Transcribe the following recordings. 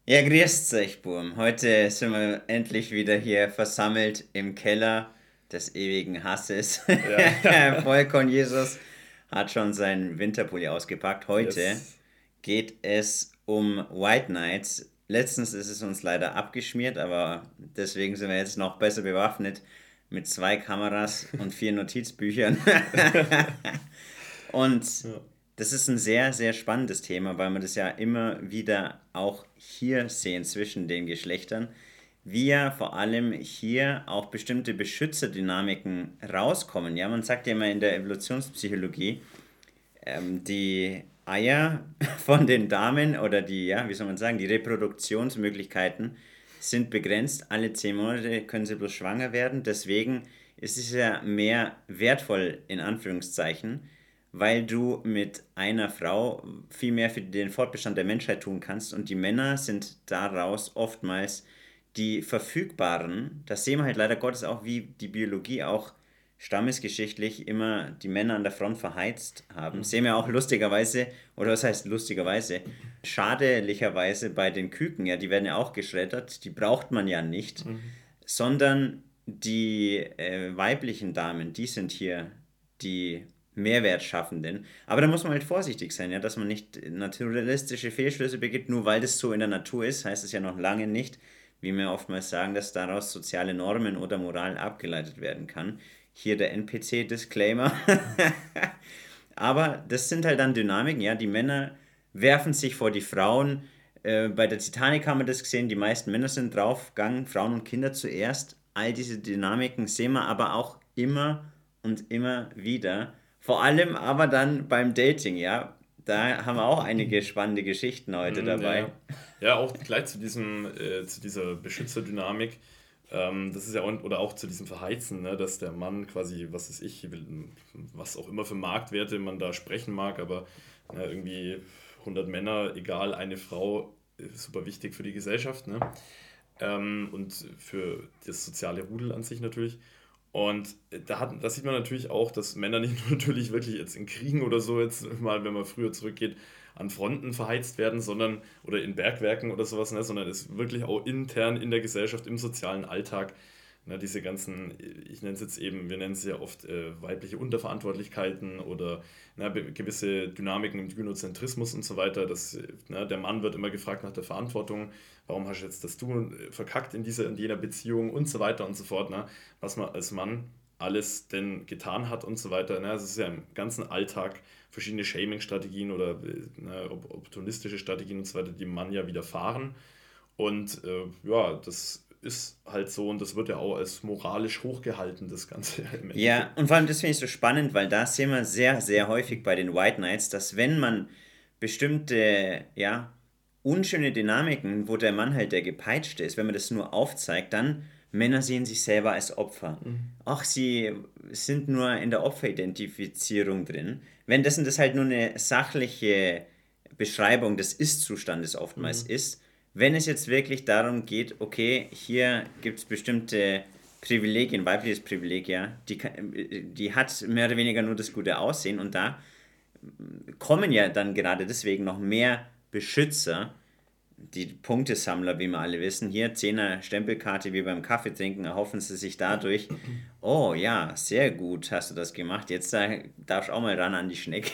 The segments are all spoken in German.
Ja, grüßt euch, Burm. Heute sind wir endlich wieder hier versammelt im Keller des ewigen Hasses. Ja, ja. Volkon Jesus hat schon seinen Winterpulli ausgepackt. Heute Yes. geht es um White Knights. Letztens ist es uns leider abgeschmiert, aber deswegen sind wir jetzt noch besser bewaffnet mit 2 Kameras und 4 Notizbüchern. Und Ja. das ist ein sehr, sehr spannendes Thema, weil wir das ja immer wieder auch hier sehen zwischen den Geschlechtern. Wie ja vor allem hier auch bestimmte Beschützerdynamiken rauskommen. Ja, man sagt ja immer in der Evolutionspsychologie, die Eier von den Damen oder die, ja, wie soll man sagen, die Reproduktionsmöglichkeiten sind begrenzt. Alle 10 Monate können sie bloß schwanger werden. Deswegen ist es ja mehr wertvoll, in Anführungszeichen, weil du mit einer Frau viel mehr für den Fortbestand der Menschheit tun kannst und die Männer sind daraus oftmals die verfügbaren. Das sehen wir halt leider Gottes auch, wie die Biologie auch stammesgeschichtlich immer die Männer an der Front verheizt haben. Mhm. Sehen wir auch lustigerweise, oder was heißt lustigerweise, schadelicherweise bei den Küken, ja, die werden ja auch geschreddert, die braucht man ja nicht, Mhm. sondern die weiblichen Damen, die sind hier die Mehrwertschaffenden. Aber da muss man halt vorsichtig sein, ja, dass man nicht naturalistische Fehlschlüsse begeht, nur weil das so in der Natur ist, heißt es ja noch lange nicht, wie wir oftmals sagen, dass daraus soziale Normen oder Moral abgeleitet werden kann. Hier der NPC-Disclaimer. Aber das sind halt dann Dynamiken, ja. Die Männer werfen sich vor die Frauen. Bei der Titanic haben wir das gesehen, die meisten Männer sind draufgegangen, Frauen und Kinder zuerst. All diese Dynamiken sehen wir aber auch immer und immer wieder. Vor allem aber dann beim Dating, ja. Da haben wir auch einige spannende Geschichten heute Ja, dabei. ja. Ja, auch gleich zu dieser Beschützerdynamik. Das ist ja auch, oder auch zu diesem Verheizen, ne, dass der Mann quasi, was weiß ich, was auch immer für Marktwerte man da sprechen mag, aber irgendwie 100 Männer, egal, eine Frau, ist super wichtig für die Gesellschaft, ne? Und für das soziale Rudel an sich natürlich. Und da sieht man natürlich auch, dass Männer nicht nur natürlich wirklich jetzt in Kriegen oder so, jetzt mal, wenn man früher zurückgeht, an Fronten verheizt werden, sondern, oder in Bergwerken oder sowas, ne, sondern es wirklich auch intern in der Gesellschaft, im sozialen Alltag, ne, diese ganzen, ich nenne es jetzt eben, wir nennen es ja oft weibliche Unterverantwortlichkeiten oder gewisse Dynamiken im Gynozentrismus und so weiter. Der Mann wird immer gefragt nach der Verantwortung, warum hast du jetzt das du verkackt in dieser und jener Beziehung und so weiter und so fort, ne, was man als Mann alles denn getan hat und so weiter. Ne? Also es ist ja im ganzen Alltag verschiedene Shaming-Strategien oder opportunistische Strategien und so weiter, die dem Mann ja widerfahren. Und ja, das ist halt so und das wird ja auch als moralisch hochgehalten, das Ganze im Ja, Endeffekt. und vor allem das finde ich so spannend, weil da sehen wir sehr, sehr häufig bei den White Knights, dass wenn man bestimmte, ja, unschöne Dynamiken, wo der Mann halt der Gepeitschte ist, wenn man das nur aufzeigt, dann Männer sehen sich selber als Opfer. Mhm. Ach, sie sind nur in der Opferidentifizierung drin. Wenn das halt nur eine sachliche Beschreibung des Ist-Zustandes oftmals Mhm. ist, wenn es jetzt wirklich darum geht, okay, hier gibt es bestimmte Privilegien, weibliches Privileg, ja, die hat mehr oder weniger nur das gute Aussehen und da kommen ja dann gerade deswegen noch mehr Beschützer, die Punktesammler, wie wir alle wissen. Hier 10er Stempelkarte wie beim Kaffee trinken, erhoffen sie sich dadurch, oh ja, sehr gut hast du das gemacht, jetzt darfst du auch mal ran an die Schnecke.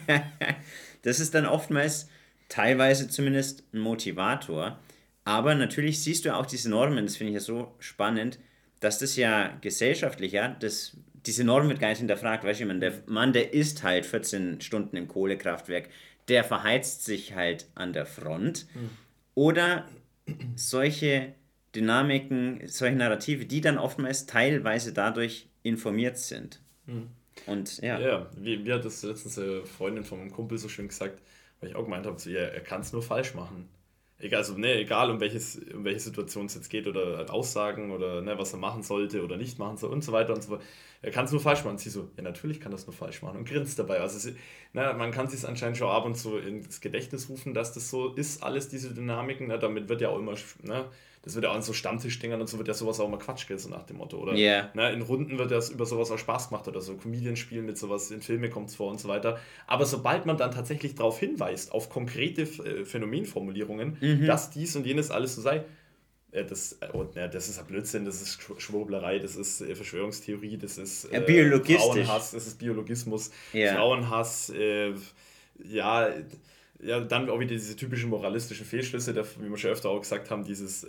Das ist dann oftmals, teilweise zumindest, ein Motivator. Aber natürlich siehst du auch diese Normen, das finde ich ja so spannend, dass das ja gesellschaftlich, ja, diese Norm wird gar nicht hinterfragt. Weißt du, ich meine, der Mhm. Mann, der ist halt 14 Stunden im Kohlekraftwerk, der verheizt sich halt an der Front. Mhm. Oder solche Dynamiken, solche Narrative, die dann oftmals teilweise dadurch informiert sind. Mhm. Und Ja, ja, ja. Wie hat das letztens eine Freundin von einem Kumpel so schön gesagt, weil ich auch gemeint habe, so, ja, er kann es nur falsch machen. Egal, also, ne, egal um welche Situation es jetzt geht oder halt Aussagen oder ne, was er machen sollte oder nicht machen soll und so weiter und so fort. Er kann es nur falsch machen. Und sie so, ja, natürlich kann das nur falsch machen und grinst dabei. Man kann sich anscheinend schon ab und zu ins Gedächtnis rufen, dass das so ist, alles diese Dynamiken. Ne, damit wird ja auch immer, ne, das wird ja auch an so Stammtischdingern und so wird ja sowas auch immer Quatsch, gell, so nach dem Motto. Oder yeah. ne, in Runden wird das über sowas auch Spaß gemacht oder so. Comedians spielen mit sowas, in Filme kommt es vor und so weiter. Aber sobald man dann tatsächlich darauf hinweist, auf konkrete Phänomenformulierungen, dass dies und jenes alles so sei. Das ist ja Blödsinn, das ist Schwurblerei, das ist Verschwörungstheorie, das ist Frauenhass, das ist Biologismus, Frauenhass, ja, dann auch wieder diese typischen moralistischen Fehlschlüsse, wie wir schon öfter auch gesagt haben, dieses,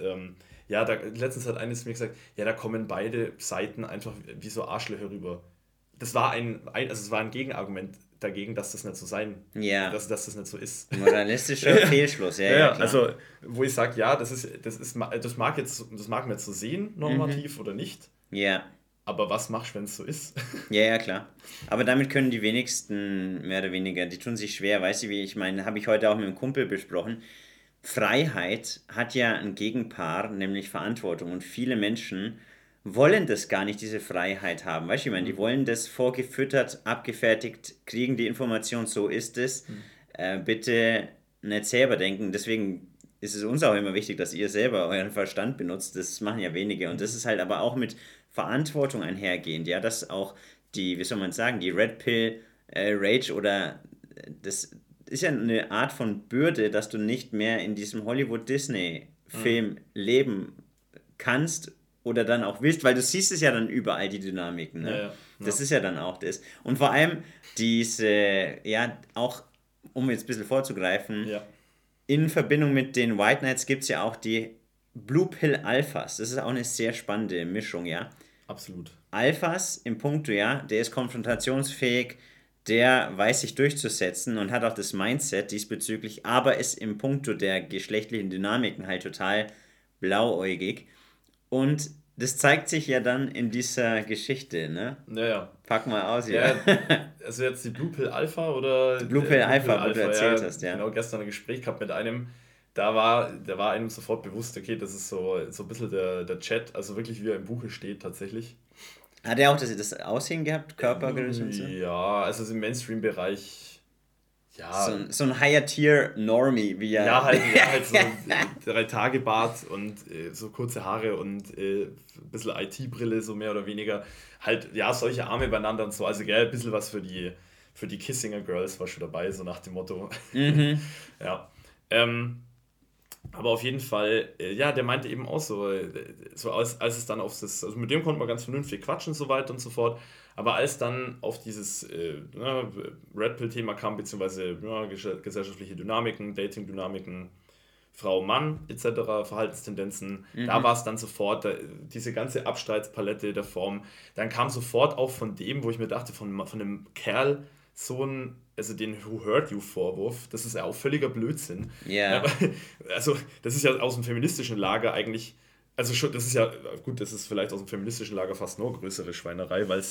letztens hat eines mir gesagt, ja, da kommen beide Seiten einfach wie so Arschlöcher rüber. Das war es war ein Gegenargument dagegen, dass das nicht so dass das nicht so ist. Moralistischer Fehlschluss, klar. Also, wo ich sage, das mag man jetzt so sehen, normativ oder nicht. Ja. Aber was machst du, wenn es so ist? Ja, klar. Aber damit können die wenigsten, mehr oder weniger, die tun sich schwer, weißt du, wie ich meine, habe ich heute auch mit einem Kumpel besprochen. Freiheit hat ja ein Gegenpaar, nämlich Verantwortung. Und viele Menschen wollen das gar nicht, diese Freiheit haben. Weißt du, ich meine, die wollen das vorgefüttert, abgefertigt, kriegen die Information, so ist es. Bitte nicht selber denken. Deswegen ist es uns auch immer wichtig, dass ihr selber euren Verstand benutzt. Das machen ja wenige. Und das ist halt aber auch mit Verantwortung einhergehend. Ja, dass auch die, wie soll man sagen, die Red Pill Rage oder das ist ja eine Art von Bürde, dass du nicht mehr in diesem Hollywood-Disney-Film leben kannst oder dann auch willst, weil du siehst es ja dann überall, die Dynamiken. Ne? Ja. Das ist ja dann auch das. Und vor allem diese, auch, um jetzt ein bisschen vorzugreifen, in Verbindung mit den White Knights gibt es ja auch die Blue Pill Alphas. Das ist auch eine sehr spannende Mischung, ja. Absolut. Alphas im Punkto, der ist konfrontationsfähig, der weiß sich durchzusetzen und hat auch das Mindset diesbezüglich, aber ist im Punkto der geschlechtlichen Dynamiken halt total blauäugig. Und das zeigt sich ja dann in dieser Geschichte, ne? Ja. Pack mal aus, ja. Also jetzt die Blue Pill Alpha oder... Die Blue Pill Alpha, wo du erzählt hast, ja. Genau, gestern ein Gespräch gehabt mit einem, da war einem sofort bewusst, okay, das ist so ein bisschen der Chat, also wirklich wie er im Buche steht tatsächlich. Hat er auch das Aussehen gehabt, Körpergröße und so? Ja, also im Mainstream-Bereich, ja. So ein Higher-Tier-Normie, wie er... Ja, halt so 3-Tage-Bart und so kurze Haare und ein bisschen IT-Brille, so mehr oder weniger. Halt, ja, solche Arme beieinander und so. Also, ein bisschen was für die Kissinger Girls war schon dabei, so nach dem Motto. Ja. Aber auf jeden Fall, der meinte eben auch so als es dann auf das, also mit dem konnte man ganz vernünftig quatschen und so weiter und so fort, aber als dann auf dieses Red Pill-Thema kam, beziehungsweise gesellschaftliche Dynamiken, Dating-Dynamiken, Frau, Mann etc., Verhaltenstendenzen, da war es dann sofort, diese ganze Abstreitspalette der Form, dann kam sofort auch von dem, wo ich mir dachte, von einem Kerl, so ein, also den Who Hurt You Vorwurf, das ist ja auch völliger Blödsinn. Ja. Also das ist ja aus dem feministischen Lager eigentlich, also schon, das ist ja, gut, das ist vielleicht aus dem feministischen Lager fast nur größere Schweinerei, weil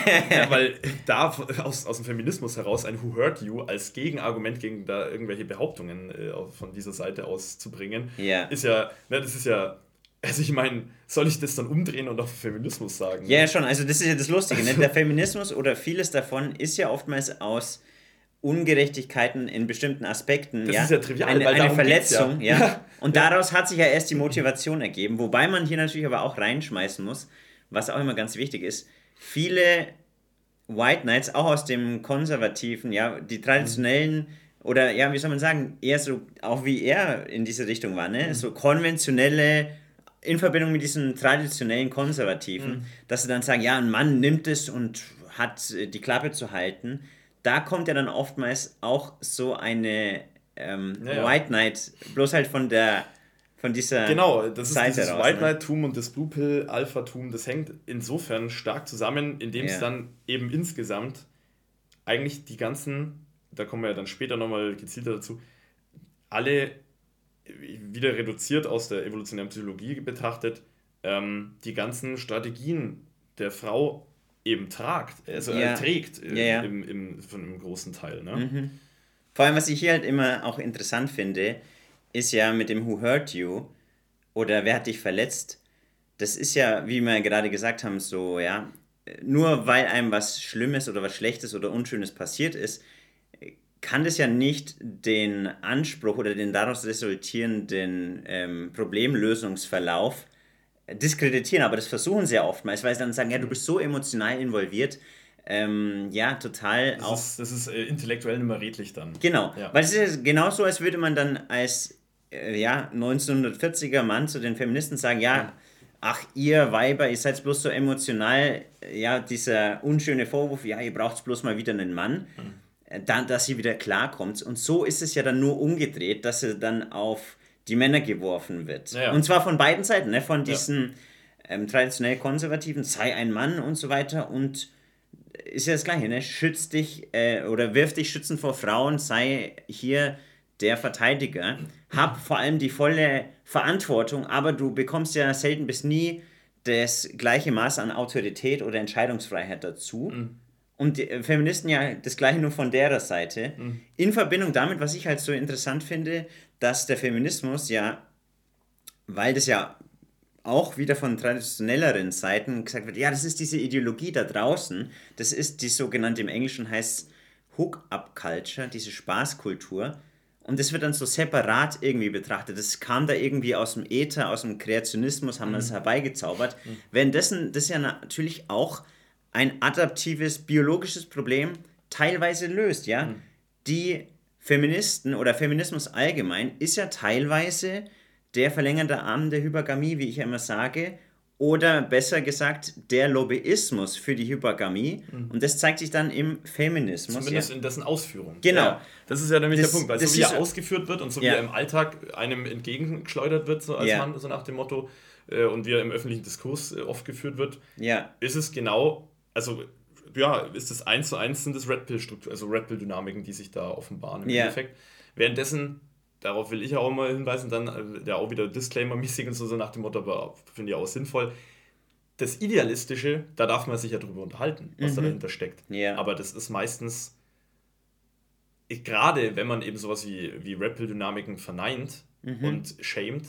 da aus dem Feminismus heraus ein Who Hurt You als Gegenargument gegen da irgendwelche Behauptungen von dieser Seite aus zu bringen, ist ja, das ist ja, also ich meine, soll ich das dann umdrehen und auf Feminismus sagen? Ja, schon, also das ist ja das Lustige, ne? Der Feminismus oder vieles davon ist ja oftmals aus Ungerechtigkeiten in bestimmten Aspekten, das ist ja trivial, eine Verletzung, ja. Und daraus hat sich ja erst die Motivation ergeben, wobei man hier natürlich aber auch reinschmeißen muss, was auch immer ganz wichtig ist, viele White Knights, auch aus dem konservativen, die traditionellen oder wie soll man sagen, eher so, auch wie er in diese Richtung war, ne? So konventionelle in Verbindung mit diesen traditionellen Konservativen, dass sie dann sagen, ein Mann nimmt es und hat die Klappe zu halten. Da kommt ja dann oftmals auch so eine White Knight, bloß halt von dieser genau, das Seite ist dieses raus, White Knight-Tum und das Blue Pill-Alpha-Tum, das hängt insofern stark zusammen, indem es dann eben insgesamt eigentlich die ganzen, da kommen wir ja dann später nochmal gezielter dazu, alle wieder reduziert aus der evolutionären Psychologie betrachtet, die ganzen Strategien der Frau eben trägt von einem großen Teil. Ne? Vor allem, was ich hier halt immer auch interessant finde, ist ja mit dem Who Hurt You oder wer hat dich verletzt, das ist ja, wie wir gerade gesagt haben, so, nur weil einem was Schlimmes oder was Schlechtes oder Unschönes passiert ist, kann das ja nicht den Anspruch oder den daraus resultierenden Problemlösungsverlauf diskreditieren, aber das versuchen sie ja oftmals, weil sie dann sagen, du bist so emotional involviert, total das ist intellektuell nicht mehr redlich dann. Genau, weil es ist ja genauso, als würde man dann als ja, 1940er Mann zu den Feministen sagen, ja, ach, ihr Weiber, ihr seid bloß so emotional, ja, dieser unschöne Vorwurf, ja, ihr braucht bloß mal wieder einen Mann, dann, dass sie wieder klarkommt. Und so ist es ja dann nur umgedreht, dass sie dann auf die Männer geworfen wird. Ja, ja. Und zwar von beiden Seiten, ne? Von Ja. diesen traditionell Konservativen, sei ein Mann und so weiter. Und ist ja das Gleiche, ne? Schütz dich oder wirf dich schützend vor Frauen, sei hier der Verteidiger. Hab vor allem die volle Verantwortung, aber du bekommst ja selten bis nie das gleiche Maß an Autorität oder Entscheidungsfreiheit dazu. Und die Feministen ja das gleiche nur von derer Seite. In Verbindung damit, was ich halt so interessant finde, dass der Feminismus ja, weil das ja auch wieder von traditionelleren Seiten gesagt wird, ja, das ist diese Ideologie da draußen, das ist die sogenannte, im Englischen heißt Hook-up-Culture, diese Spaßkultur. Und das wird dann so separat irgendwie betrachtet. Das kam da irgendwie aus dem Äther, aus dem Kreationismus, haben das herbeigezaubert. Währenddessen das ja natürlich auch ein adaptives, biologisches Problem teilweise löst, ja. Die Feministen oder Feminismus allgemein ist ja teilweise der verlängerte Arm der Hypergamie, wie ich ja immer sage, oder besser gesagt, der Lobbyismus für die Hypergamie. Und das zeigt sich dann im Feminismus. Zumindest in dessen Ausführung. Genau. Ja, das ist ja nämlich Das- der Punkt, weil das so wie er ist- ausgeführt wird und so wie Ja. er im Alltag einem entgegengeschleudert wird, so als Ja. Mann, so nach dem Motto, und wie er im öffentlichen Diskurs oft geführt wird, Ja, ist es genau, also ja, ist es 1:1 sind das Red Pill-Struktur, also Red Pill-Dynamiken, die sich da offenbaren im Ja. Endeffekt. Währenddessen, darauf will ich ja auch mal hinweisen, dann ja auch wieder Disclaimer-mäßig und so nach dem Motto, aber finde ich auch sinnvoll. Das Idealistische, da darf man sich ja drüber unterhalten, was da dahinter steckt. Ja. Aber das ist meistens, gerade wenn man eben sowas wie Red Pill-Dynamiken verneint und schämt,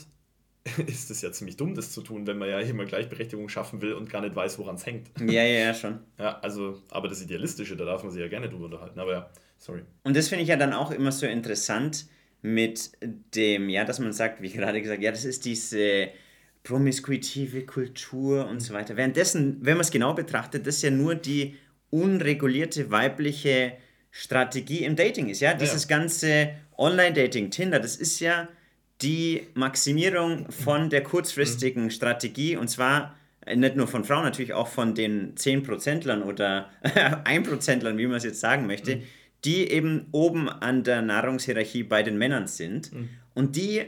ist es ja ziemlich dumm, das zu tun, wenn man ja immer Gleichberechtigung schaffen will und gar nicht weiß, woran es hängt. ja, schon. Ja, also, aber das Idealistische, da darf man sich ja gerne drüber unterhalten. Aber ja, sorry. Und das finde ich ja dann auch immer so interessant mit dem, ja, dass man sagt, wie gerade gesagt, ja, das ist diese promiskuitive Kultur und so weiter. Währenddessen, wenn man es genau betrachtet, das ja nur die unregulierte weibliche Strategie im Dating ist, ja? Dieses ganze Online-Dating, Tinder, das ist ja die Maximierung von der kurzfristigen Strategie und zwar nicht nur von Frauen, natürlich auch von den 10%lern oder 1%lern, wie man es jetzt sagen möchte, die eben oben an der Nahrungshierarchie bei den Männern sind und die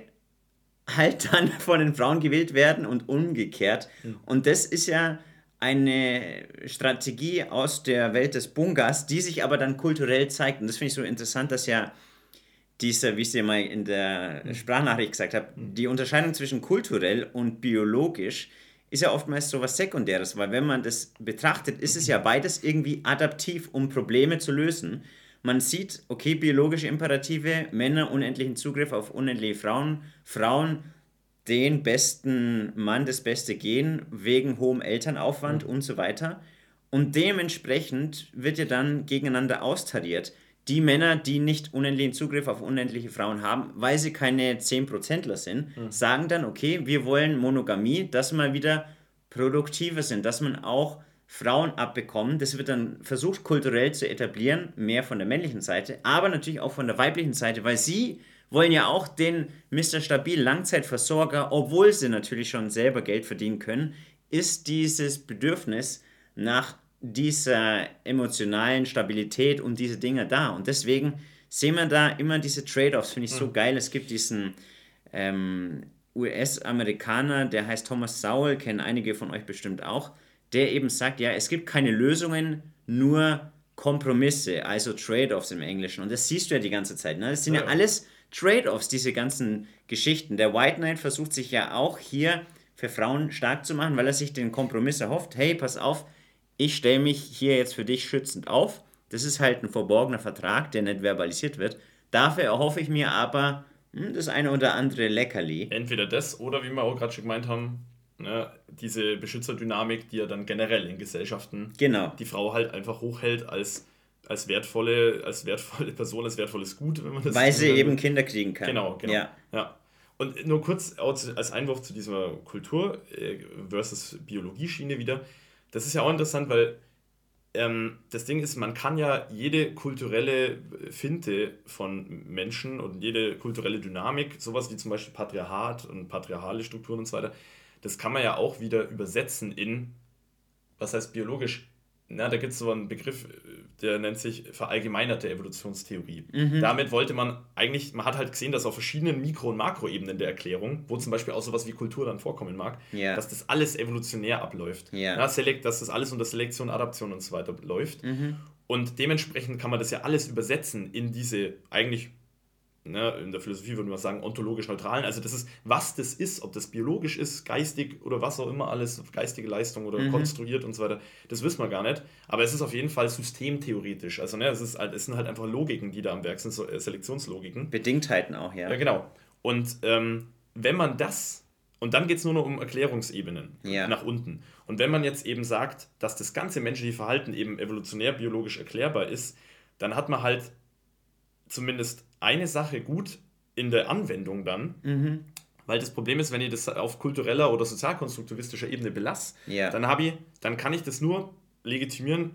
halt dann von den Frauen gewählt werden und umgekehrt. Und das ist ja eine Strategie aus der Welt des Bungas, die sich aber dann kulturell zeigt. Und das finde ich so interessant, dass ja dieser, wie ich es dir mal in der Sprachnachricht gesagt habe, die Unterscheidung zwischen kulturell und biologisch ist ja oftmals so was Sekundäres, weil wenn man das betrachtet, ist es ja beides irgendwie adaptiv, um Probleme zu lösen. Man sieht, okay, biologische Imperative, Männer unendlichen Zugriff auf unendliche Frauen, Frauen den besten Mann, das beste Gen wegen hohem Elternaufwand und so weiter. Und dementsprechend wird ja dann gegeneinander austariert. Die Männer, die nicht unendlichen Zugriff auf unendliche Frauen haben, weil sie keine 10%ler sind, sagen dann, okay, wir wollen Monogamie, dass wir wieder produktiver sind, dass man auch Frauen abbekommen. Das wird dann versucht kulturell zu etablieren, mehr von der männlichen Seite, aber natürlich auch von der weiblichen Seite, weil sie wollen ja auch den Mr. Stabil Langzeitversorger, obwohl sie natürlich schon selber Geld verdienen können, ist dieses Bedürfnis nach dieser emotionalen Stabilität und diese Dinge da. Und deswegen sehen wir da immer diese Trade-offs, finde ich so geil. Es gibt diesen US-Amerikaner, der heißt Thomas Sowell, kennen einige von euch bestimmt auch, der eben sagt, ja, es gibt keine Lösungen, nur Kompromisse, also Trade-offs im Englischen. Und das siehst du ja die ganze Zeit. Ne? Das sind ja alles Trade-offs, diese ganzen Geschichten. Der White Knight versucht sich ja auch hier für Frauen stark zu machen, weil er sich den Kompromiss erhofft. Hey, pass auf, ich stelle mich hier jetzt für dich schützend auf. Das ist halt ein verborgener Vertrag, der nicht verbalisiert wird. Dafür erhoffe ich mir aber das eine oder andere Leckerli. Entweder das oder, wie wir auch gerade schon gemeint haben, ne, diese Beschützerdynamik, die ja dann generell in Gesellschaften Genau. die Frau halt einfach hochhält als wertvolle Person, als wertvolles Gut, wenn man das Weil sie nennen eben will. Kinder kriegen kann. Genau. Ja. Und nur kurz als Einwurf zu dieser Kultur versus Biologie-Schiene wieder. Das ist ja auch interessant, weil das Ding ist, man kann ja jede kulturelle Finte von Menschen und jede kulturelle Dynamik, sowas wie zum Beispiel Patriarchat und patriarchale Strukturen und so weiter, das kann man ja auch wieder übersetzen in, was heißt biologisch? Na, da gibt es so einen Begriff, der nennt sich verallgemeinerte Evolutionstheorie. Damit wollte man eigentlich, man hat halt gesehen, dass auf verschiedenen Mikro- und Makroebenen der Erklärung, wo zum Beispiel auch sowas wie Kultur dann vorkommen mag, Ja. dass das alles evolutionär abläuft. Ja. Dass das alles unter Selektion, Adaption und so weiter läuft. Und dementsprechend kann man das ja alles übersetzen in diese eigentlich, ne, in der Philosophie würde man sagen, ontologisch neutralen. Also das ist, was das ist, ob das biologisch ist, geistig oder was auch immer alles, geistige Leistung oder konstruiert und so weiter, das wissen wir gar nicht. Aber es ist auf jeden Fall systemtheoretisch. Also ne, es sind halt einfach Logiken, die da am Werk sind, so Selektionslogiken. Bedingtheiten auch, ja. Ja, genau. Und wenn man das, und dann geht es nur noch um Erklärungsebenen nach unten. Und wenn man jetzt eben sagt, dass das ganze menschliche Verhalten eben evolutionär biologisch erklärbar ist, dann hat man halt zumindest eine Sache gut in der Anwendung dann, weil das Problem ist, wenn ich das auf kultureller oder sozialkonstruktivistischer Ebene belasse, dann kann ich das nur legitimieren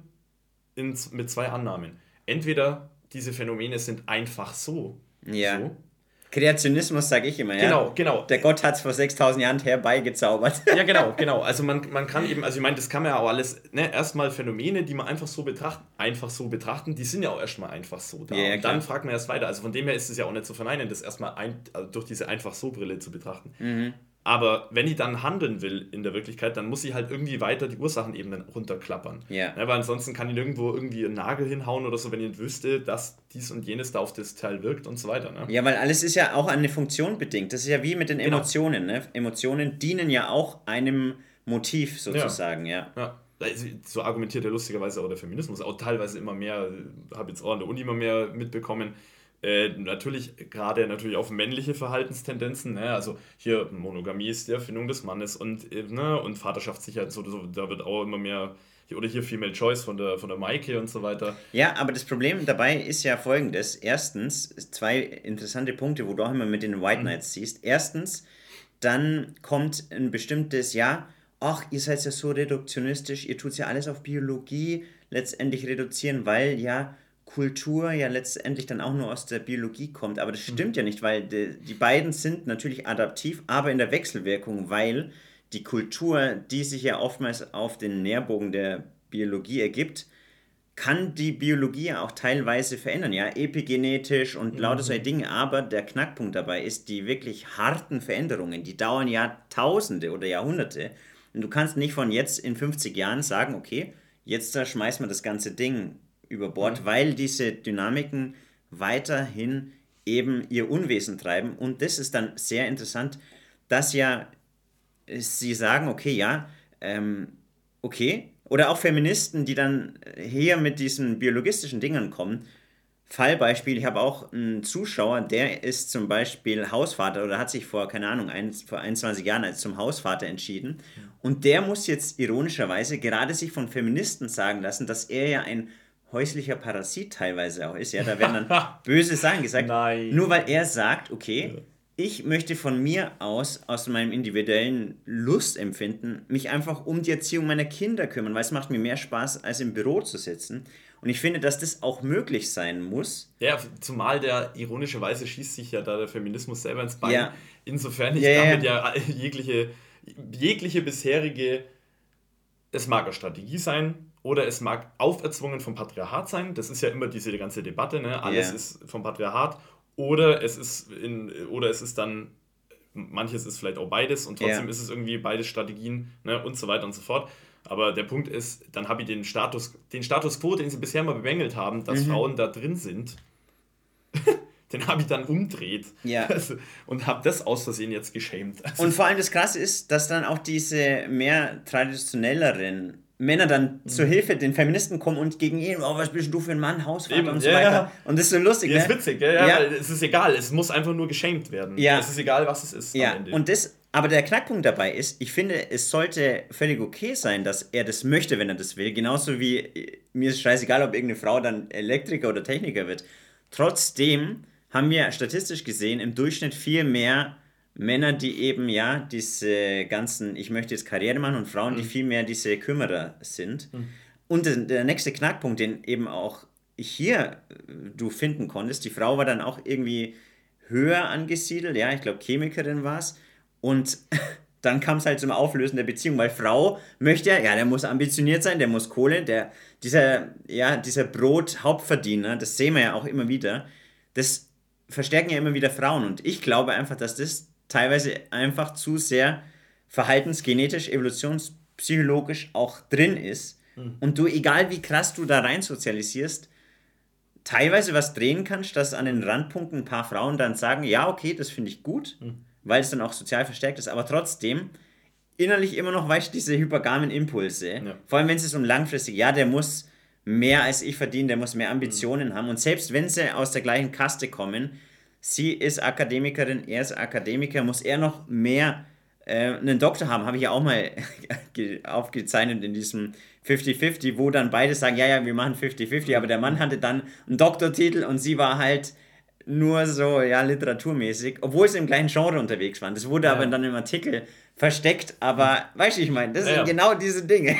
mit zwei Annahmen. Entweder diese Phänomene sind einfach so. Kreationismus sage ich immer, ja. Genau. Der Gott hat es vor 6000 Jahren herbeigezaubert. Ja, genau. Also man kann eben, also ich meine, das kann man ja auch alles, ne, erstmal Phänomene, die man einfach so betrachten, die sind ja auch erstmal einfach so da. Ja, und dann fragt man erst weiter. Also von dem her ist es ja auch nicht zu verneinen, das erstmal durch diese einfach so Brille zu betrachten. Aber wenn ich dann handeln will in der Wirklichkeit, dann muss ich halt irgendwie weiter die Ursachenebenen runterklappern. Ja. Weil ansonsten kann ich nirgendwo irgendwie einen Nagel hinhauen oder so, wenn ich nicht wüsste, dass dies und jenes da auf das Teil wirkt und so weiter. Ne? Ja, weil alles ist ja auch an eine Funktion bedingt. Das ist ja wie mit den Emotionen. Ne? Emotionen dienen ja auch einem Motiv sozusagen, ja. So argumentiert ja lustigerweise auch der Feminismus, auch teilweise immer mehr, habe jetzt auch an der Uni immer mehr mitbekommen. Natürlich auf männliche Verhaltenstendenzen, ne? Also hier Monogamie ist die Erfindung des Mannes und Vaterschaftssicherheit, da wird auch immer mehr, oder hier Female Choice von der Maike und so weiter. Ja, aber das Problem dabei ist ja folgendes. Erstens, zwei interessante Punkte, wo du auch immer mit den White Knights siehst. Erstens, dann kommt ein bestimmtes, ach, ihr seid ja so reduktionistisch, ihr tut ja alles auf Biologie letztendlich reduzieren, weil Kultur ja letztendlich dann auch nur aus der Biologie kommt. Aber das stimmt ja nicht, weil die beiden sind natürlich adaptiv, aber in der Wechselwirkung, weil die Kultur, die sich ja oftmals auf den Nährbogen der Biologie ergibt, kann die Biologie ja auch teilweise verändern, epigenetisch und lauter solche Dinge, aber der Knackpunkt dabei ist, die wirklich harten Veränderungen, die dauern Jahrtausende oder Jahrhunderte und du kannst nicht von jetzt in 50 Jahren sagen, okay, jetzt schmeißen wir das ganze Ding über Bord, weil diese Dynamiken weiterhin eben ihr Unwesen treiben. Und das ist dann sehr interessant, dass sie sagen, okay, okay, oder auch Feministen, die dann hier mit diesen biologistischen Dingen kommen. Fallbeispiel, ich habe auch einen Zuschauer, der ist zum Beispiel Hausvater oder hat sich vor 21 Jahren als zum Hausvater entschieden. Und der muss jetzt ironischerweise gerade sich von Feministen sagen lassen, dass er ja ein häuslicher Parasit teilweise auch ist. Ja, da werden dann böse Sachen gesagt. Nein. Nur weil er sagt, okay, ich möchte von mir aus meinem individuellen Lustempfinden, mich einfach um die Erziehung meiner Kinder kümmern, weil es macht mir mehr Spaß, als im Büro zu sitzen. Und ich finde, dass das auch möglich sein muss. Ja, zumal ironischerweise schießt sich ja da der Feminismus selber ins Bein. Ja. Insofern ich damit jegliche bisherige, es mag eine Strategie sein, oder es mag auferzwungen vom Patriarchat sein. Das ist ja immer diese ganze Debatte, ne? Alles ist vom Patriarchat. Oder es ist dann, manches ist vielleicht auch beides und trotzdem ist es irgendwie beides Strategien, ne? Und so weiter und so fort. Aber der Punkt ist, dann habe ich den Status quo, den sie bisher mal bemängelt haben, dass Frauen da drin sind, den habe ich dann umdreht und habe das aus Versehen jetzt geschämt. Also und vor allem das Krasse ist, dass dann auch diese mehr traditionelleren Männer dann zur Hilfe den Feministen kommen und gegen ihn, was bist du für ein Mann, Hausvater und so weiter. Ja. Und das ist so lustig. Ja, ist witzig, weil es ist egal, es muss einfach nur geschämt werden. Ja. Es ist egal, was es ist am Ende. Aber der Knackpunkt dabei ist, ich finde, es sollte völlig okay sein, dass er das möchte, wenn er das will. Genauso wie mir ist scheißegal, ob irgendeine Frau dann Elektriker oder Techniker wird. Trotzdem haben wir statistisch gesehen im Durchschnitt viel mehr Männer, die eben diese ganzen, ich möchte jetzt Karriere machen und Frauen, die viel mehr diese Kümmerer sind. Und der nächste Knackpunkt, den eben auch hier du finden konntest, die Frau war dann auch irgendwie höher angesiedelt, ja, ich glaube Chemikerin war es. Und dann kam es halt zum Auflösen der Beziehung, weil Frau möchte ja, der muss ambitioniert sein, der muss Kohle, dieser Brot-Hauptverdiener, das sehen wir ja auch immer wieder, das verstärken ja immer wieder Frauen. Und ich glaube einfach, dass das teilweise einfach zu sehr verhaltensgenetisch, evolutionspsychologisch auch drin ist. Und du, egal wie krass du da rein sozialisierst, teilweise was drehen kannst, dass an den Randpunkten ein paar Frauen dann sagen, ja, okay, das finde ich gut, weil es dann auch sozial verstärkt ist, aber trotzdem innerlich immer noch, weißt du, diese hypergamen Impulse, vor allem wenn es um langfristig, ja, der muss mehr als ich verdienen, der muss mehr Ambitionen haben und selbst wenn sie aus der gleichen Kaste kommen, sie ist Akademikerin, er ist Akademiker, muss er noch mehr einen Doktor haben, habe ich ja auch mal aufgezeichnet in diesem 50-50, wo dann beide sagen, ja, wir machen 50-50, aber der Mann hatte dann einen Doktortitel und sie war halt nur so, ja, literaturmäßig, obwohl sie im gleichen Genre unterwegs waren. Das wurde aber dann im Artikel versteckt, aber weißt du, ich meine, das sind genau diese Dinge.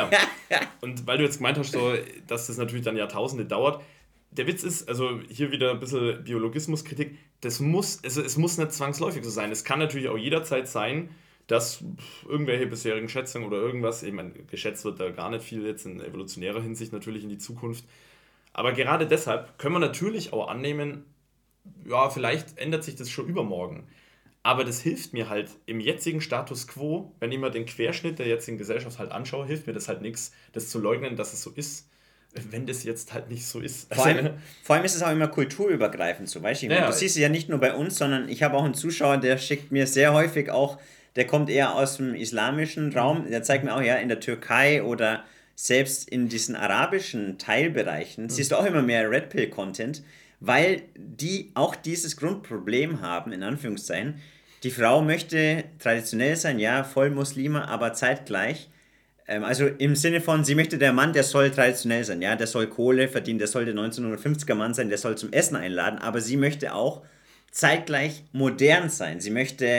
Und weil du jetzt gemeint hast, so, dass das natürlich dann Jahrtausende dauert, der Witz ist, also hier wieder ein bisschen Biologismuskritik, es muss nicht zwangsläufig so sein. Es kann natürlich auch jederzeit sein, dass irgendwelche bisherigen Schätzungen oder irgendwas, ich meine, geschätzt wird da gar nicht viel jetzt in evolutionärer Hinsicht natürlich in die Zukunft, aber gerade deshalb können wir natürlich auch annehmen, ja, vielleicht ändert sich das schon übermorgen. Aber das hilft mir halt im jetzigen Status quo, wenn ich mir den Querschnitt der jetzigen Gesellschaft halt anschaue, hilft mir das halt nichts, das zu leugnen, dass es so ist, wenn das jetzt halt nicht so ist. Vor allem ist es auch immer kulturübergreifend so, weißt du? Du siehst es ja nicht nur bei uns, sondern ich habe auch einen Zuschauer, der schickt mir sehr häufig auch, der kommt eher aus dem islamischen Raum, der zeigt mir auch, ja, in der Türkei oder selbst in diesen arabischen Teilbereichen siehst du auch immer mehr Red Pill-Content, weil die auch dieses Grundproblem haben, in Anführungszeichen. Die Frau möchte traditionell sein, ja, voll Muslime, aber zeitgleich, also im Sinne von, sie möchte der Mann, der soll traditionell sein, ja, der soll Kohle verdienen, der soll der 1950er Mann sein, der soll zum Essen einladen, aber sie möchte auch zeitgleich modern sein. Sie möchte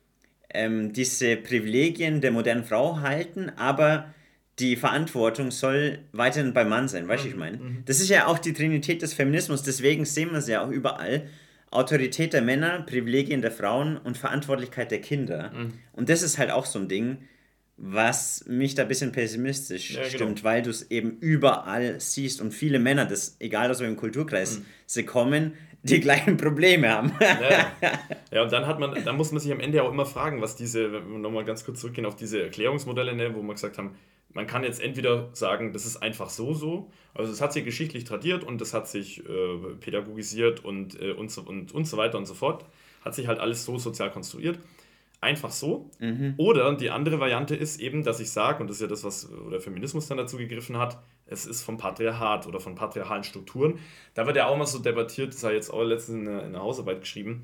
diese Privilegien der modernen Frau halten, aber die Verantwortung soll weiterhin beim Mann sein, weißt du, ich meine? Das ist ja auch die Trinität des Feminismus, deswegen sehen wir es ja auch überall. Autorität der Männer, Privilegien der Frauen und Verantwortlichkeit der Kinder. Und das ist halt auch so ein Ding, was mich da ein bisschen pessimistisch stimmt, weil du es eben überall siehst und viele Männer, das, egal aus welchem Kulturkreis sie kommen, die gleichen Probleme haben. Ja, und dann muss man sich am Ende auch immer fragen, was diese, wenn wir nochmal ganz kurz zurückgehen auf diese Erklärungsmodelle, ne, wo wir gesagt haben, man kann jetzt entweder sagen, das ist einfach so, also es hat sich geschichtlich tradiert und das hat sich pädagogisiert und so weiter und so fort, hat sich halt alles so sozial konstruiert, einfach so. Oder die andere Variante ist eben, dass ich sage, und das ist ja das, was der Feminismus dann dazu gegriffen hat, es ist vom Patriarchat oder von patriarchalen Strukturen. Da wird ja auch mal so debattiert, das habe ich jetzt auch letztens in der Hausarbeit geschrieben,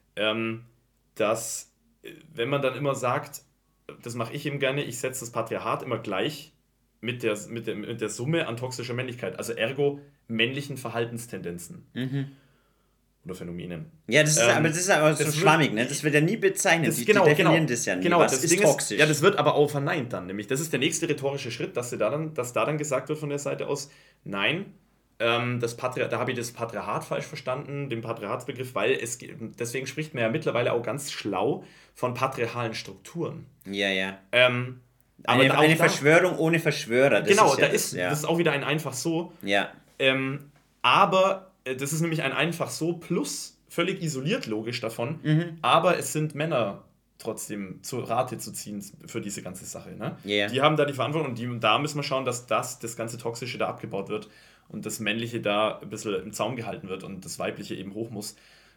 dass wenn man dann immer sagt, das mache ich eben gerne, ich setze das Patriarchat immer gleich mit der Summe an toxischer Männlichkeit, also ergo männlichen Verhaltenstendenzen. Oder Phänomenen. Ja, aber das ist aber so schwammig, ne? Das wird ja nie bezeichnet. Die definieren das ja nie. Genau, was ist toxisch? Ja, das wird aber auch verneint dann. Nämlich, das ist der nächste rhetorische Schritt, dass da dann gesagt wird von der Seite aus, nein, da habe ich das Patriarchat falsch verstanden, den Patriarchatsbegriff, weil deswegen spricht man ja mittlerweile auch ganz schlau von patriarchalen Strukturen. Ja. Aber eine Verschwörung ohne Verschwörer. Das ist auch wieder ein einfach so. Ja. Aber das ist nämlich ein einfach so plus völlig isoliert logisch davon, aber es sind Männer trotzdem zur Rate zu ziehen für diese ganze Sache. Ne? Yeah. Die haben da die Verantwortung und da müssen wir schauen, dass das ganze Toxische da abgebaut wird und das Männliche da ein bisschen im Zaum gehalten wird und das Weibliche eben hoch muss.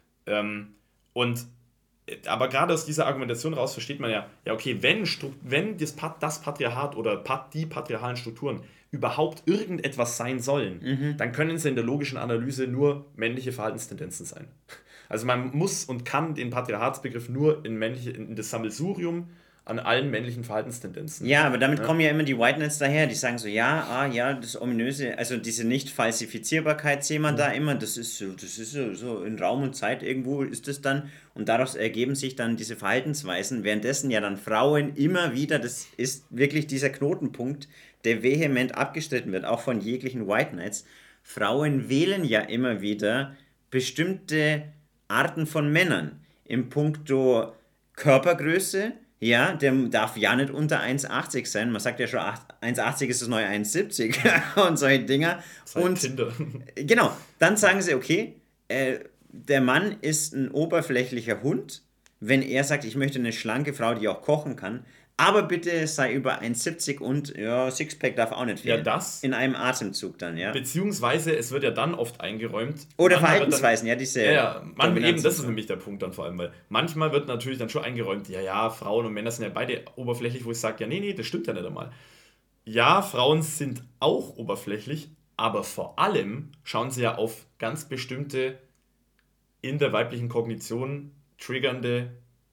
Aber gerade aus dieser Argumentation raus versteht man ja okay, wenn das Patriarchat oder die patriarchalen Strukturen überhaupt irgendetwas sein sollen, dann können sie in der logischen Analyse nur männliche Verhaltenstendenzen sein. Also man muss und kann den Patriarchatsbegriff nur in das Sammelsurium an allen männlichen Verhaltenstendenzen. Ja, aber damit kommen ja immer die White Knights daher, die sagen so, ja, das ominöse, also diese Nicht-Falsifizierbarkeit sehen wir da immer, das ist so in Raum und Zeit irgendwo ist das dann und daraus ergeben sich dann diese Verhaltensweisen, währenddessen ja dann Frauen immer wieder, das ist wirklich dieser Knotenpunkt, der vehement abgestritten wird, auch von jeglichen White Knights, Frauen wählen ja immer wieder bestimmte Arten von Männern im Puncto Körpergröße. Ja, der darf ja nicht unter 1,80 sein. Man sagt ja schon, 1,80 ist das neue 1,70 und solche Dinger. Und Tinder. genau, dann sagen sie, okay, der Mann ist ein oberflächlicher Hund, wenn er sagt, ich möchte eine schlanke Frau, die auch kochen kann, aber bitte sei über 1,70 und ja, Sixpack darf auch nicht fehlen. Ja, das. In einem Atemzug dann, ja. Beziehungsweise es wird ja dann oft eingeräumt. Oder Verhaltensweisen, ja, diese. Eben, das ist nämlich der Punkt dann vor allem, weil manchmal wird natürlich dann schon eingeräumt, ja, Frauen und Männer sind ja beide oberflächlich, wo ich sage, ja, nee, das stimmt ja nicht einmal. Ja, Frauen sind auch oberflächlich, aber vor allem schauen sie ja auf ganz bestimmte in der weiblichen Kognition triggernde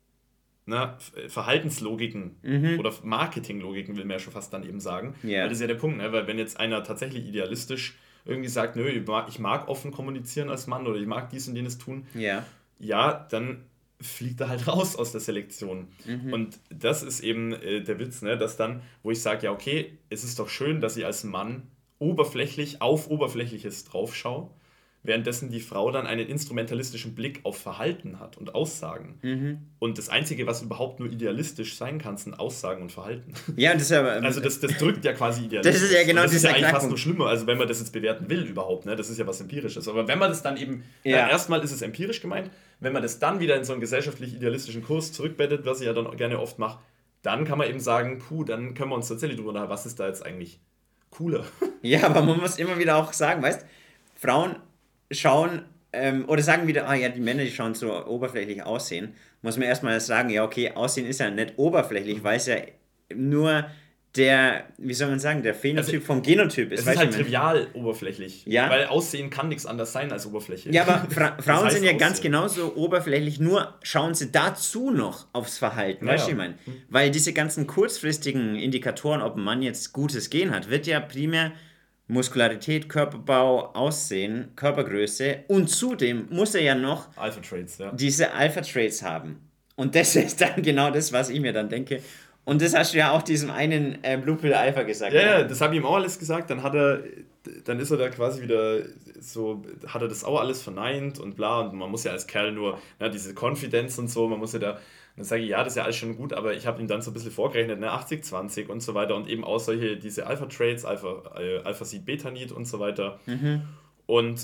Verhaltenslogiken oder Marketinglogiken, will man ja schon fast dann eben sagen. Yeah. Weil das ist ja der Punkt, weil wenn jetzt einer tatsächlich idealistisch irgendwie sagt, nö, ich mag offen kommunizieren als Mann oder ich mag dies und jenes tun, ja, dann fliegt er halt raus aus der Selektion. Und das ist eben der Witz, dass dann, wo ich sage, ja okay, es ist doch schön, dass ich als Mann oberflächlich auf Oberflächliches draufschaue, währenddessen die Frau dann einen instrumentalistischen Blick auf Verhalten hat und Aussagen. Und das Einzige, was überhaupt nur idealistisch sein kann, sind Aussagen und Verhalten. Ja, das ist ja, also das drückt ja quasi Idealismus. Das ist ja genau das ist ja eigentlich Knackpunkt. fast nur schlimmer, also wenn man das jetzt bewerten will überhaupt, das ist ja was Empirisches. Aber wenn man das dann eben, erstmal ist es empirisch gemeint, wenn man das dann wieder in so einen gesellschaftlich-idealistischen Kurs zurückbettet, was ich ja dann gerne oft mache, dann kann man eben sagen, dann können wir uns tatsächlich drüber nachdenken, was ist da jetzt eigentlich cooler? Ja, aber man muss immer wieder auch sagen, weißt, Frauen schauen, oder sagen wieder, die Männer, die schauen so oberflächlich aussehen, muss man erstmal sagen, ja okay, Aussehen ist ja nicht oberflächlich, weil es ja nur der, wie soll man sagen, der Phänotyp vom Genotyp ist. Es ist halt trivial oberflächlich, weil Aussehen kann nichts anderes sein als Oberfläche. Ja, aber Frauen sind ja ganz genauso oberflächlich, nur schauen sie dazu noch aufs Verhalten, weißt du, ich meine? Weil diese ganzen kurzfristigen Indikatoren, ob ein Mann jetzt gutes Gen hat, wird ja primär Muskularität, Körperbau, Aussehen, Körpergröße und zudem muss er ja noch Alpha-Traits, diese Alpha-Traits haben. Und das ist dann genau das, was ich mir dann denke. Und das hast du ja auch diesem einen Blue Pill Alpha gesagt. Ja, das habe ich ihm auch alles gesagt. Dann ist er da quasi wieder so, hat er das auch alles verneint und bla. Und man muss ja als Kerl nur, diese Confidence und so, man muss ja da. Dann sage ich, ja, das ist ja alles schon gut, aber ich habe ihm dann so ein bisschen vorgerechnet, 80-20 und so weiter und eben auch diese Alpha-Traits, Alpha-Seed, Beta-Need und so weiter. Und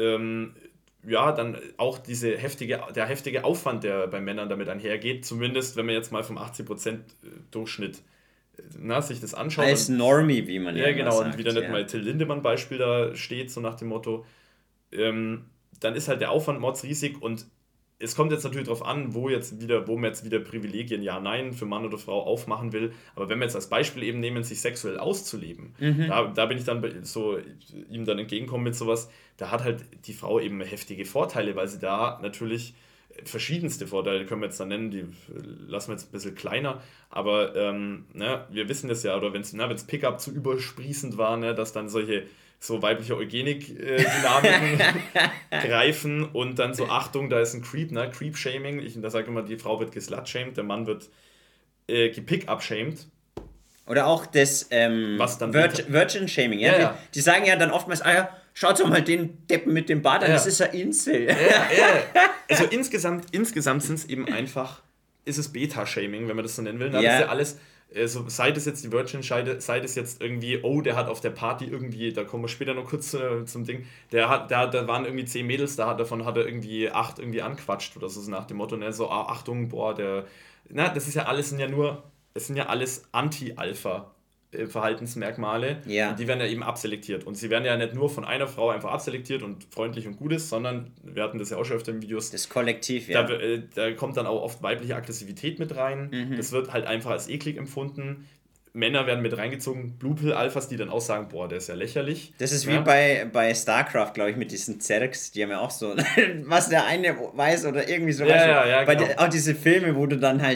dann auch der heftige Aufwand, der bei Männern damit einhergeht, zumindest wenn man jetzt mal vom 80% Durchschnitt sich das anschaut. Als Normie, wie man ja genau, sagt, und wieder nicht mal Till Lindemann-Beispiel da steht, so nach dem Motto, dann ist halt der Aufwand mordsriesig und es kommt jetzt natürlich darauf an, wo man jetzt wieder Privilegien, ja, nein, für Mann oder Frau aufmachen will. Aber wenn wir jetzt als Beispiel eben nehmen, sich sexuell auszuleben, da bin ich dann so ihm dann entgegenkommen mit sowas, da hat halt die Frau eben heftige Vorteile, weil sie da natürlich verschiedenste Vorteile, können wir jetzt dann nennen, die lassen wir jetzt ein bisschen kleiner, aber wir wissen das ja, oder wenn es Pickup zu übersprießend war, dass dann solche so weibliche Eugenik-Dynamiken greifen und dann so, Achtung, da ist ein Creep, Creep-Shaming. Da sage ich immer, die Frau wird geslut-shamed, der Mann wird gepick-up-shamed. Oder auch das Virgin-Shaming. Ja? Die sagen ja dann oftmals, schaut doch mal den Deppen mit dem Bart an, das ist ja Insel. Also insgesamt sind es eben einfach, ist es Beta-Shaming, wenn man das so nennen will. Das ist ja alles... Also sei das jetzt die Virgin, sei das jetzt irgendwie, der hat auf der Party irgendwie, da kommen wir später noch kurz zum Ding, da waren irgendwie 10 Mädels, davon hat er irgendwie 8 irgendwie anquatscht oder so nach dem Motto, so, Achtung, das ist ja alles, es sind ja alles Anti-Alpha Verhaltensmerkmale, die werden ja eben abselektiert. Und sie werden ja nicht nur von einer Frau einfach abselektiert und freundlich und Gutes, sondern, wir hatten das ja auch schon öfter in Videos, das Kollektiv, ja. Da kommt dann auch oft weibliche Aggressivität mit rein. Das wird halt einfach als eklig empfunden. Männer werden mit reingezogen, Blue Pill Alphas, die dann auch sagen, der ist ja lächerlich. Das ist wie bei StarCraft, glaube ich, mit diesen Zergs, die haben ja auch so, was der eine weiß oder irgendwie so. Ja, genau. Auch diese Filme, wo du dann halt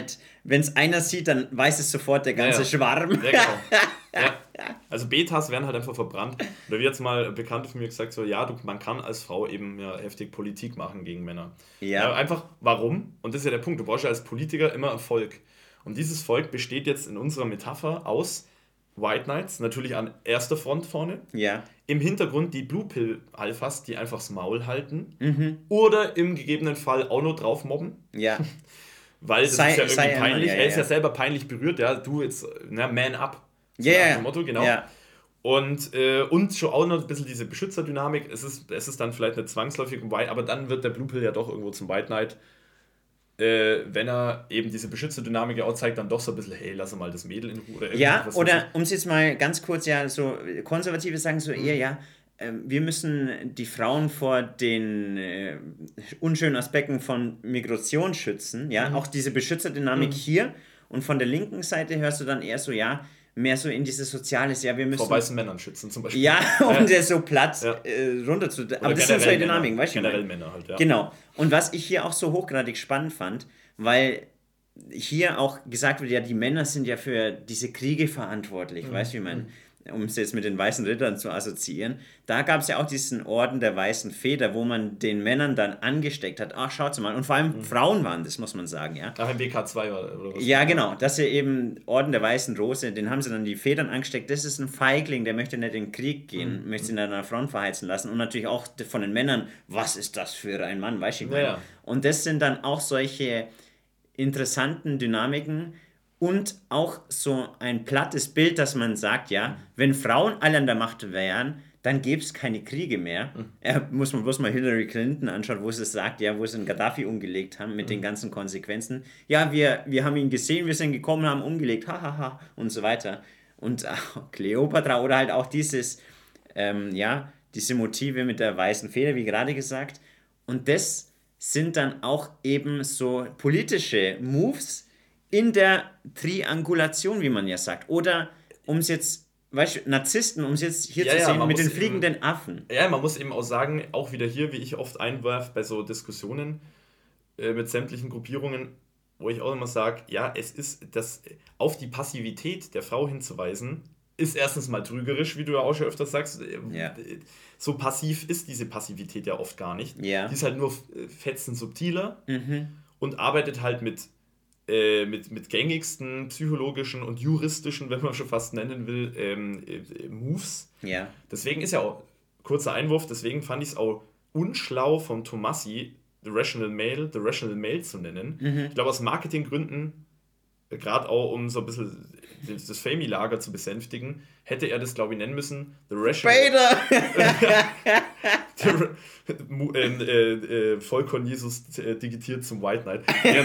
wenn es einer sieht, dann weiß es sofort der ganze Schwarm. Ja, genau. Ja. Also Betas werden halt einfach verbrannt. Oder wie jetzt mal Bekannte von mir gesagt, so, ja, man kann als Frau eben heftig Politik machen gegen Männer. Ja, einfach, warum? Und das ist ja der Punkt, du brauchst ja als Politiker immer ein Volk. Und dieses Volk besteht jetzt in unserer Metapher aus White Knights, natürlich an erster Front vorne. Ja. Im Hintergrund die Blue Pill Alphas, die einfach das Maul halten. Oder im gegebenen Fall auch noch drauf mobben. Ja. Weil das ist ja irgendwie peinlich. Er ist ja selber peinlich berührt, ja, du jetzt, man up. So nach dem Motto, genau. Ja. Und schon auch noch ein bisschen diese Beschützerdynamik. Es ist dann vielleicht eine zwangsläufige White, aber dann wird der Blue Pill ja doch irgendwo zum White Knight. Wenn er eben diese Beschützerdynamik ja auch zeigt, dann doch so ein bisschen, hey, lass mal das Mädel in Ruhe. Oder um es jetzt mal ganz kurz, so Konservative sagen so eher, wir müssen die Frauen vor den unschönen Aspekten von Migration schützen, auch diese Beschützerdynamik hier, und von der linken Seite hörst du dann eher so, mehr so in dieses Soziales, wir müssen... Vor weißen Männern schützen zum Beispiel. Ja, um das so platt runter zu... Aber das sind solche Dynamiken, weißt du? Generell Männer halt, ja. Genau. Und was ich hier auch so hochgradig spannend fand, weil hier auch gesagt wird, die Männer sind ja für diese Kriege verantwortlich, weißt du, wie man... Um es jetzt mit den weißen Rittern zu assoziieren, da gab es ja auch diesen Orden der weißen Feder, wo man den Männern dann angesteckt hat, ach, schaut mal, und vor allem Frauen waren das, muss man sagen, ja. Ach, im WK2 oder was? Ja, genau, dass sie eben Orden der weißen Rose, den haben sie dann die Federn angesteckt, das ist ein Feigling, der möchte nicht in den Krieg gehen, möchte ihn an der Front verheizen lassen, und natürlich auch von den Männern, was ist das für ein Mann, weißt du, ja. Und das sind dann auch solche interessanten Dynamiken, und auch so ein plattes Bild, dass man sagt, wenn Frauen alle an der Macht wären, dann gäbe es keine Kriege mehr. Muss man bloß mal Hillary Clinton anschauen, wo sie es sagt, wo sie einen Gaddafi umgelegt haben mit den ganzen Konsequenzen. Ja, wir haben ihn gesehen, wir sind gekommen, haben umgelegt, hahaha, und so weiter. Und Kleopatra oder halt auch dieses, diese Motive mit der weißen Feder, wie gerade gesagt. Und das sind dann auch eben so politische Moves, in der Triangulation, wie man ja sagt. Oder, um es jetzt, weißt du, Narzissten, um es jetzt hier zu sehen, mit den fliegenden Affen. Ja, man muss eben auch sagen, auch wieder hier, wie ich oft einwerfe bei so Diskussionen mit sämtlichen Gruppierungen, wo ich auch immer sage, es ist das, auf die Passivität der Frau hinzuweisen, ist erstens mal trügerisch, wie du ja auch schon öfters sagst. So passiv ist diese Passivität ja oft gar nicht. Die ist halt nur fetzen subtiler und arbeitet halt mit gängigsten psychologischen und juristischen, wenn man schon fast nennen will, Moves. Ja. Deswegen ist ja auch, kurzer Einwurf, deswegen fand ich es auch unschlau von Tomassi, The Rational Male zu nennen. Ich glaube, aus Marketinggründen, gerade auch um so ein bisschen das Family-Lager zu besänftigen, hätte er das, glaube ich, nennen müssen, The Rational... Vollkorn Jesus digitiert zum White Knight.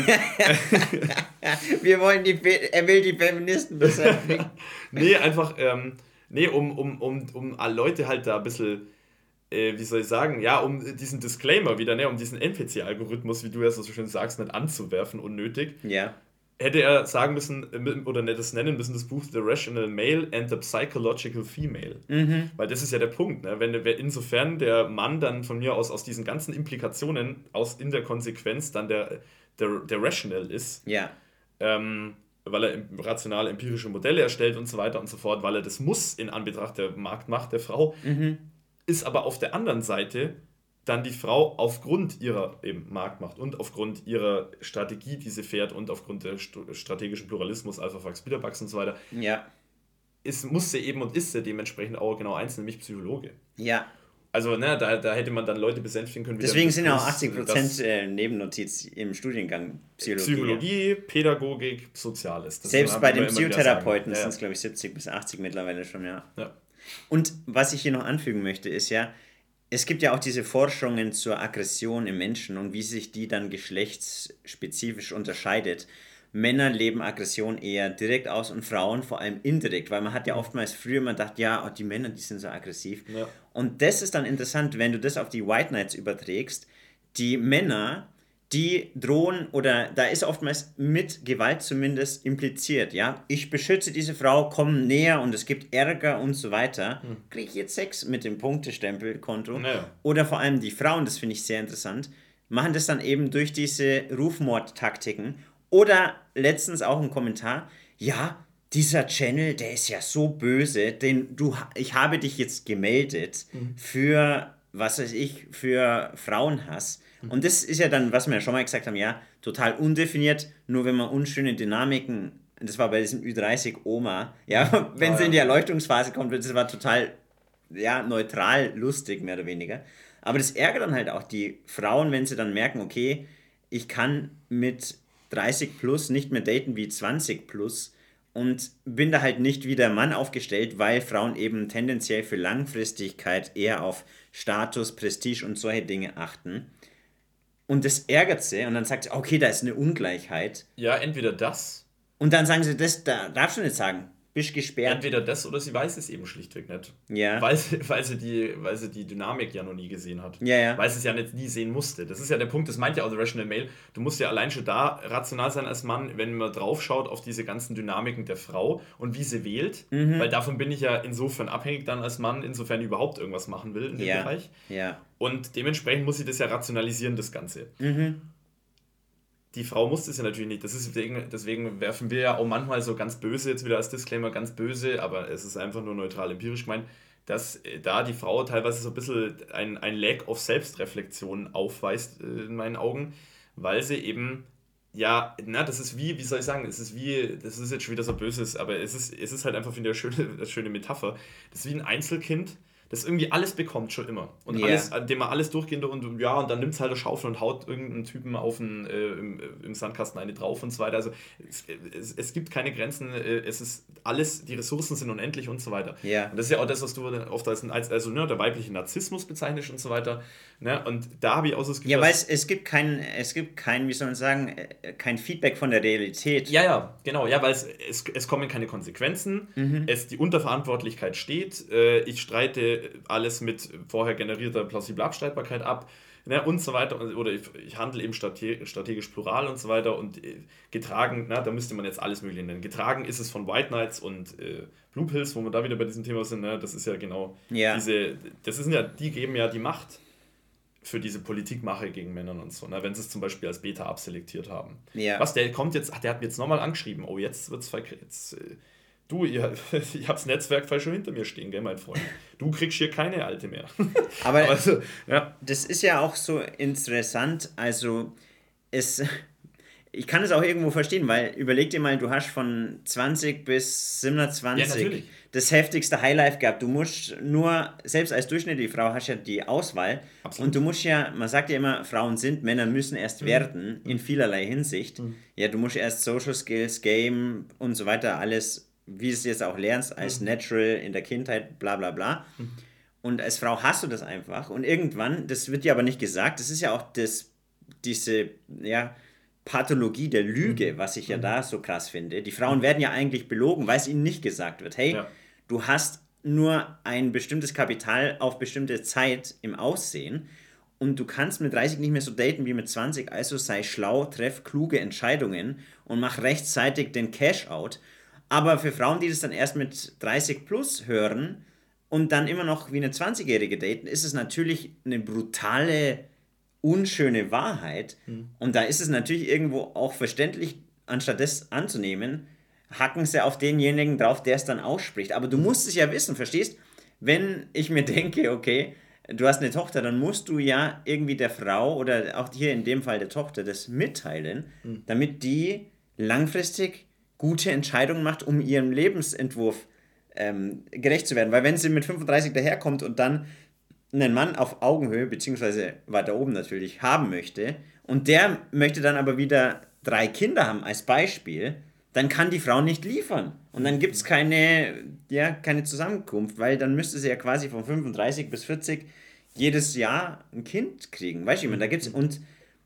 Er will die Feministen besänftigen. Einfach, um alle Leute halt da ein bisschen, wie soll ich sagen, um diesen Disclaimer wieder, um diesen NPC-Algorithmus, wie du ja so schön sagst, nicht anzuwerfen, unnötig. Ja. Hätte er sagen müssen, oder nicht das nennen müssen, das Buch The Rational Male and the Psychological Female. Weil das ist ja der Punkt, ne? Insofern der Mann dann von mir aus diesen ganzen Implikationen in der Konsequenz dann der Rational ist, weil er rationale empirische Modelle erstellt und so weiter und so fort, weil er das muss in Anbetracht der Marktmacht der Frau, ist aber auf der anderen Seite dann die Frau aufgrund ihrer eben Marktmacht und aufgrund ihrer Strategie, die sie fährt, und aufgrund der strategischen Pluralismus, Alpha, Fax, Biederbugs und so weiter, muss sie eben und ist sie dementsprechend auch genau eins, nämlich Psychologe. Ja. Also, da hätte man dann Leute besänftigen können. Deswegen sind ja auch 80% Nebennotiz im Studiengang Psychologie, Pädagogik, Soziales. Selbst bei den Psychotherapeuten sind es, glaube ich, 70 bis 80 mittlerweile schon, Und was ich hier noch anfügen möchte, ist es gibt ja auch diese Forschungen zur Aggression im Menschen und wie sich die dann geschlechtsspezifisch unterscheidet. Männer leben Aggression eher direkt aus und Frauen vor allem indirekt, weil man hat ja oftmals früher immer gedacht, die Männer, die sind so aggressiv. Ja. Und das ist dann interessant, wenn du das auf die White Knights überträgst. Die Männer, die drohen, oder da ist oftmals mit Gewalt zumindest impliziert, ich beschütze diese Frau, komme näher und es gibt Ärger und so weiter, kriege ich jetzt Sex mit dem Punktestempelkonto. Oder vor allem die Frauen, das finde ich sehr interessant, machen das dann eben durch diese Rufmordtaktiken, Oder letztens auch ein Kommentar, ja, dieser Channel, der ist ja so böse, ich habe dich jetzt gemeldet für, was weiß ich, für Frauenhass. Und das ist ja dann, was wir ja schon mal gesagt haben, ja, total undefiniert, nur wenn man unschöne Dynamiken, das war bei diesem Ü30 Oma, ja, wenn sie in die Erleuchtungsphase kommt, das war total, ja, neutral, lustig, mehr oder weniger. Aber das ärgert dann halt auch die Frauen, wenn sie dann merken, okay, ich kann mit 30 plus nicht mehr daten wie 20 plus und bin da halt nicht wie der Mann aufgestellt, weil Frauen eben tendenziell für Langfristigkeit eher auf Status, Prestige und solche Dinge achten. Und das ärgert sie und dann sagt sie, okay, da ist eine Ungleichheit. Ja, entweder das. Und dann sagen sie, das da darfst du nicht sagen, bist gesperrt. Entweder das oder sie weiß es eben schlichtweg nicht. Ja. Weil sie die Dynamik ja noch nie gesehen hat. Ja, ja. Weil sie es ja nicht nie sehen musste. Das ist ja der Punkt, das meint ja auch The Rational Male. Du musst ja allein schon da rational sein als Mann, wenn man drauf schaut auf diese ganzen Dynamiken der Frau und wie sie wählt. Weil davon bin ich ja insofern abhängig dann als Mann, insofern ich überhaupt irgendwas machen will in dem Bereich. Ja. Und dementsprechend muss sie das ja rationalisieren, das Ganze. Die Frau muss das ja natürlich nicht. Deswegen werfen wir ja auch manchmal so ganz böse, jetzt wieder als Disclaimer, ganz böse, aber es ist einfach nur neutral empirisch gemeint, dass da die Frau teilweise so ein bisschen ein Lack of Selbstreflexion aufweist, in meinen Augen, weil sie eben, ja, das ist wie soll ich sagen, das ist jetzt schon wieder so böses, aber es ist halt einfach, finde ich, eine schöne Metapher. Das ist wie ein Einzelkind, das irgendwie alles bekommt, schon immer. Und alles, dem man alles durchgehend und dann nimmt es halt eine Schaufel und haut irgendeinen Typen im Sandkasten eine drauf und so weiter. Also es gibt keine Grenzen, es ist alles, die Ressourcen sind unendlich und so weiter. Ja. Und das ist ja auch das, was du oft als der weibliche Narzissmus bezeichnest und so weiter. Ne? Und da habe ich auch so das Gefühl, ja, weil es gibt kein, wie soll man sagen, kein Feedback von der Realität. Ja, genau, ja, weil es kommen keine Konsequenzen, die Unterverantwortlichkeit steht, ich streite alles mit vorher generierter plausibler Abstreitbarkeit ab, ne, und so weiter, oder ich handle eben strategisch plural und so weiter und getragen, da müsste man jetzt alles Mögliche nennen. Getragen ist es von White Knights und Blue Pills, wo wir da wieder bei diesem Thema sind, ne, das ist ja genau die geben ja die Macht für diese Politikmache gegen Männer und so, ne, wenn sie es zum Beispiel als Beta abselektiert haben. Ja. Der hat mir jetzt nochmal angeschrieben, oh, jetzt wird's du, ich hab's Netzwerk schon hinter mir stehen, gell, mein Freund. Du kriegst hier keine Alte mehr. Aber also, ja. Das ist ja auch so interessant, also ich kann es auch irgendwo verstehen, weil überleg dir mal, du hast von 20 bis 27 das heftigste Highlife gehabt. Du musst nur, selbst als durchschnittliche Frau hast ja die Auswahl. Absolut. Und du musst ja, man sagt ja immer, Frauen sind, Männer müssen erst werden, in vielerlei Hinsicht. Ja, du musst erst Social Skills, Game und so weiter, alles, wie du es jetzt auch lernst, als Natural in der Kindheit, bla bla bla. Und als Frau hast du das einfach. Und irgendwann, das wird dir aber nicht gesagt, das ist ja auch diese, ja, Pathologie der Lüge, was ich ja da so krass finde. Die Frauen werden ja eigentlich belogen, weil es ihnen nicht gesagt wird. Hey, du hast nur ein bestimmtes Kapital auf bestimmte Zeit im Aussehen und du kannst mit 30 nicht mehr so daten wie mit 20, also sei schlau, treff kluge Entscheidungen und mach rechtzeitig den Cash-Out. Aber für Frauen, die das dann erst mit 30 plus hören und dann immer noch wie eine 20-Jährige daten, ist es natürlich eine brutale, unschöne Wahrheit. Und da ist es natürlich irgendwo auch verständlich, anstatt das anzunehmen, hacken sie auf denjenigen drauf, der es dann ausspricht. Aber du musst es ja wissen, verstehst? Wenn ich mir denke, okay, du hast eine Tochter, dann musst du ja irgendwie der Frau oder auch hier in dem Fall der Tochter das mitteilen, damit die langfristig gute Entscheidungen macht, um ihrem Lebensentwurf gerecht zu werden. Weil wenn sie mit 35 daherkommt und dann einen Mann auf Augenhöhe, beziehungsweise weiter oben natürlich, haben möchte und der möchte dann aber wieder 3 Kinder haben als Beispiel, dann kann die Frau nicht liefern. Und dann gibt es keine Zusammenkunft, weil dann müsste sie ja quasi von 35 bis 40 jedes Jahr ein Kind kriegen. Weißt du, da gibt's, und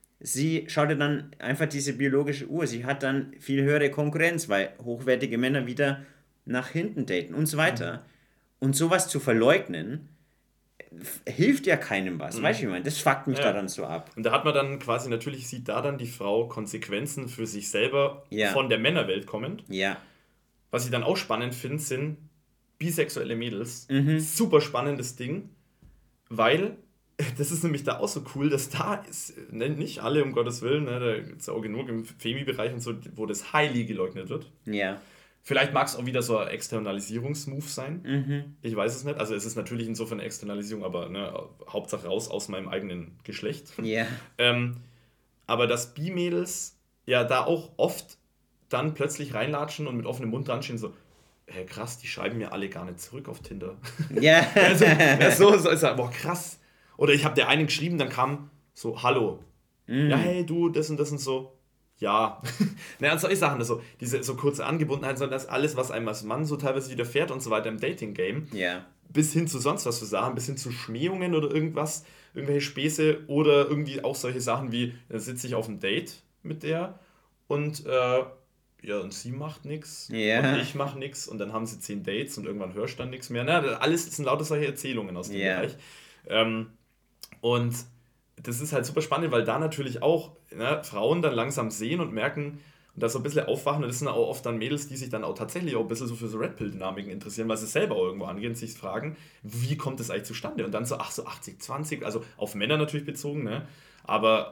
sie schaut ja dann einfach diese biologische Uhr. Sie hat dann viel höhere Konkurrenz, weil hochwertige Männer wieder nach hinten daten und so weiter. Und sowas zu verleugnen, hilft ja keinem was. Weißt du, ich meine, das fuckt mich da dann so ab. Und da hat man dann quasi, natürlich sieht da dann die Frau Konsequenzen für sich selber von der Männerwelt kommend. Ja. Was ich dann auch spannend finde, sind bisexuelle Mädels. Super spannendes Ding, weil das ist nämlich da auch so cool, dass da ist, ne, nicht alle, um Gottes Willen, ne, da gibt es auch genug im Femi-Bereich und so, wo das highly geleugnet wird. Ja. Vielleicht mag es auch wieder so ein Externalisierungsmove sein. Mhm. Ich weiß es nicht. Also es ist natürlich insofern eine Externalisierung, aber ne, Hauptsache raus aus meinem eigenen Geschlecht. Ja. Aber dass B-Mädels ja da auch oft dann plötzlich reinlatschen und mit offenem Mund dran stehen, so, hey, krass, die schreiben mir alle gar nicht zurück auf Tinder. Ja. Also, ja, so ist er, boah, krass. Oder ich habe der einen geschrieben, dann kam so, hallo. Ja, hey, du, das und das und so. Ja. Naja, und solche Sachen, also diese so kurze Angebundenheit, sondern das alles, was einem als Mann so teilweise widerfährt und so weiter im Dating-Game, Ja. bis hin zu sonst was für Sachen, bis hin zu Schmähungen oder irgendwas, irgendwelche Späße oder irgendwie auch solche Sachen wie, da sitze ich auf einem Date mit der und ja, und sie macht nichts Ja. und ich mache nichts und dann haben sie 10 Dates und irgendwann hörst du dann nichts mehr. Na, alles sind lauter solche Erzählungen aus dem Ja. Bereich. Und das ist halt super spannend, weil da natürlich auch Frauen dann langsam sehen und merken und da so ein bisschen aufwachen. Und das sind auch oft dann Mädels, die sich dann auch tatsächlich auch ein bisschen so für so Red Pill-Dynamiken interessieren, weil sie selber auch irgendwo angehen und sich fragen, wie kommt das eigentlich zustande? Und dann so, ach so 80-20, also auf Männer natürlich bezogen, ne? Aber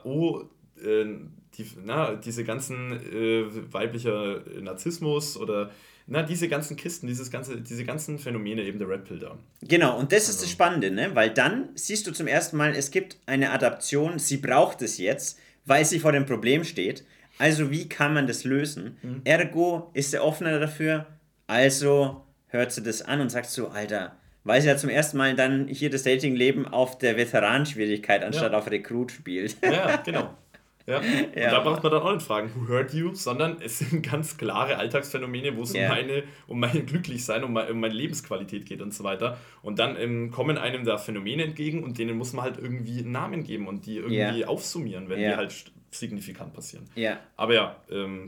diese ganzen weiblicher Narzissmus oder diese ganzen Kisten, diese ganzen Phänomene eben der Red Pill da. Genau, und das ist das Spannende, ne? Weil dann siehst du zum ersten Mal, es gibt eine Adaption, sie braucht es jetzt, weil sie vor dem Problem steht. Also wie kann man das lösen? Ergo ist sie offener dafür, also hört sie das an und sagt so, Alter, weil sie ja zum ersten Mal dann hier das Datingleben auf der Veteranschwierigkeit anstatt auf Rekrut spielt. Ja, genau. Ja. Und Ja. da braucht man dann auch nicht fragen, who hurt you, sondern es sind ganz klare Alltagsphänomene, wo es Ja. um mein Glücklichsein, um meine Lebensqualität geht und so weiter. Und dann kommen einem da Phänomene entgegen und denen muss man halt irgendwie einen Namen geben und die irgendwie aufsummieren, wenn die Ja. halt signifikant passieren. Ja. Aber ja,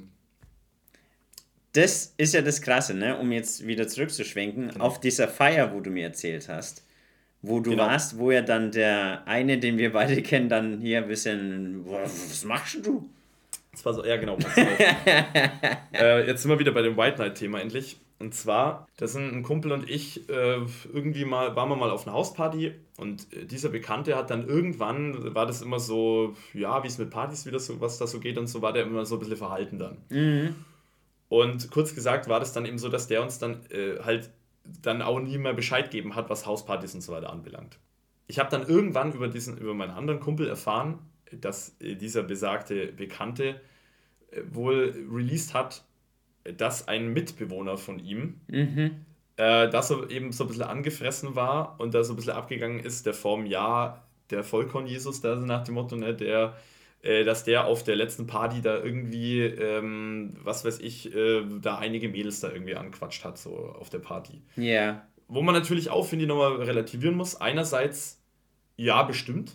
Das ist ja das Krasse, ne? Um jetzt wieder zurückzuschwenken, auf dieser Feier, wo du mir erzählt hast, wo du Genau. warst, wo ja dann der eine, den wir beide kennen, dann hier ein bisschen, "Boah, was machst denn du?" das war so, ja genau. Pass auf. Jetzt sind wir wieder bei dem White Knight-Thema endlich. Und zwar, das sind ein Kumpel und ich, waren wir mal auf einer Hausparty und dieser Bekannte hat dann irgendwann, war das immer so, ja, wie es mit Partys wieder so, was da so geht und so, war der immer so ein bisschen verhalten dann. Und kurz gesagt war das dann eben so, dass der uns dann halt dann auch nie mehr Bescheid gegeben hat, was Hauspartys und so weiter anbelangt. Ich habe dann irgendwann über meinen anderen Kumpel erfahren, dass dieser besagte Bekannte wohl released hat, dass ein Mitbewohner von ihm, dass er eben so ein bisschen angefressen war und da so ein bisschen abgegangen ist, der Form, ja, der Vollkorn-Jesus, da nach dem Motto, ne, dass der auf der letzten Party da irgendwie, was weiß ich, da einige Mädels da irgendwie anquatscht hat, so auf der Party. Ja. Wo man natürlich auch, finde ich, nochmal relativieren muss. Einerseits, ja, bestimmt.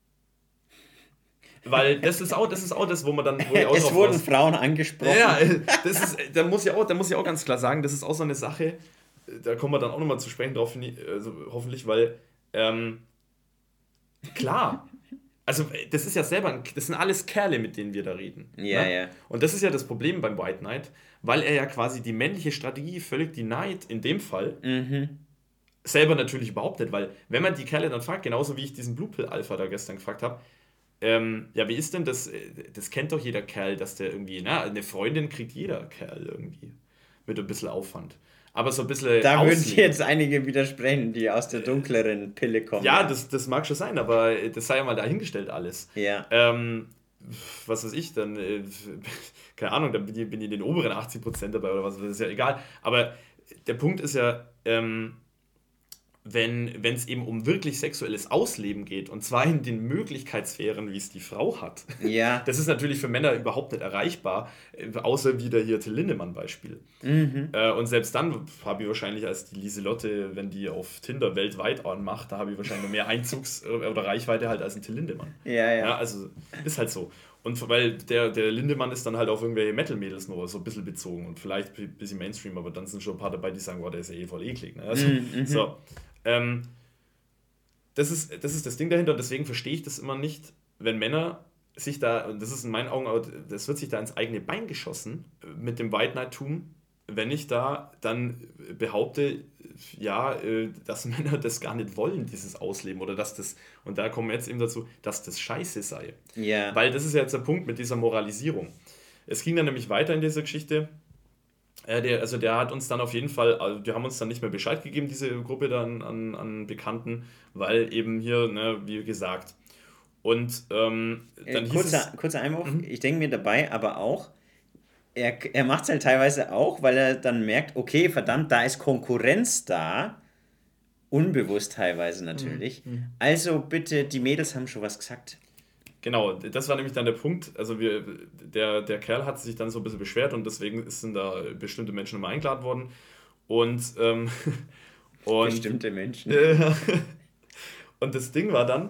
Weil das ist auch das, wo man dann. Wo ich auch Es drauf wurden raus- Frauen angesprochen. Ja, da muss ich auch ganz klar sagen, das ist auch so eine Sache, da kommen wir dann auch nochmal zu sprechen drauf, also hoffentlich, weil, klar, also das ist ja selber, das sind alles Kerle, mit denen wir da reden. Ja, ne? ja. Und das ist ja das Problem beim White Knight, weil er ja quasi die männliche Strategie völlig denied, in dem Fall, selber natürlich behauptet, weil wenn man die Kerle dann fragt, genauso wie ich diesen Blue Pill Alpha da gestern gefragt habe, ja, wie ist denn das? Das kennt doch jeder Kerl, dass der irgendwie, eine Freundin kriegt jeder Kerl irgendwie. Mit ein bisschen Aufwand. Aber so ein bisschen. Da würden ausleben. jetzt einige widersprechen, die aus der dunkleren Pille kommen. Ja, das mag schon sein, aber das sei ja mal dahingestellt alles. Ja. Was weiß ich, dann, keine Ahnung, dann bin ich in den oberen 80% dabei oder was, das ist ja egal. Aber der Punkt ist ja, wenn es eben um wirklich sexuelles Ausleben geht, und zwar in den Möglichkeitssphären, wie es die Frau hat. Ja. Das ist natürlich für Männer überhaupt nicht erreichbar, außer wieder hier Till Lindemann-Beispiel. Und selbst dann habe ich wahrscheinlich als die Lieselotte, wenn die auf Tinder weltweit anmacht, da habe ich wahrscheinlich noch mehr Einzugs- oder Reichweite halt als ein Till Lindemann. Ja. Also ist halt so. Und weil der Lindemann ist dann halt auf irgendwelche Metal-Mädels nur so ein bisschen bezogen und vielleicht ein bisschen Mainstream, aber dann sind schon ein paar dabei, die sagen, boah, der ist ja eh voll eklig. Ne? Also, so. Das ist das Ding dahinter und deswegen verstehe ich das immer nicht, wenn Männer sich da, und das ist in meinen Augen, das wird sich da ins eigene Bein geschossen mit dem White Knight-Tum, wenn ich da dann behaupte, dass Männer das gar nicht wollen, dieses Ausleben, oder dass das, und da kommen wir jetzt eben dazu, dass das scheiße sei. Ja. Weil das ist ja jetzt der Punkt mit dieser Moralisierung. Es ging dann nämlich weiter in dieser Geschichte. Der hat uns dann auf jeden Fall, also die haben uns dann nicht mehr Bescheid gegeben, diese Gruppe dann an Bekannten, weil eben hier, ne, wie gesagt. Und dann kurzer Einwurf, ich denke mir dabei aber auch, er macht es halt teilweise auch, weil er dann merkt, okay, verdammt, da ist Konkurrenz da, unbewusst teilweise natürlich. Also bitte, die Mädels haben schon was gesagt. Genau, das war nämlich dann der Punkt. Also der Kerl hat sich dann so ein bisschen beschwert und deswegen sind da bestimmte Menschen immer eingeladen worden. Und Bestimmte Menschen. und das Ding war dann,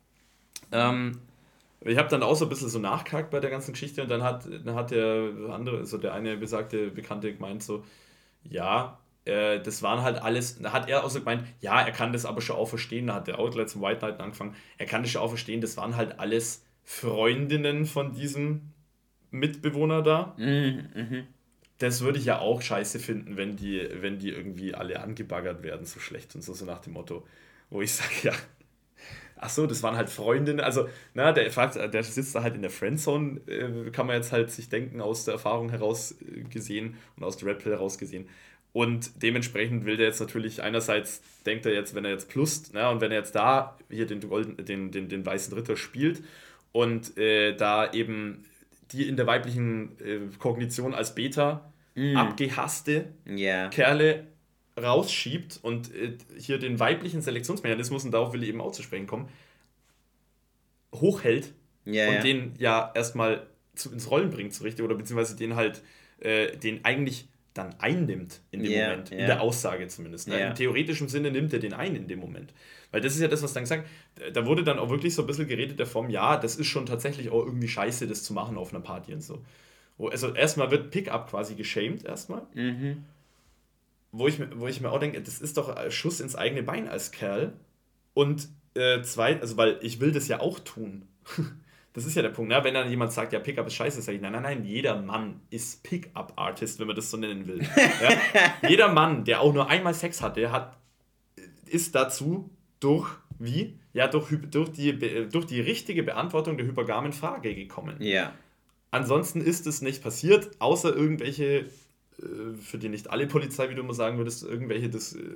ich habe dann auch so ein bisschen so nachgehakt bei der ganzen Geschichte und dann hat der andere, also der eine besagte Bekannte gemeint so, ja, das waren halt alles, da hat er auch so gemeint, ja, er kann das aber schon auch verstehen, da hat der Outlet zum White Knight angefangen, er kann das schon auch verstehen, das waren halt alles Freundinnen von diesem Mitbewohner da. Das würde ich ja auch scheiße finden, wenn die irgendwie alle angebaggert werden, so schlecht und so nach dem Motto, wo ich sage, ja, ach so, das waren halt Freundinnen, also, na, der sitzt da halt in der Friendzone, kann man jetzt halt sich denken, aus der Erfahrung heraus gesehen und aus der Red Pill heraus gesehen. Und dementsprechend will der jetzt natürlich, einerseits denkt er jetzt, wenn er jetzt plust, na, und wenn er jetzt da hier den weißen Ritter spielt und da eben die in der weiblichen Kognition als Beta abgehasste Kerle rausschiebt und hier den weiblichen Selektionsmechanismus, und darauf will ich eben auch zu sprechen kommen, hochhält und den ja erstmal ins Rollen bringt, so richtig, oder beziehungsweise den halt, den eigentlich dann einnimmt in dem Moment, in der Aussage zumindest. Ne? Im theoretischen Sinne nimmt er den ein in dem Moment. Weil das ist ja das, was dann gesagt, da wurde dann auch wirklich so ein bisschen geredet der Form, ja, das ist schon tatsächlich auch irgendwie scheiße, das zu machen auf einer Party und so. Also erstmal wird Pickup quasi geshamed erstmal. Wo ich mir auch denke, das ist doch ein Schuss ins eigene Bein als Kerl. Und also weil ich will das ja auch tun. Das ist ja der Punkt, ne? Wenn dann jemand sagt, ja, Pickup ist scheiße, sage ich, nein, jeder Mann ist Pickup-Artist, wenn man das so nennen will. Ja? Jeder Mann, der auch nur einmal Sex hatte, ist dazu durch die richtige Beantwortung der hypergamen Frage gekommen. Ja. Ansonsten ist es nicht passiert, außer irgendwelche, für die nicht alle Polizei, wie du immer sagen würdest, irgendwelche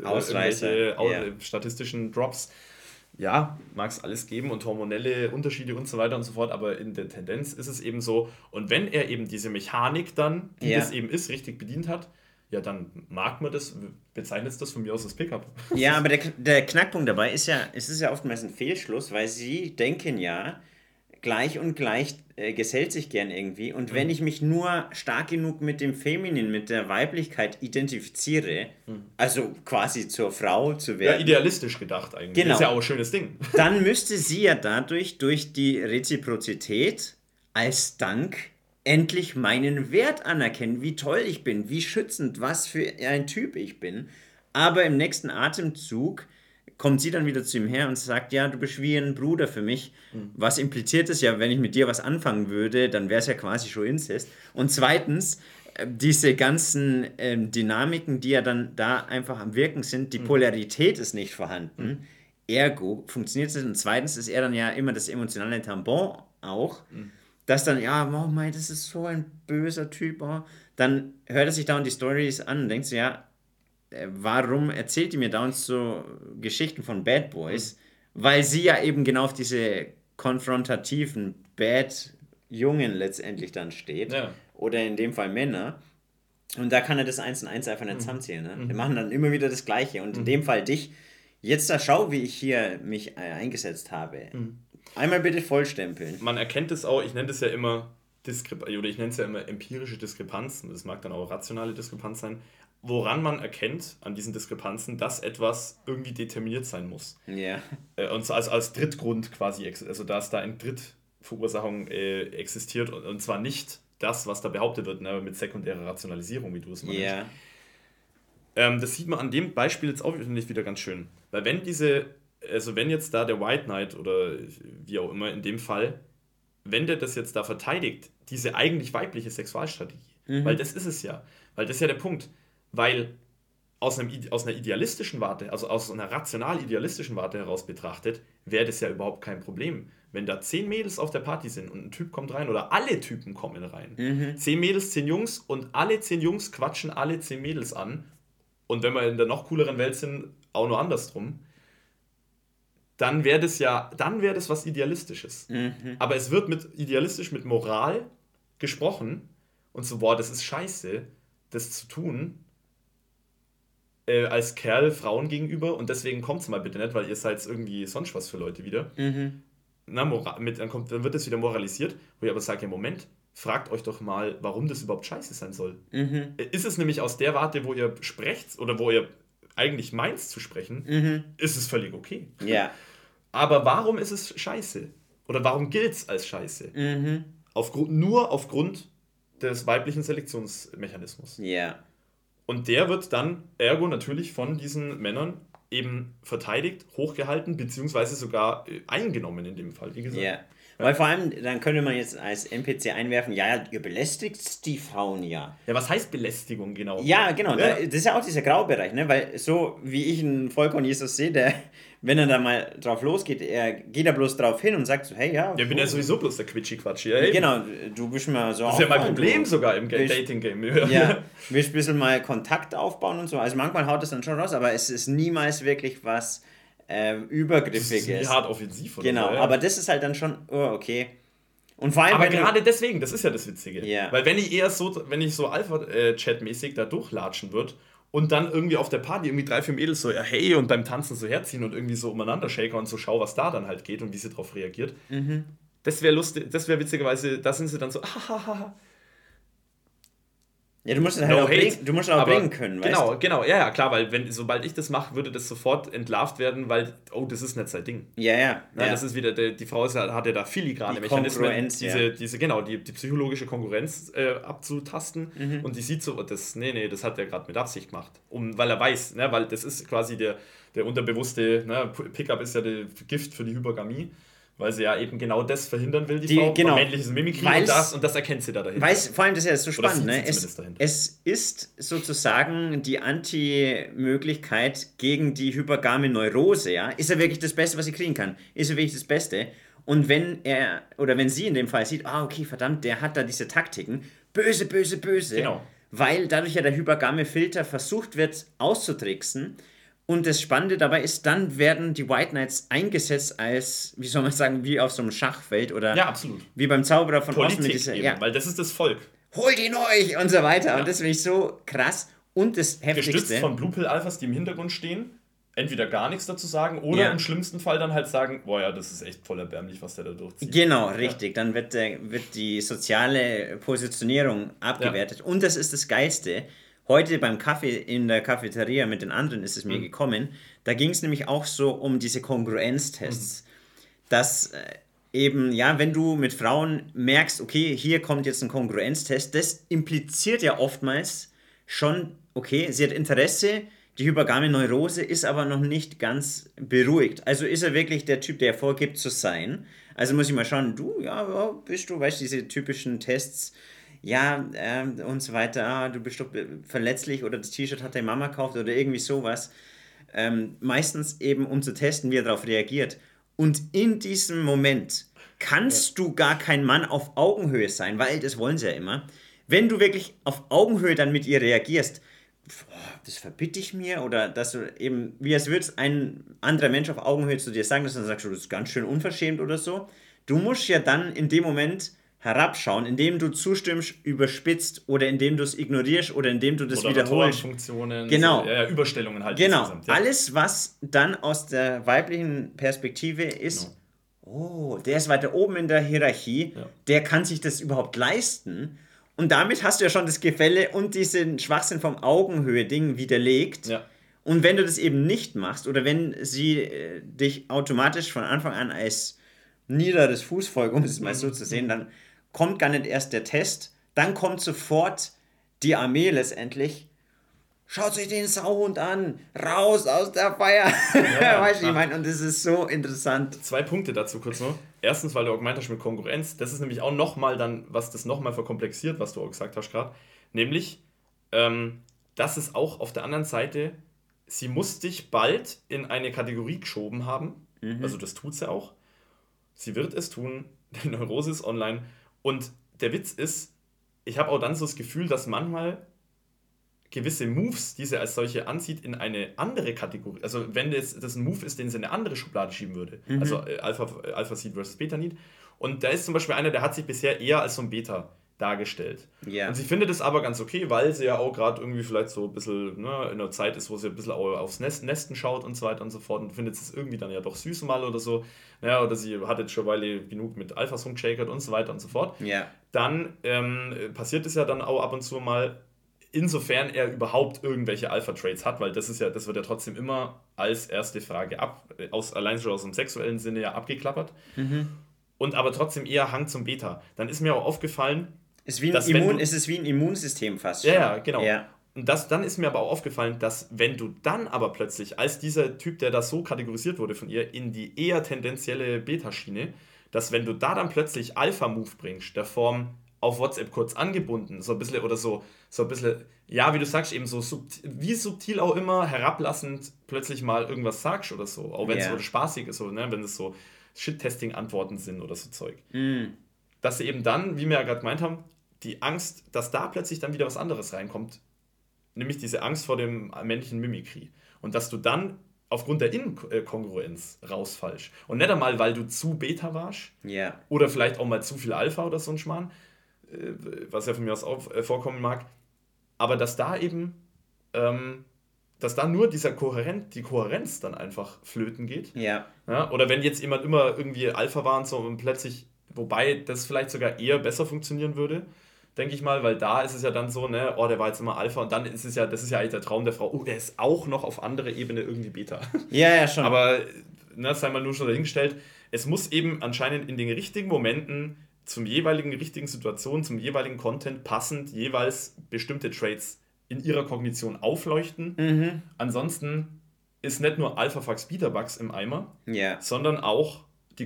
statistischen Drops. Ja, mag es alles geben und hormonelle Unterschiede und so weiter und so fort, aber in der Tendenz ist es eben so. Und wenn er eben diese Mechanik dann, die das eben ist, richtig bedient hat, ja, dann mag man das, bezeichnet das von mir aus als Pickup. Ja, aber der Knackpunkt dabei ist ja, es ist ja oftmals ein Fehlschluss, weil sie denken ja, gleich und gleich gesellt sich gern irgendwie. Und wenn ich mich nur stark genug mit dem Feminin, mit der Weiblichkeit identifiziere, also quasi zur Frau zu werden. Ja, idealistisch gedacht eigentlich. Genau. Ist ja auch ein schönes Ding. Dann müsste sie ja dadurch, durch die Reziprozität, als Dank endlich meinen Wert anerkennen, wie toll ich bin, wie schützend, was für ein Typ ich bin. Aber im nächsten Atemzug kommt sie dann wieder zu ihm her und sagt, ja, du bist wie ein Bruder für mich. Was impliziert es ja, wenn ich mit dir was anfangen würde, dann wäre es ja quasi schon Inzest. Und zweitens, diese ganzen Dynamiken, die ja dann da einfach am Wirken sind, die Polarität ist nicht vorhanden. Ergo funktioniert es nicht. Und zweitens ist er dann ja immer das emotionale Tampon auch, dass dann, ja, oh mein, das ist so ein böser Typ. Oh. Dann hört er sich dauernd die Stories an und denkt so, ja, warum erzählt die mir dauernd so Geschichten von Bad Boys? Weil sie ja eben genau auf diese konfrontativen Bad-Jungen letztendlich dann steht. Ja. Oder in dem Fall Männer. Und da kann er das 1 und 1 einfach nicht zusammenzählen. Ne? Wir machen dann immer wieder das Gleiche. Und in dem Fall dich. Jetzt da schau, wie ich hier mich eingesetzt habe. Einmal bitte vollstempeln. Man erkennt es auch, ich nenne das ja immer empirische Diskrepanzen. Das mag dann auch rationale Diskrepanz sein. Woran man erkennt an diesen Diskrepanzen, dass etwas irgendwie determiniert sein muss. Ja. Und zwar als Drittgrund quasi, also dass da eine Drittverursachung existiert und zwar nicht das, was da behauptet wird, ne, mit sekundärer Rationalisierung, wie du es mal nennst. Das sieht man an dem Beispiel jetzt auch nicht wieder ganz schön. Weil wenn jetzt da der White Knight oder wie auch immer in dem Fall, wenn der das jetzt da verteidigt, diese eigentlich weibliche Sexualstrategie, weil das ist es ja, weil das ist ja der Punkt. Weil aus einer idealistischen Warte, also aus einer rational-idealistischen Warte heraus betrachtet, wäre das ja überhaupt kein Problem. Wenn da 10 Mädels auf der Party sind und ein Typ kommt rein oder alle Typen kommen rein. 10 Mädels, 10 Jungs und alle 10 Jungs quatschen alle 10 Mädels an. Und wenn wir in der noch cooleren Welt sind, auch nur andersrum. Dann wäre das was Idealistisches. Aber es wird idealistisch mit Moral gesprochen und so, boah, das ist scheiße, das zu tun, als Kerl Frauen gegenüber und deswegen kommt's mal bitte nicht, weil ihr seid irgendwie sonst was für Leute wieder. Dann wird das wieder moralisiert, wo ich aber sage, ja Moment, fragt euch doch mal, warum das überhaupt scheiße sein soll. Ist es nämlich aus der Warte, wo ihr sprecht oder wo ihr eigentlich meint zu sprechen, ist es völlig okay. Ja. Aber warum ist es scheiße? Oder warum gilt es als scheiße? Nur aufgrund des weiblichen Selektionsmechanismus. Ja. Und der wird dann ergo natürlich von diesen Männern eben verteidigt, hochgehalten, beziehungsweise sogar eingenommen in dem Fall, wie gesagt. Ja. Weil vor allem, dann könnte man jetzt als NPC einwerfen, ja, ihr belästigt die Frauen ja. Ja, was heißt Belästigung genau? Ja, genau, ja. Das ist ja auch dieser Graubereich, ne? Weil so wie ich einen Vollkorn Jesus sehe, der, wenn er da mal drauf losgeht, er geht da bloß drauf hin und sagt so, hey, ja. Ja, ich bin ja sowieso bloß der Quitschi-Quatsch hier. Genau, du bist mal so. Das ist ja mein Problem sogar im Dating-Game. Ja, willst ein bisschen mal Kontakt aufbauen und so. Also manchmal haut es dann schon raus, aber es ist niemals wirklich was Übergriffiges. Das ist hart offensiv. Oder genau, so, ja. Aber das ist halt dann schon, okay. Und vor allem, aber gerade deswegen, das ist ja das Witzige. Ja. Weil wenn ich so Alpha-Chat-mäßig da durchlatschen würde und dann irgendwie auf der Party irgendwie 3, 4 Mädels so, ja, hey, und beim Tanzen so herziehen und irgendwie so umeinander shaken und so schau, was da dann halt geht und wie sie drauf reagiert. Das wäre lustig, das wäre witzigerweise, da sind sie dann so, Ja, du musst es halt auch bringen können, genau, weißt du? Genau, ja, klar, weil sobald ich das mache, würde das sofort entlarvt werden, weil, das ist nicht sein Ding. Ja. Das ist wieder, die Frau hat ja da filigrane Mechanismen, die psychologische Konkurrenz abzutasten und die sieht so, das hat er gerade mit Absicht gemacht, weil er weiß, ne, weil das ist quasi der unterbewusste, ne, Pickup ist ja Gift für die Hypergamie. Weil sie ja eben genau das verhindern will, die Frau. Genau. Männliches Mimikry und das erkennt sie da dahinter. Vor allem, das ist ja so spannend, ne? Es ist sozusagen die Anti-Möglichkeit gegen die hypergame Neurose, ja? Ist ja wirklich das Beste, was sie kriegen kann. Ist ja wirklich das Beste. Und wenn sie in dem Fall sieht, okay, verdammt, der hat da diese Taktiken, böse. Genau. Weil dadurch ja der hypergame Filter versucht wird auszutricksen. Und das Spannende dabei ist, dann werden die White Knights eingesetzt als, wie soll man sagen, wie auf so einem Schachfeld oder ja, absolut. Wie beim Zauberer von Osten mit dieser, weil das ist das Volk. Holt ihn euch und so weiter. Ja. Und das finde ich so krass. Und das Heftigste. Gestützt von Blue Pill Alphas, die im Hintergrund stehen, entweder gar nichts dazu sagen oder im schlimmsten Fall dann halt sagen, boah ja, das ist echt voll erbärmlich, was der da durchzieht. Genau, richtig. Dann wird die soziale Positionierung abgewertet. Ja. Und das ist das Geilste. Heute beim Kaffee in der Cafeteria mit den anderen ist es mir gekommen. Da ging es nämlich auch so um diese Kongruenztests. Dass eben, ja, wenn du mit Frauen merkst, okay, hier kommt jetzt ein Kongruenztest, das impliziert ja oftmals schon, okay, sie hat Interesse, die hypergame Neurose ist aber noch nicht ganz beruhigt. Also ist er wirklich der Typ, der vorgibt zu sein. Also muss ich mal schauen, bist du, weißt du, diese typischen Tests, und so weiter, du bist doch verletzlich oder das T-Shirt hat deine Mama gekauft oder irgendwie sowas. Meistens eben, um zu testen, wie er darauf reagiert. Und in diesem Moment kannst du gar kein Mann auf Augenhöhe sein, weil das wollen sie ja immer. Wenn du wirklich auf Augenhöhe dann mit ihr reagierst, das verbitte ich mir, oder dass du eben, wie als würde ein anderer Mensch auf Augenhöhe zu dir sagen, dass dann sagst du, das ist ganz schön unverschämt oder so. Du musst ja dann in dem Moment herabschauen, indem du zustimmst, überspitzt oder indem du es ignorierst oder indem du das wiederholst. Funktionen, genau. Überstellungen halt. Genau, alles, was dann aus der weiblichen Perspektive ist, der ist weiter oben in der Hierarchie, der kann sich das überhaupt leisten. Und damit hast du ja schon das Gefälle und diesen Schwachsinn vom Augenhöhe-Ding widerlegt. Ja. Und wenn du das eben nicht machst oder wenn sie dich automatisch von Anfang an als niederes Fußvolk, um es mal so zu sehen, dann kommt gar nicht erst der Test, dann kommt sofort die Armee letztendlich. Schaut euch den Sauhund an, raus aus der Feier. Weißt du, ich meine, und das ist so interessant. 2 Punkte dazu kurz noch. Erstens, weil du auch gemeint hast mit Konkurrenz, das ist nämlich auch nochmal dann, was das nochmal verkomplexiert, was du auch gesagt hast gerade, nämlich dass es auch auf der anderen Seite, sie muss dich bald in eine Kategorie geschoben haben. Also das tut sie auch. Sie wird es tun. Die Neurose ist online. Und der Witz ist, ich habe auch dann so das Gefühl, dass manchmal gewisse Moves, die sie als solche ansieht, in eine andere Kategorie, also wenn das ein Move ist, den sie in eine andere Schublade schieben würde, also Alpha-Seed versus Beta-Need. Und da ist zum Beispiel einer, der hat sich bisher eher als so ein Beta dargestellt. Ja. Und sie findet es aber ganz okay, weil sie ja auch gerade irgendwie vielleicht so ein bisschen in einer Zeit ist, wo sie ein bisschen auch aufs Nesten schaut und so weiter und so fort und findet es irgendwie dann ja doch süß mal oder so. Ja, oder sie hat jetzt schon eine Weile genug mit Alphas rumgeschakert und so weiter und so fort. Ja. Dann passiert es ja dann auch ab und zu mal, insofern er überhaupt irgendwelche Alpha-Traits hat, weil das wird ja trotzdem immer als erste Frage allein schon aus dem sexuellen Sinne ja abgeklappert. Und aber trotzdem eher Hang zum Beta. Dann ist mir auch aufgefallen, es ist wie ein Immunsystem fast schon. Ja, genau. Ja. Und dann ist mir aber auch aufgefallen, dass wenn du dann aber plötzlich als dieser Typ, der da so kategorisiert wurde von ihr, in die eher tendenzielle Beta-Schiene, dass wenn du da dann plötzlich Alpha-Move bringst, der Form auf WhatsApp kurz angebunden, so ein bisschen oder so ein bisschen, ja, wie du sagst, eben so wie subtil auch immer, herablassend plötzlich mal irgendwas sagst oder so, auch wenn es so spaßig ist, so, ne, wenn es so Shit-Testing-Antworten sind oder so Zeug. Dass sie eben dann, wie wir ja gerade gemeint haben, die Angst, dass da plötzlich dann wieder was anderes reinkommt, nämlich diese Angst vor dem männlichen Mimikry. Und dass du dann aufgrund der Inkongruenz rausfallst. Und nicht einmal, weil du zu Beta warst. Ja. Oder vielleicht auch mal zu viel Alpha oder so ein Schmarrn, was ja von mir aus auch vorkommen mag. Aber dass da eben, dass da nur die Kohärenz dann einfach flöten geht. Ja. Ja. Oder wenn jetzt jemand immer irgendwie Alpha war und so und plötzlich, wobei das vielleicht sogar eher besser funktionieren würde, denke ich mal, weil da ist es ja dann so, ne, oh, der war jetzt immer Alpha und dann ist es ja, das ist ja eigentlich der Traum der Frau, oh, der ist auch noch auf andere Ebene irgendwie Beta. Ja, schon. Aber, ne, sei mal nur schon dahingestellt, es muss eben anscheinend in den richtigen Momenten, zum jeweiligen richtigen Situation, zum jeweiligen Content passend jeweils bestimmte Traits in ihrer Kognition aufleuchten. Ansonsten ist nicht nur Alpha-Fax Beta-Bugs im Eimer, sondern auch die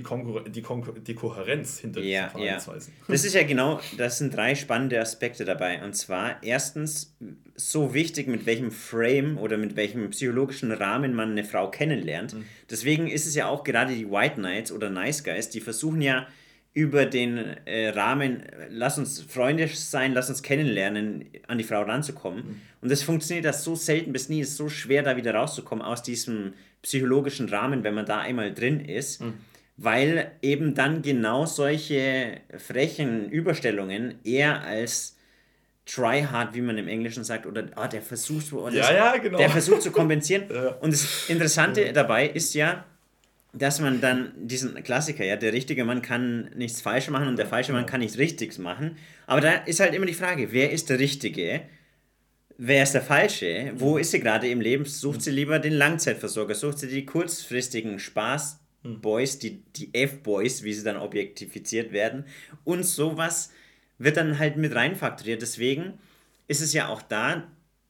Kohärenz hinter diesen Verhaltensweisen. Das ist ja genau, das sind 3 spannende Aspekte dabei. Und zwar erstens so wichtig, mit welchem Frame oder mit welchem psychologischen Rahmen man eine Frau kennenlernt. Deswegen ist es ja auch gerade die White Knights oder Nice Guys, die versuchen ja über den Rahmen, lass uns Freunde sein, lass uns kennenlernen, an die Frau ranzukommen. Und das funktioniert das so selten bis nie, es ist so schwer, da wieder rauszukommen aus diesem psychologischen Rahmen, wenn man da einmal drin ist. Weil eben dann genau solche frechen Überstellungen eher als tryhard, wie man im Englischen sagt, oder der versucht genau. Der versucht zu kompensieren. Und das Interessante dabei ist ja, dass man dann diesen Klassiker, ja, der richtige Mann kann nichts falsch machen und der falsche Mann kann nichts Richtiges machen. Aber da ist halt immer die Frage, wer ist der Richtige? Wer ist der Falsche? Wo ist sie gerade im Leben? Sucht sie lieber den Langzeitversorger? Sucht sie die kurzfristigen Spaß-Boys, die F-Boys, wie sie dann objektifiziert werden? Und sowas wird dann halt mit reinfaktoriert. Deswegen ist es ja auch da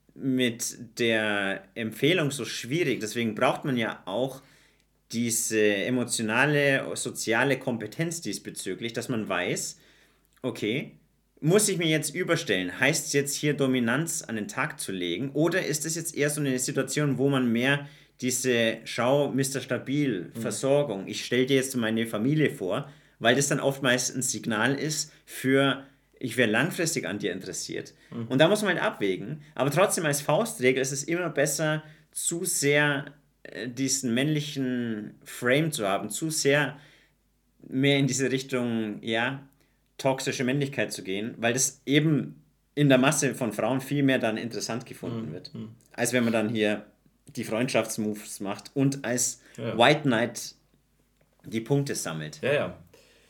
mit der Empfehlung so schwierig. Deswegen braucht man ja auch diese emotionale, soziale Kompetenz diesbezüglich, dass man weiß, okay, muss ich mir jetzt überstellen? Heißt es jetzt hier Dominanz an den Tag zu legen? Oder ist es jetzt eher so eine Situation, wo man mehr diese Schau, Mr. Stabil, Versorgung, ich stelle dir jetzt meine Familie vor, weil das dann oftmals ein Signal ist für, ich wäre langfristig an dir interessiert. Und da muss man halt abwägen. Aber trotzdem als Faustregel ist es immer besser, zu sehr diesen männlichen Frame zu haben, zu sehr mehr in diese Richtung, ja, toxische Männlichkeit zu gehen, weil das eben in der Masse von Frauen viel mehr dann interessant gefunden wird, als wenn man dann hier die Freundschaftsmoves macht und als White Knight die Punkte sammelt. Ja.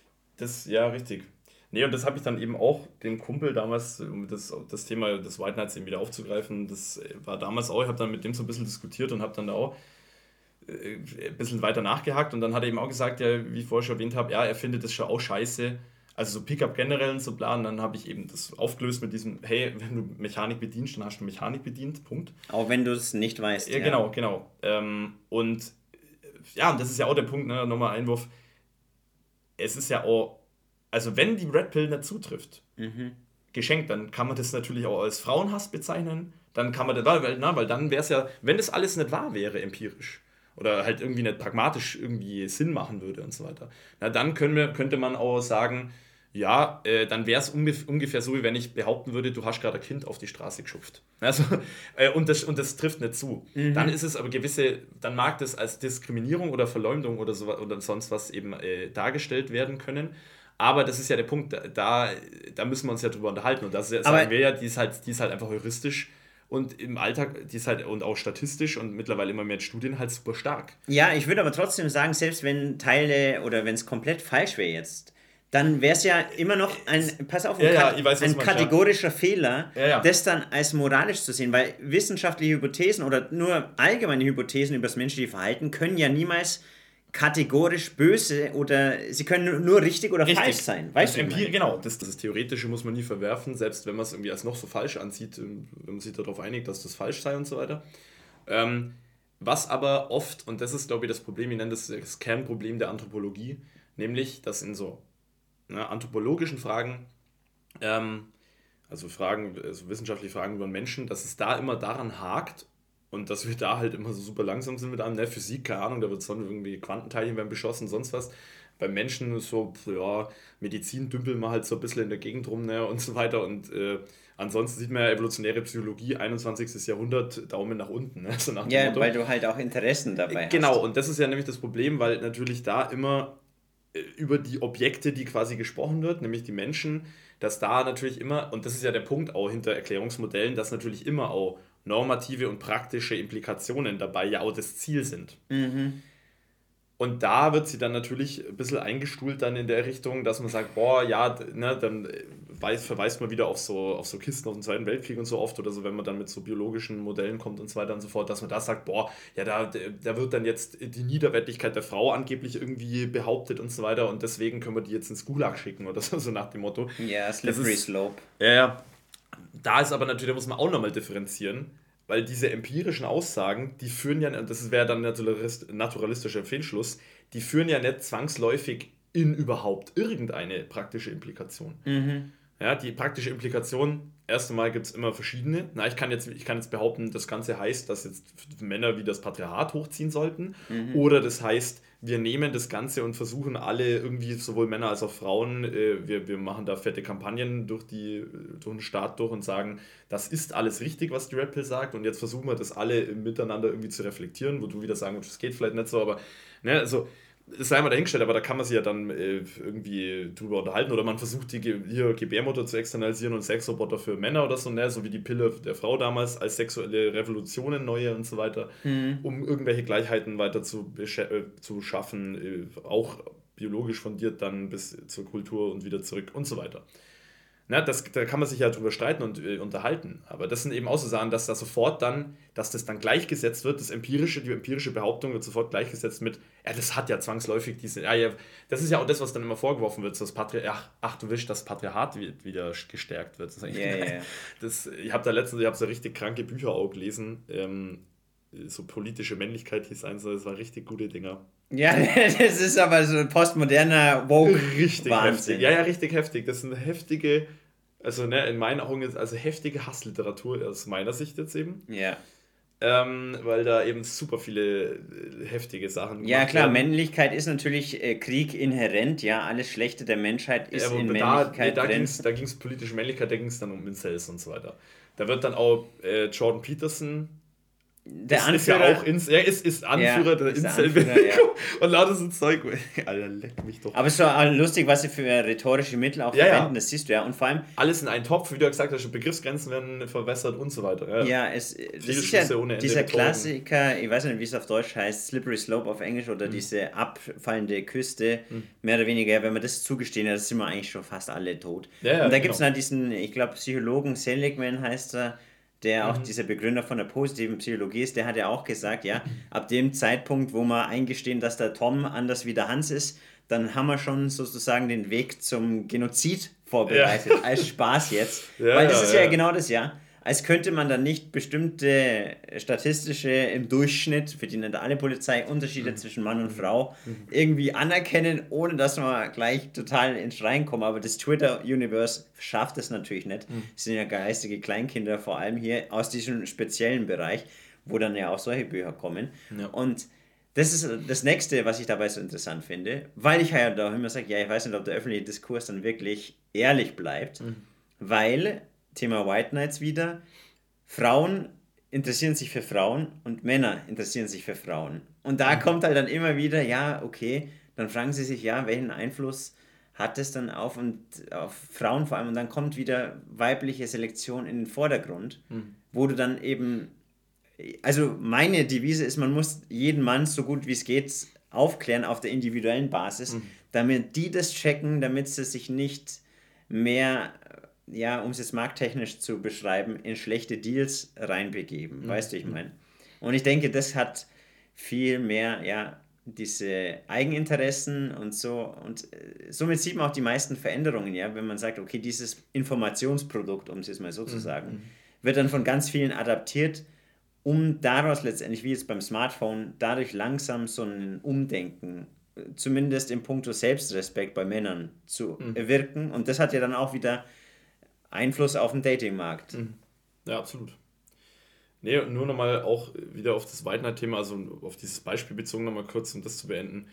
Ja, richtig. Nee, und das habe ich dann eben auch dem Kumpel damals, um das Thema des White Knights eben wieder aufzugreifen, das war damals auch, ich habe dann mit dem so ein bisschen diskutiert und habe dann da auch ein bisschen weiter nachgehakt und dann hat er eben auch gesagt, ja, wie ich vorher schon erwähnt habe, ja, er findet das schon auch scheiße, also so Pickup generell und so bla, und dann habe ich eben das aufgelöst mit diesem, hey, wenn du Mechanik bedienst, dann hast du Mechanik bedient, Punkt. Auch wenn du es nicht weißt. Ja, genau. Und das ist ja auch der Punkt, ne, nochmal Einwurf, es ist ja auch, also wenn die Red Pill nicht zutrifft, geschenkt, dann kann man das natürlich auch als Frauenhass bezeichnen, dann kann man das, weil dann wäre es ja, wenn das alles nicht wahr wäre, empirisch, oder halt irgendwie nicht pragmatisch irgendwie Sinn machen würde und so weiter, na, dann könnte man auch sagen, ja, dann wäre es ungefähr so, wie wenn ich behaupten würde, du hast gerade ein Kind auf die Straße geschupft. Also, und das trifft nicht zu. Dann ist es aber dann mag das als Diskriminierung oder Verleumdung oder so oder sonst was eben dargestellt werden können. Aber das ist ja der Punkt, da müssen wir uns ja drüber unterhalten. Und das sagen wir ja, die ist halt einfach heuristisch und im Alltag, die ist halt und auch statistisch und mittlerweile immer mehr in Studien halt super stark. Ja, ich würde aber trotzdem sagen, selbst wenn Teile oder wenn es komplett falsch wäre jetzt, dann wäre es ja immer noch ein kategorischer Fehler, das dann als moralisch zu sehen, weil wissenschaftliche Hypothesen oder nur allgemeine Hypothesen über das menschliche Verhalten können ja niemals kategorisch böse oder sie können nur richtig oder falsch sein. Weißt du? Genau, das Theoretische muss man nie verwerfen, selbst wenn man es irgendwie als noch so falsch ansieht, wenn man sich darauf einigt, dass das falsch sei und so weiter. Was aber oft, und das ist glaube ich das Problem, ich nenne das Kernproblem der Anthropologie, nämlich, dass in so anthropologischen Fragen, also wissenschaftliche Fragen über Menschen, dass es da immer daran hakt und dass wir da halt immer so super langsam sind mit einem, Physik, keine Ahnung, da wird sonst irgendwie Quantenteilchen werden beschossen, sonst was. Bei Menschen ist so, ja, Medizin dümpeln wir halt so ein bisschen in der Gegend rum, und so weiter und ansonsten sieht man ja evolutionäre Psychologie, 21. Jahrhundert, Daumen nach unten. So nach dem Motto. Weil du halt auch Interessen dabei hast. Genau, und das ist ja nämlich das Problem, weil natürlich da immer über die Objekte, die quasi gesprochen wird, nämlich die Menschen, dass da natürlich immer, und das ist ja der Punkt auch hinter Erklärungsmodellen, dass natürlich immer auch normative und praktische Implikationen dabei ja auch das Ziel sind. Und da wird sie dann natürlich ein bisschen eingestuhlt dann in der Richtung, dass man sagt, boah, ja, dann verweist man wieder auf so Kisten aus dem Zweiten Weltkrieg und so oft oder so, wenn man dann mit so biologischen Modellen kommt und so weiter und so fort, dass man da sagt, boah, ja, da wird dann jetzt die Niederwertigkeit der Frau angeblich irgendwie behauptet und so weiter und deswegen können wir die jetzt ins Gulag schicken oder so nach dem Motto. Ja, slippery slope. Ja. Da ist aber natürlich, da muss man auch nochmal differenzieren, weil diese empirischen Aussagen, die führen ja, und das wäre dann naturalistischer Fehlschluss, die führen ja nicht zwangsläufig in überhaupt irgendeine praktische Implikation. Ja, die praktische Implikation, erst einmal gibt es immer verschiedene. Ich kann jetzt behaupten, das Ganze heißt, dass jetzt Männer wie das Patriarchat hochziehen sollten. Oder das heißt, wir nehmen das Ganze und versuchen alle irgendwie, sowohl Männer als auch Frauen, wir machen da fette Kampagnen durch den Staat durch und sagen, das ist alles richtig, was die Red Pill sagt und jetzt versuchen wir das alle miteinander irgendwie zu reflektieren, wo du wieder sagen würdest, das geht vielleicht nicht so, aber also es sei mal dahingestellt, aber da kann man sich ja dann irgendwie drüber unterhalten oder man versucht hier Gebärmutter zu externalisieren und Sexroboter für Männer oder so, so wie die Pille der Frau damals als sexuelle Revolutionen neue und so weiter, um irgendwelche Gleichheiten weiter zu schaffen, auch biologisch fundiert dann bis zur Kultur und wieder zurück und so weiter. Da kann man sich ja drüber streiten und unterhalten. Aber das sind eben auch so Sachen, dass das dann gleichgesetzt wird, die empirische Behauptung wird sofort gleichgesetzt mit, das hat ja zwangsläufig das ist ja auch das, was dann immer vorgeworfen wird, so du willst, dass das Patriarchat wieder gestärkt wird. Ich habe so richtig kranke Bücher auch gelesen, so politische Männlichkeit hieß eins, das waren richtig gute Dinger. Ja, das ist aber so ein postmoderner Woke. Richtig heftig. Ja, richtig heftig. Das sind heftige, also in meinen Augen ist also heftige Hassliteratur aus meiner Sicht jetzt eben. Ja. Weil da eben super viele heftige Sachen Ja, klar, werden. Männlichkeit ist natürlich Krieg inhärent, ja, alles Schlechte der Menschheit ist in Männlichkeit drin. Da ging es politische Männlichkeit, da ging es dann um Incels und so weiter. Da wird dann auch Jordan Peterson der Anführer ist Anführer der Incel-Bewegung und lauter so Zeug. Alter, leck mich doch. Aber es ist doch lustig, was sie für rhetorische Mittel auch verwenden, das siehst du ja. Und vor allem alles in einen Topf, wie du gesagt hast, Begriffsgrenzen werden verwässert und so weiter. Ja, das ist ja dieser Klassiker, ich weiß nicht, wie es auf Deutsch heißt, Slippery Slope auf Englisch oder diese abfallende Küste, mehr oder weniger, wenn wir das zugestehen, dann sind wir eigentlich schon fast alle tot. Und da gibt es dann diesen, ich glaube, Psychologen, Seligman heißt er, der auch dieser Begründer von der positiven Psychologie ist, der hat ja auch gesagt, ja, ab dem Zeitpunkt, wo wir eingestehen, dass der Tom anders wie der Hans ist, dann haben wir schon sozusagen den Weg zum Genozid vorbereitet, als Spaß jetzt. Weil das ist ja genau das, ja. als könnte man dann nicht bestimmte statistische im Durchschnitt, für die nennt alle Polizei, Unterschiede zwischen Mann und Frau irgendwie anerkennen, ohne dass man gleich total ins Schreien kommt. Aber das Twitter-Universe schafft es natürlich nicht. Es sind ja geistige Kleinkinder, vor allem hier aus diesem speziellen Bereich, wo dann ja auch solche Bücher kommen. Ja. Und das ist das Nächste, was ich dabei so interessant finde, weil ich ja da immer sage, ja, ich weiß nicht, ob der öffentliche Diskurs dann wirklich ehrlich bleibt, weil, Thema White Knights wieder, Frauen interessieren sich für Frauen und Männer interessieren sich für Frauen. Und da kommt halt dann immer wieder, ja, okay, dann fragen sie sich, ja, welchen Einfluss hat es dann auf Frauen vor allem, und dann kommt wieder weibliche Selektion in den Vordergrund, wo du dann eben, also meine Devise ist, man muss jeden Mann so gut wie es geht aufklären auf der individuellen Basis, damit die das checken, damit sie sich nicht mehr, ja, um es jetzt markttechnisch zu beschreiben, in schlechte Deals reinbegeben. Weißt du, ich meine? Und ich denke, das hat viel mehr, ja, diese Eigeninteressen und so. Und somit sieht man auch die meisten Veränderungen, ja, wenn man sagt, okay, dieses Informationsprodukt, um es jetzt mal so zu sagen, wird dann von ganz vielen adaptiert, um daraus letztendlich, wie jetzt beim Smartphone, dadurch langsam so ein Umdenken, zumindest im Puncto Selbstrespekt bei Männern zu erwirken. Und das hat ja dann auch wieder Einfluss auf den Datingmarkt. Ja, absolut. Nee, nur nochmal auch wieder auf das White Knight-Thema, also auf dieses Beispiel bezogen nochmal kurz, um das zu beenden.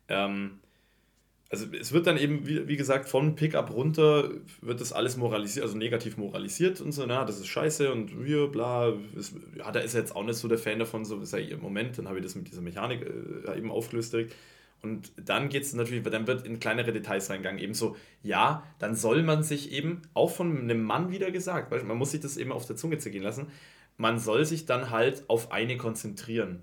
Also es wird dann eben, wie gesagt, von Pickup runter wird das alles moralisiert, also negativ moralisiert und so, na, das ist scheiße und hier, bla, ja, da ist er jetzt auch nicht so der Fan davon, so ist er im Moment, dann habe ich das mit dieser Mechanik eben aufgelöst direkt. Und dann geht es natürlich, dann wird in kleinere Details reingegangen, eben so, ja, dann soll man sich eben, auch von einem Mann wieder gesagt, weil man muss sich das eben auf der Zunge zergehen lassen, man soll sich dann halt auf eine konzentrieren.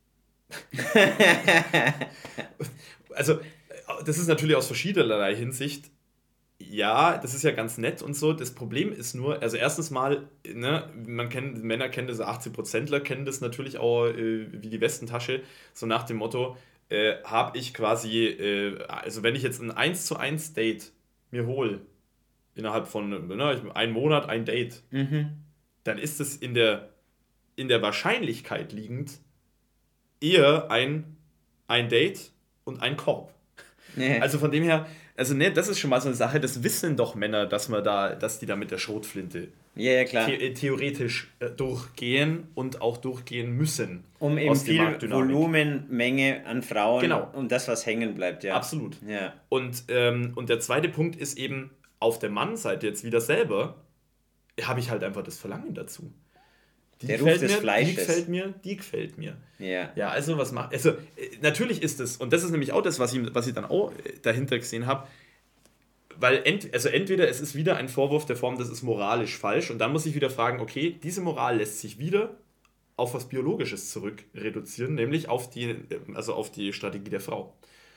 Also, das ist natürlich aus verschiedenerlei Hinsicht, ja, das ist ja ganz nett und so. Das Problem ist nur, also erstens mal, ne, Männer kennen das, 80%ler kennen das natürlich auch wie die Westentasche, so nach dem Motto, habe ich quasi, also wenn ich jetzt ein 1:1 Date mir hole, innerhalb von einem Monat ein Date, dann ist es in der Wahrscheinlichkeit liegend eher ein Date und ein Korb. Nee. Also von dem her, also ne, das ist schon mal so eine Sache, das wissen doch Männer, dass die da mit der Schrotflinte Ja, klar. theoretisch durchgehen und auch durchgehen müssen. Um eben aus der viel Marktdynamik. Volumenmenge an Frauen Genau. und das, was hängen bleibt, ja. Absolut. Ja. Und der zweite Punkt ist eben, auf der Mannseite jetzt wieder selber, habe ich halt einfach das Verlangen dazu. Der Ruf des Fleisches. Die gefällt mir. Ja. Ja, also was macht. Also, natürlich ist es, und das ist nämlich auch das, was ich dann auch dahinter gesehen habe, weil entweder es ist wieder ein Vorwurf der Form, das ist moralisch falsch, und dann muss ich wieder fragen, okay, diese Moral lässt sich wieder auf was Biologisches zurück reduzieren, nämlich auf die Strategie der Frau.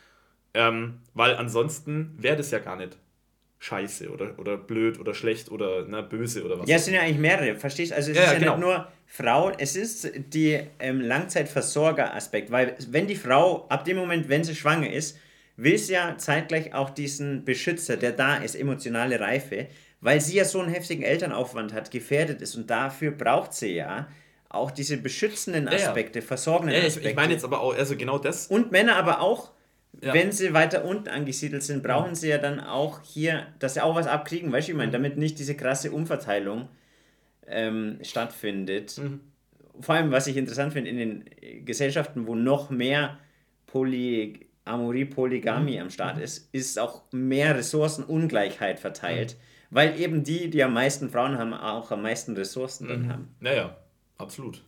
Weil ansonsten wäre das ja gar nicht scheiße oder blöd oder schlecht oder böse oder was. Ja, es sind ja eigentlich mehrere, verstehst du? Also es Ja, ist ja genau. nicht nur Frau, es ist die Langzeitversorger-Aspekt, weil wenn die Frau, ab dem Moment, wenn sie schwanger ist, will sie ja zeitgleich auch diesen Beschützer, der da ist, emotionale Reife, weil sie ja so einen heftigen Elternaufwand hat, gefährdet ist, und dafür braucht sie ja auch diese beschützenden Aspekte, versorgenden Aspekte. Ich meine jetzt aber auch, also genau das. Und Männer aber auch, Ja. wenn sie weiter unten angesiedelt sind, brauchen sie ja dann auch hier, dass sie auch was abkriegen, weißt du, ich meine, damit nicht diese krasse Umverteilung stattfindet. Vor allem, was ich interessant finde, in den Gesellschaften, wo noch mehr Polyamorie, Polygamie am Start ist auch mehr Ressourcenungleichheit verteilt, weil eben die am meisten Frauen haben, auch am meisten Ressourcen dann haben. Naja, absolut.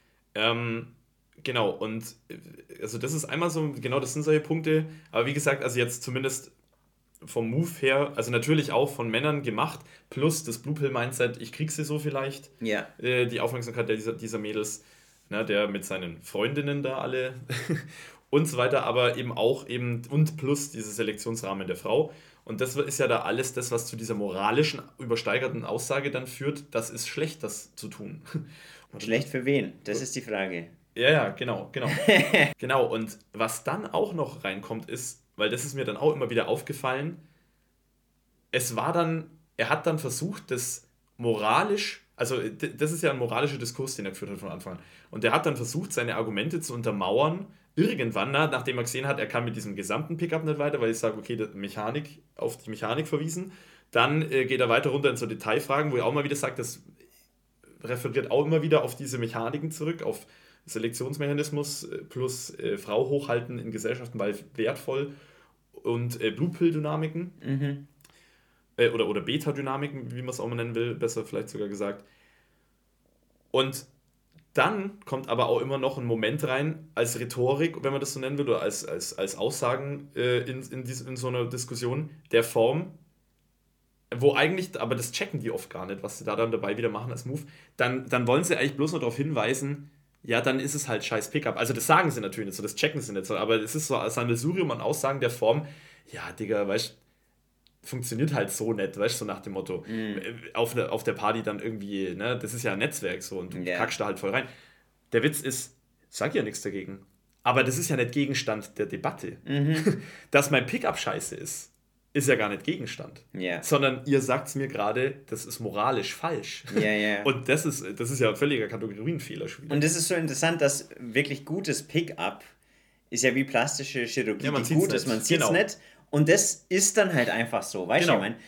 Genau, und also das ist einmal so, genau, das sind solche Punkte, aber wie gesagt, also jetzt zumindest vom Move her, also natürlich auch von Männern gemacht, plus das Blue Pill Mindset, ich krieg sie so vielleicht, Ja. Die Aufmerksamkeit dieser Mädels, ne, der mit seinen Freundinnen da alle und so weiter, aber eben auch und plus diese Selektionsrahmen der Frau. Und das ist ja da alles das, was zu dieser moralischen, übersteigerten Aussage dann führt, das ist schlecht, das zu tun. Schlecht für wen? Das ist die Frage. Ja, genau. Genau, und was dann auch noch reinkommt ist, weil das ist mir dann auch immer wieder aufgefallen, er hat dann versucht, das moralisch Also das ist ja ein moralischer Diskurs, den er geführt hat von Anfang an. Und der hat dann versucht, seine Argumente zu untermauern, irgendwann, nachdem er gesehen hat, er kann mit diesem gesamten Pickup nicht weiter, weil ich sage, okay, auf die Mechanik verwiesen. Dann geht er weiter runter in so Detailfragen, wo er auch mal wieder sagt, das referiert auch immer wieder auf diese Mechaniken zurück, auf Selektionsmechanismus plus Frau hochhalten in Gesellschaften, weil wertvoll und Blue Pill-Dynamiken oder Beta-Dynamiken, wie man es auch mal nennen will, besser vielleicht sogar gesagt. Und dann kommt aber auch immer noch ein Moment rein, als Rhetorik, wenn man das so nennen will, oder als Aussagen in so einer Diskussion der Form, wo eigentlich, aber das checken die oft gar nicht, was sie da dann dabei wieder machen als Move, dann wollen sie eigentlich bloß nur darauf hinweisen, ja, dann ist es halt scheiß Pickup. Also das sagen sie natürlich nicht so, das checken sie nicht so, aber es ist so ein Sammelsurium an Aussagen der Form, ja, Digga, weißt du, funktioniert halt so nicht, weißt du, so nach dem Motto, auf der Party dann irgendwie, ne, das ist ja ein Netzwerk so und du kackst da halt voll rein. Der Witz ist, sag ja nichts dagegen, aber das ist ja nicht Gegenstand der Debatte. Dass mein Pickup scheiße ist ja gar nicht Gegenstand. Ja. Sondern ihr sagt es mir gerade, das ist moralisch falsch. Ja. Und das ist ja ein völliger Kategorienfehler schon wieder. Und das ist so interessant, dass wirklich gutes Pickup ist ja wie plastische Chirurgie, Ja, man die sieht's gut ist, nicht. man sieht es Genau. nicht. Und das ist dann halt einfach so, weißt du, Genau. ich meine,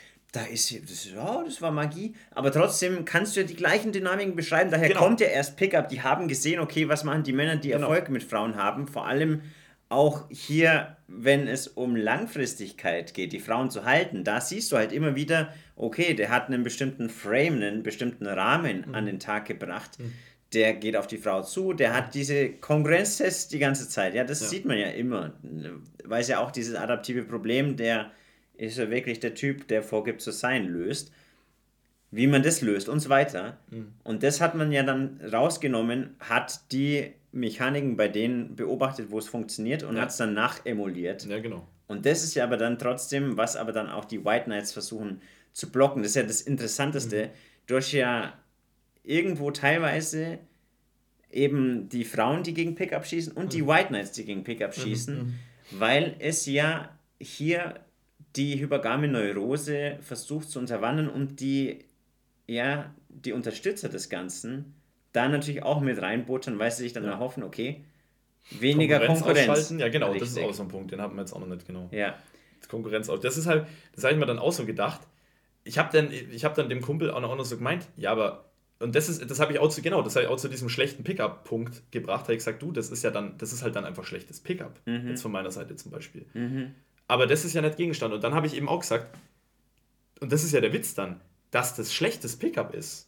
das war Magie, aber trotzdem kannst du ja die gleichen Dynamiken beschreiben, daher Genau. kommt ja erst Pickup, die haben gesehen, okay, was machen die Männer, die Genau. Erfolg mit Frauen haben, vor allem auch hier, wenn es um Langfristigkeit geht, die Frauen zu halten, da siehst du halt immer wieder, okay, der hat einen bestimmten Frame, einen bestimmten Rahmen an den Tag gebracht, der geht auf die Frau zu, der hat diese Kongruenztests die ganze Zeit, ja, das sieht man ja immer, weil es ja auch dieses adaptive Problem, der ist ja wirklich der Typ, der vorgibt zu sein, löst, wie man das löst und so weiter. Und das hat man ja dann rausgenommen, hat die Mechaniken bei denen beobachtet, wo es funktioniert und hat es dann nachemuliert. Ja, genau. Und das ist ja aber dann trotzdem, was aber dann auch die White Knights versuchen zu blocken. Das ist ja das Interessanteste. Du hast ja irgendwo teilweise eben die Frauen, die gegen Pickup schießen und die White Knights, die gegen Pickup schießen, weil es ja hier die hypergame Neurose versucht zu unterwandern und die Unterstützer des Ganzen da natürlich auch mit reinbuttern, weil sie sich dann erhoffen, okay, weniger Konkurrenz. Ausschalten. Ja, genau, Richtig. das ist auch so ein Punkt, den haben wir jetzt auch noch nicht genau. Ja. Konkurrenz aus. Das ist halt, das habe ich mir dann auch so gedacht. Ich habe dann dem Kumpel auch noch so gemeint, ja, aber, und das habe ich auch zu diesem schlechten Pickup-Punkt gebracht, habe ich gesagt, du, das ist halt dann einfach schlechtes Pickup. Jetzt von meiner Seite zum Beispiel. Aber das ist ja nicht Gegenstand. Und dann habe ich eben auch gesagt, und das ist ja der Witz dann, dass das schlechtes Pickup ist.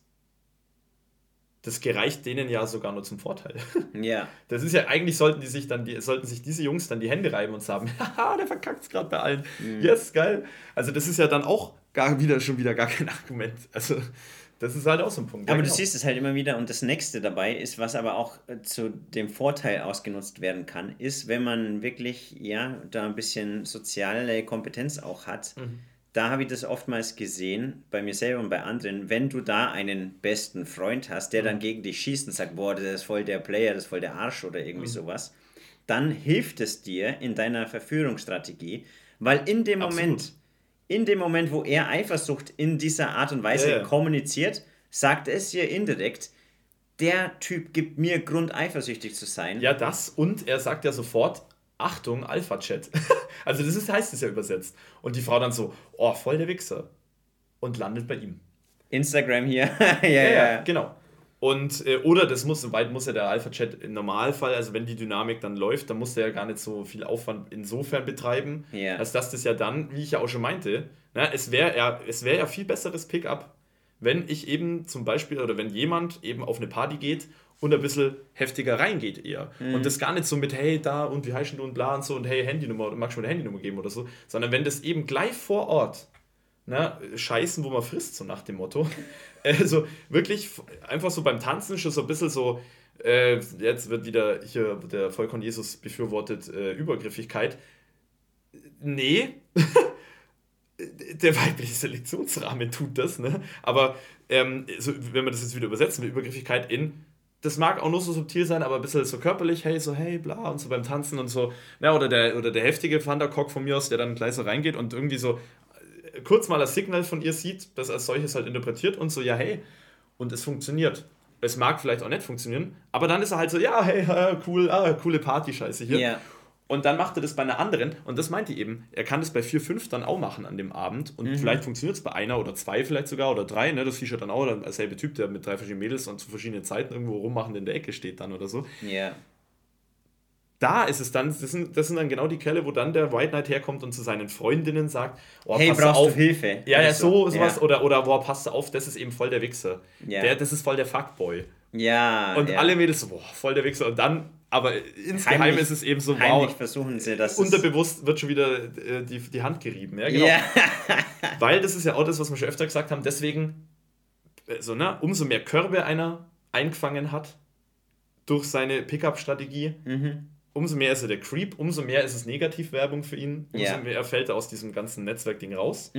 Das gereicht denen ja sogar nur zum Vorteil. Ja. Das ist ja, eigentlich sollten sich diese Jungs dann die Hände reiben und sagen, haha, der verkackt es gerade bei allen. Yes, geil. Also das ist ja dann auch schon wieder gar kein Argument. Also das ist halt auch so ein Punkt. Aber ja, du genau. siehst es halt immer wieder und das nächste dabei ist, was aber auch zu dem Vorteil ausgenutzt werden kann, ist, wenn man wirklich, da ein bisschen soziale Kompetenz auch hat. Da habe ich das oftmals gesehen, bei mir selber und bei anderen, wenn du da einen besten Freund hast, der dann gegen dich schießt und sagt, boah, das ist voll der Player, das ist voll der Arsch oder irgendwie sowas, dann hilft es dir in deiner Verführungsstrategie, weil in dem Moment, wo er Eifersucht in dieser Art und Weise kommuniziert, sagt es dir indirekt, der Typ gibt mir Grund, eifersüchtig zu sein. Ja, das, und er sagt ja sofort, Achtung, Alpha-Chat. Also heißt es ja übersetzt. Und die Frau dann so, oh, voll der Wichser. Und landet bei ihm. Instagram hier. ja, genau. Und, oder soweit muss ja der Alpha-Chat im Normalfall, also wenn die Dynamik dann läuft, dann muss der ja gar nicht so viel Aufwand insofern betreiben, als dass das ja dann, wie ich ja auch schon meinte, es wäre ja viel besseres Pickup, wenn ich eben zum Beispiel, oder wenn jemand eben auf eine Party geht und ein bisschen heftiger reingeht eher. Und das gar nicht so mit, hey, da und wie heißt du und bla und so und hey, Handynummer, magst du mir eine Handynummer geben oder so, sondern wenn das eben gleich vor Ort, scheißen, wo man frisst, so nach dem Motto, also wirklich einfach so beim Tanzen schon so ein bisschen so, jetzt wird wieder hier der Vollkorn Jesus befürwortet, Übergriffigkeit. Nee, der weibliche Selektionsrahmen tut das, ne? Aber wenn wir das jetzt wieder übersetzen, mit Übergriffigkeit das mag auch nur so subtil sein, aber ein bisschen so körperlich, hey, bla, und so beim Tanzen und so, oder der heftige Thundercock von mir aus, der dann gleich so reingeht und irgendwie so kurz mal das Signal von ihr sieht, das als solches halt interpretiert und so, ja, hey, und es funktioniert. Es mag vielleicht auch nicht funktionieren, aber dann ist er halt so, ja, hey, cool, coole Party-Scheiße hier. Ja. Und dann macht er das bei einer anderen und das meinte ich eben, er kann das bei 4, 5 dann auch machen an dem Abend und vielleicht funktioniert es bei einer oder 2 vielleicht sogar oder 3, ne, das Feature dann auch, dann derselbe Typ, der mit 3 verschiedenen Mädels und zu verschiedenen Zeiten irgendwo rummachen in der Ecke steht dann oder so. Ja. Da ist es dann, das sind dann genau die Quelle, wo dann der White Knight herkommt und zu seinen Freundinnen sagt, oh, Hey, pass brauchst auf. du Hilfe? Ja, ja, sowas. Ja. Oder boah, passt auf, das ist eben voll der Wichser. Ja. Das ist voll der Fuckboy. Ja. Und ja. alle Mädels so, boah, voll der Wichser. Und dann, aber insgeheim ist es eben so, heimlich wow. versuchen sie das. Unterbewusst wird schon wieder die Hand gerieben. Ja, genau. Ja. Weil das ist ja auch das, was wir schon öfter gesagt haben. Deswegen, so, ne, umso mehr Körbe einer eingefangen hat durch seine Pickup-Strategie, umso mehr ist er der Creep, umso mehr ist es Negativwerbung für ihn, umso mehr fällt er aus diesem ganzen Netzwerkding raus.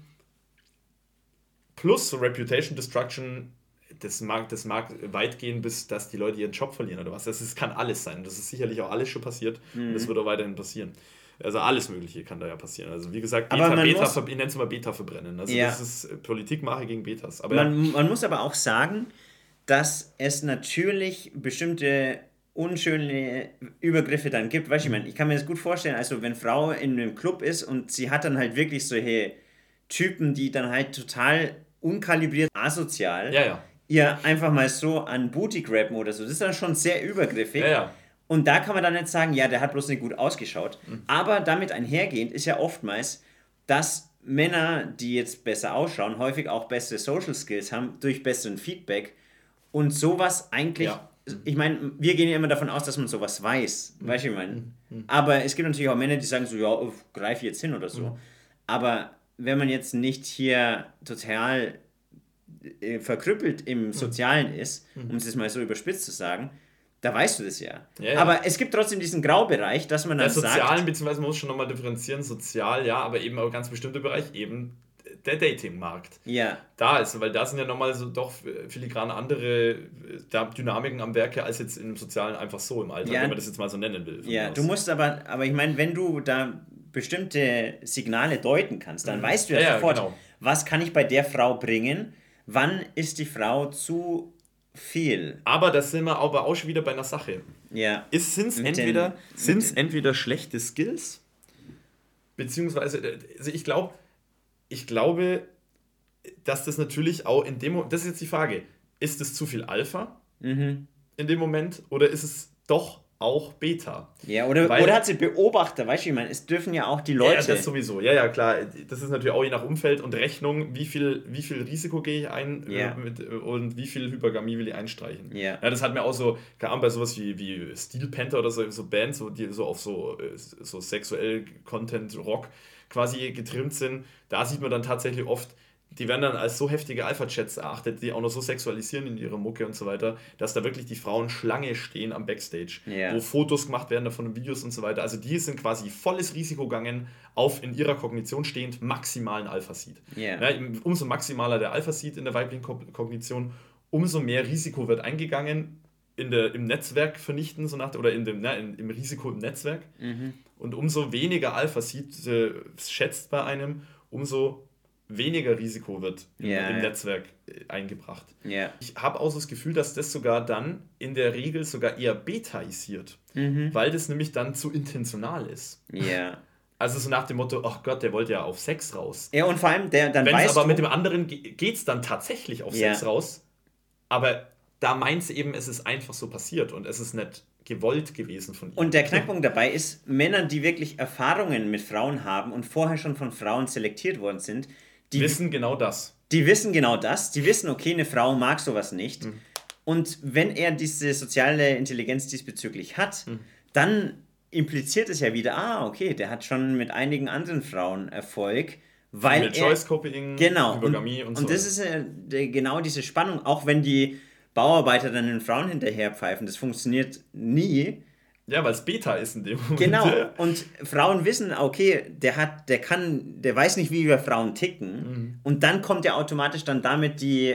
Plus so Reputation Destruction, das mag weit gehen, bis dass die Leute ihren Job verlieren oder was. Das kann alles sein. Das ist sicherlich auch alles schon passiert und das wird auch weiterhin passieren. Also alles Mögliche kann da ja passieren. Also wie gesagt, ich nenne es mal Beta verbrennen. Also das ist Politikmache gegen Betas. Aber man muss aber auch sagen, dass es natürlich bestimmte unschöne Übergriffe dann gibt. Weißt du, ich meine, ich kann mir das gut vorstellen, also wenn Frau in einem Club ist und sie hat dann halt wirklich solche Typen, die dann halt total unkalibriert, asozial, ihr einfach mal so an Booty graben oder so, das ist dann schon sehr übergriffig. Und da kann man dann nicht sagen, ja, der hat bloß nicht gut ausgeschaut. Aber damit einhergehend ist ja oftmals, dass Männer, die jetzt besser ausschauen, häufig auch bessere Social Skills haben, durch besseren Feedback und sowas eigentlich... Ich meine, wir gehen ja immer davon aus, dass man sowas weiß. Weißt du, ich meine? Aber es gibt natürlich auch Männer, die sagen so, ja, greif jetzt hin oder so. Aber wenn man jetzt nicht hier total verkrüppelt im Sozialen ist, um es jetzt mal so überspitzt zu sagen, da weißt du das ja. Aber es gibt trotzdem diesen Graubereich, dass man dann sagt... Sozialen, beziehungsweise man muss schon nochmal differenzieren, sozial, ja, aber eben auch ganz bestimmte Bereich, eben der Datingmarkt. Da ist, weil da sind ja nochmal so doch filigran andere Dynamiken am Werke als jetzt im Sozialen einfach so im Alltag, wenn man das jetzt mal so nennen will. Du musst aber ich meine, wenn du da bestimmte Signale deuten kannst, dann weißt du ja sofort, was kann ich bei der Frau bringen, wann ist die Frau zu viel. Aber das sind wir aber auch schon wieder bei einer Sache. Sind es entweder schlechte Skills, beziehungsweise, also ich glaube, dass das natürlich auch in dem Moment, das ist jetzt die Frage, ist es zu viel Alpha in dem Moment oder ist es doch auch Beta? Ja, oder hat sie Beobachter, weißt du, ich meine, es dürfen ja auch die Leute... Ja, das sowieso, ja, klar, das ist natürlich auch je nach Umfeld und Rechnung, wie viel Risiko gehe ich ein und wie viel Hypergamie will ich einstreichen. Das hat mir auch so, keine Ahnung, bei sowas wie Steel Panther oder so Bands, die so auf so sexuell Content, Rock quasi getrimmt sind, da sieht man dann tatsächlich oft, die werden dann als so heftige Alpha-Chats erachtet, die auch noch so sexualisieren in ihrer Mucke und so weiter, dass da wirklich die Frauen Schlange stehen am Backstage, wo Fotos gemacht werden davon, Videos und so weiter. Also die sind quasi volles Risiko gegangen auf in ihrer Kognition stehend maximalen Alpha-Seed. Umso maximaler der Alpha-Seed in der weiblichen Kognition, umso mehr Risiko wird eingegangen im Netzwerk vernichten, so oder im Risiko im Netzwerk. Und umso weniger Alpha-Seed schätzt bei einem, umso weniger Risiko wird im Netzwerk eingebracht. Ich habe auch so das Gefühl, dass das sogar dann in der Regel sogar eher betaisiert, weil das nämlich dann zu intentional ist. Also so nach dem Motto, ach Gott, der wollte ja auf Sex raus. Ja, und vor allem, dann wenn es aber mit dem anderen geht es dann tatsächlich auf Sex raus, aber da meint sie eben, es ist einfach so passiert und es ist nicht gewollt gewesen von ihm. Und der Knackpunkt dabei ist, Männer, die wirklich Erfahrungen mit Frauen haben und vorher schon von Frauen selektiert worden sind, die wissen genau das. Die wissen genau das. Die wissen, okay, eine Frau mag sowas nicht. Und wenn er diese soziale Intelligenz diesbezüglich hat, dann impliziert es ja wieder, okay, der hat schon mit einigen anderen Frauen Erfolg, weil mit Choice-Copying, Hypergamie und so. Und das ist genau diese Spannung, auch wenn die Bauarbeiter dann den Frauen hinterherpfeifen, das funktioniert nie. Ja, weil es Beta ist in dem Moment. Genau, und Frauen wissen, okay, der weiß nicht, wie wir Frauen ticken. Und dann kommt ja automatisch dann damit die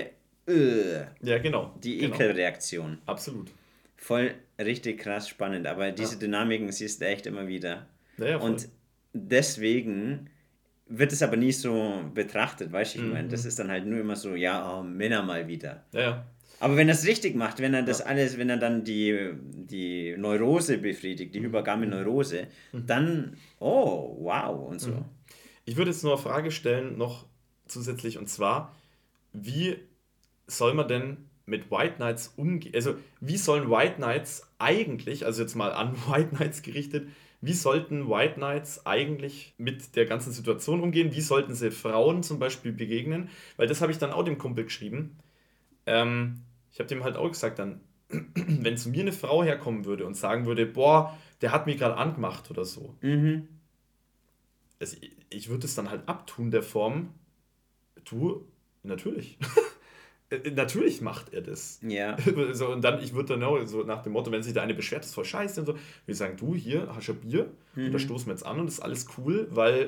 Ekelreaktion. Absolut. Voll richtig krass spannend, aber diese Dynamiken siehst du echt immer wieder. Ja, und deswegen wird es aber nie so betrachtet, weißt du, ich meine, das ist dann halt nur immer so, ja, oh, Männer mal wieder. Ja, ja. Aber wenn er es richtig macht, wenn er das alles, wenn er dann die Neurose befriedigt, die hypergame Neurose, dann, oh, wow und so. Ich würde jetzt nur eine Frage stellen, noch zusätzlich, und zwar, wie soll man denn mit White Knights umgehen? Also, wie sollen White Knights eigentlich, also jetzt mal an White Knights gerichtet, wie sollten White Knights eigentlich mit der ganzen Situation umgehen? Wie sollten sie Frauen zum Beispiel begegnen? Weil das habe ich dann auch dem Kumpel geschrieben. Ich habe dem halt auch gesagt, dann, wenn zu mir eine Frau herkommen würde und sagen würde, boah, der hat mich gerade angemacht oder so. Also, ich würde es dann halt abtun der Form, du, natürlich. Natürlich macht er das. Ja. So, und dann, ich würde dann auch so nach dem Motto, wenn sich da eine beschwert, das ist voll scheiße und so, wir sagen, du, hier, hast du ein Bier und da stoßen wir jetzt an und das ist alles cool, weil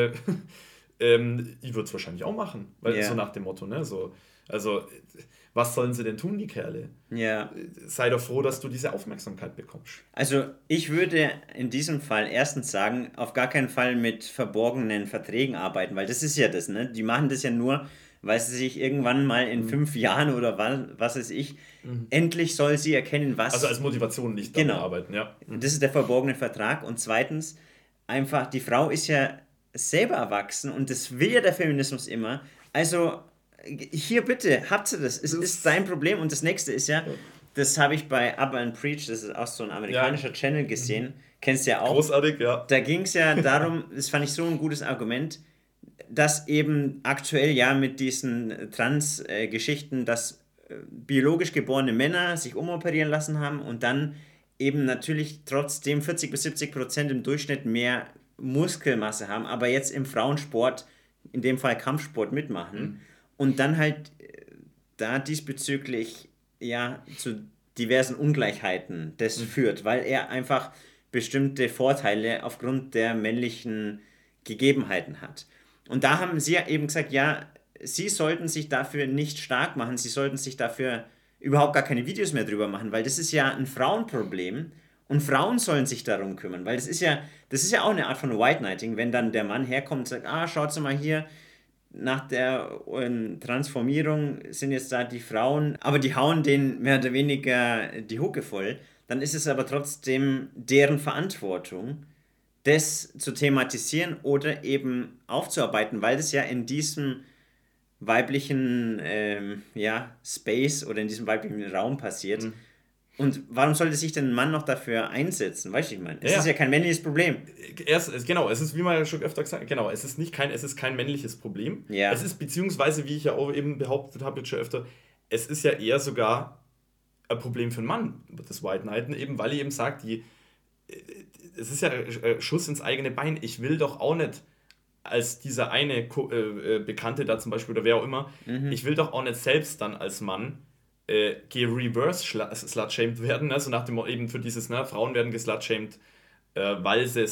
ich würde es wahrscheinlich auch machen, weil so nach dem Motto, ne, so, also, was sollen sie denn tun, die Kerle? Ja. Sei doch froh, dass du diese Aufmerksamkeit bekommst. Also ich würde in diesem Fall erstens sagen, auf gar keinen Fall mit verborgenen Verträgen arbeiten, weil das ist ja das, ne? Die machen das ja nur, weil sie sich irgendwann mal in 5 Jahren oder was weiß ich, endlich soll sie erkennen, was... Also als Motivation nicht damit arbeiten, ja. Das ist der verborgene Vertrag. Und zweitens, einfach, die Frau ist ja selber erwachsen und das will ja der Feminismus immer. Also hier bitte, habt ihr das. Es ist dein Problem. Und das nächste ist ja, das habe ich bei Abba and Preach, das ist auch so ein amerikanischer Channel gesehen, kennst du ja auch. Großartig, ja. Da ging es ja darum, das fand ich so ein gutes Argument, dass eben aktuell ja mit diesen Trans-Geschichten, dass biologisch geborene Männer sich umoperieren lassen haben und dann eben natürlich trotzdem 40-70% im Durchschnitt mehr Muskelmasse haben, aber jetzt im Frauensport, in dem Fall Kampfsport, mitmachen und dann halt da diesbezüglich ja zu diversen Ungleichheiten das führt, weil er einfach bestimmte Vorteile aufgrund der männlichen Gegebenheiten hat. Und da haben sie ja eben gesagt, ja, sie sollten sich dafür nicht stark machen, sie sollten sich dafür überhaupt gar keine Videos mehr drüber machen, weil das ist ja ein Frauenproblem und Frauen sollen sich darum kümmern, weil das ist ja auch eine Art von White Knighting, wenn dann der Mann herkommt und sagt, schaut mal hier, nach der Transformierung sind jetzt da die Frauen, aber die hauen denen mehr oder weniger die Hucke voll, dann ist es aber trotzdem deren Verantwortung, das zu thematisieren oder eben aufzuarbeiten, weil das ja in diesem weiblichen Space oder in diesem weiblichen Raum passiert. Und warum sollte sich denn ein Mann noch dafür einsetzen? Weißt du, ich meine, es ist ja kein männliches Problem. Genau, es ist, wie man ja schon öfter gesagt hat, genau, es ist kein männliches Problem. Ja. Es ist, beziehungsweise, wie ich ja auch eben behauptet habe, jetzt schon öfter, es ist ja eher sogar ein Problem für einen Mann, das White Knighten, eben, weil ich eben sagt, es ist ja ein Schuss ins eigene Bein. Ich will doch auch nicht als dieser eine Bekannte da zum Beispiel oder wer auch immer, ich will doch auch nicht selbst dann als Mann ge-reverse-slutshamed werden, also nach dem eben für dieses, Frauen werden geslutshamed, wenn sie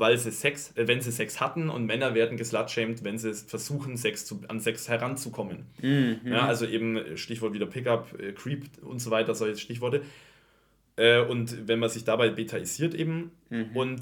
Sex hatten und Männer werden geslutshamed, wenn sie versuchen, an Sex heranzukommen. Ja, also eben Stichwort wieder Pickup, Creep und so weiter, solche Stichworte. Und wenn man sich dabei betaisiert eben und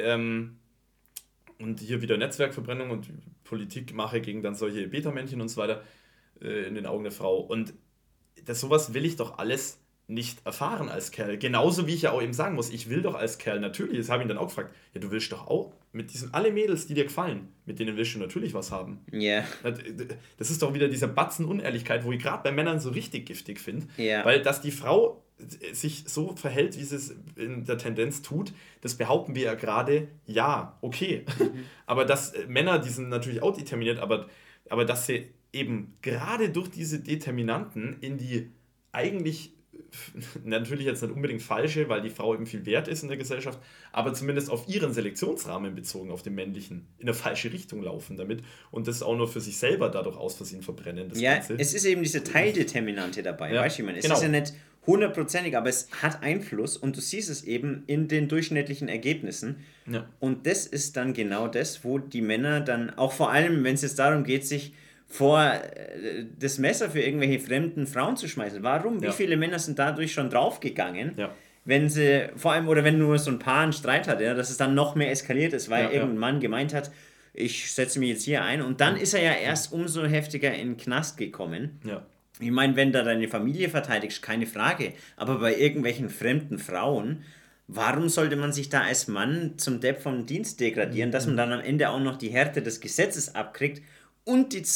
hier wieder Netzwerkverbrennung und Politikmache gegen dann solche Beta-Männchen und so weiter in den Augen der Frau. Und sowas will ich doch alles nicht erfahren als Kerl. Genauso wie ich ja auch eben sagen muss, ich will doch als Kerl natürlich, das habe ich ihn dann auch gefragt, ja, du willst doch auch mit diesen alle Mädels, die dir gefallen, mit denen willst du natürlich was haben. Ja. Das ist doch wieder dieser Batzen Unehrlichkeit, wo ich gerade bei Männern so richtig giftig finde. Ja. Weil dass die Frau sich so verhält, wie sie es in der Tendenz tut, das behaupten wir ja gerade, ja, okay. Aber dass Männer, die sind natürlich auch determiniert, aber dass sie eben gerade durch diese Determinanten in die eigentlich natürlich jetzt nicht unbedingt falsche, weil die Frau eben viel wert ist in der Gesellschaft, aber zumindest auf ihren Selektionsrahmen bezogen, auf den männlichen, in eine falsche Richtung laufen damit und das auch nur für sich selber dadurch aus Versehen verbrennen. Das Ganze. Es ist eben diese Teildeterminante dabei, weißt du, ich meine, es ist ja nicht hundertprozentig, aber es hat Einfluss und du siehst es eben in den durchschnittlichen Ergebnissen. Ja. Und das ist dann genau das, wo die Männer dann, auch vor allem, wenn es jetzt darum geht, sich vor das Messer für irgendwelche fremden Frauen zu schmeißen. Warum? Wie viele Männer sind dadurch schon draufgegangen? Ja. Wenn sie, vor allem, oder wenn nur so ein Paar einen Streit hat, dass es dann noch mehr eskaliert ist, weil irgendein Mann gemeint hat, ich setze mich jetzt hier ein. Und dann ist er ja erst umso heftiger in den Knast gekommen. Ja. Ich meine, wenn da deine Familie verteidigst, keine Frage. Aber bei irgendwelchen fremden Frauen, warum sollte man sich da als Mann zum Depp vom Dienst degradieren, dass man dann am Ende auch noch die Härte des Gesetzes abkriegt und die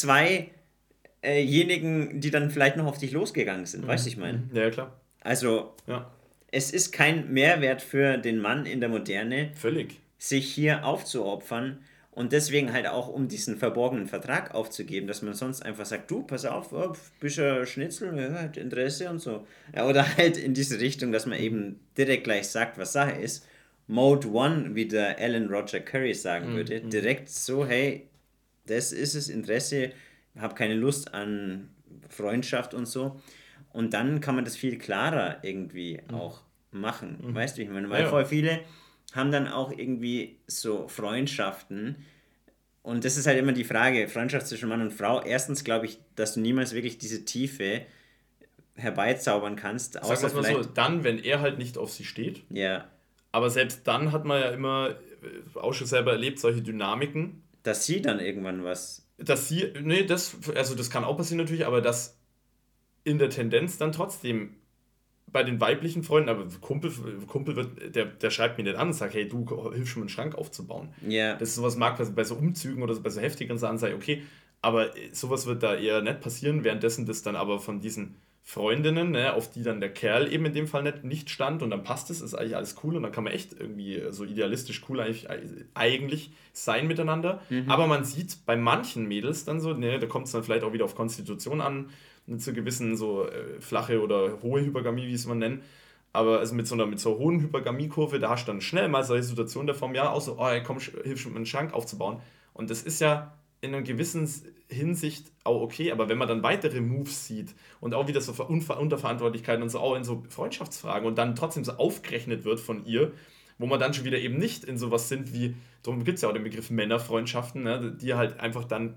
zweijenigen, die dann vielleicht noch auf dich losgegangen sind? Weißt du, ich meine? Ja, klar. Also, Ja. es ist kein Mehrwert für den Mann in der Moderne, Völlig. sich hier aufzuopfern und deswegen halt auch, um diesen verborgenen Vertrag aufzugeben, dass man sonst einfach sagt, du, pass auf, bist ja Schnitzel, ja, hat Interesse und so. Ja, oder halt in diese Richtung, dass man eben direkt gleich sagt, was Sache ist. Mode One, wie der Alan Roger Curry sagen würde, direkt so, hey, das ist es, Interesse, habe keine Lust an Freundschaft und so. Und dann kann man das viel klarer irgendwie auch machen. Weißt du, wie ich meine? Weil voll viele haben dann auch irgendwie so Freundschaften. Und das ist halt immer die Frage, Freundschaft zwischen Mann und Frau. Erstens glaube ich, dass du niemals wirklich diese Tiefe herbeizaubern kannst. Sagen wir Außer es mal vielleicht, so, dann, wenn er halt nicht auf sie steht. ja, Aber selbst dann hat man ja immer auch schon selber erlebt, solche Dynamiken, dass sie dann irgendwann was, dass sie, nee, also das kann auch passieren natürlich, aber dass in der Tendenz dann trotzdem bei den weiblichen Freunden, aber Kumpel wird, der schreibt mir nicht an und sagt, hey, du hilfst mir einen Schrank aufzubauen. ja, Das ist sowas mag bei so Umzügen oder so, bei so heftigeren Sachen, sage ich, okay, aber sowas wird da eher nicht passieren, währenddessen das dann aber von diesen Freundinnen, ne, auf die dann der Kerl eben in dem Fall nicht stand und dann passt es, ist eigentlich alles cool und dann kann man echt irgendwie so idealistisch cool eigentlich sein miteinander. Aber man sieht bei manchen Mädels dann so, ne, da kommt es dann vielleicht auch wieder auf Konstitution an, zu gewissen so flache oder hohe Hypergamie, wie es man nennt. Aber also mit so einer hohen Hypergamiekurve, da hast du dann schnell mal solche Situationen der Form, ja, auch so, oh, ey, komm, hilf mir, einen Schrank aufzubauen. Und das ist ja in einer gewissen Hinsicht auch okay, aber wenn man dann weitere Moves sieht und auch wieder so Unterverantwortlichkeiten und so auch in so Freundschaftsfragen und dann trotzdem so aufgerechnet wird von ihr, wo man dann schon wieder eben nicht in sowas sind wie, darum gibt es ja auch den Begriff Männerfreundschaften, ne, die halt einfach dann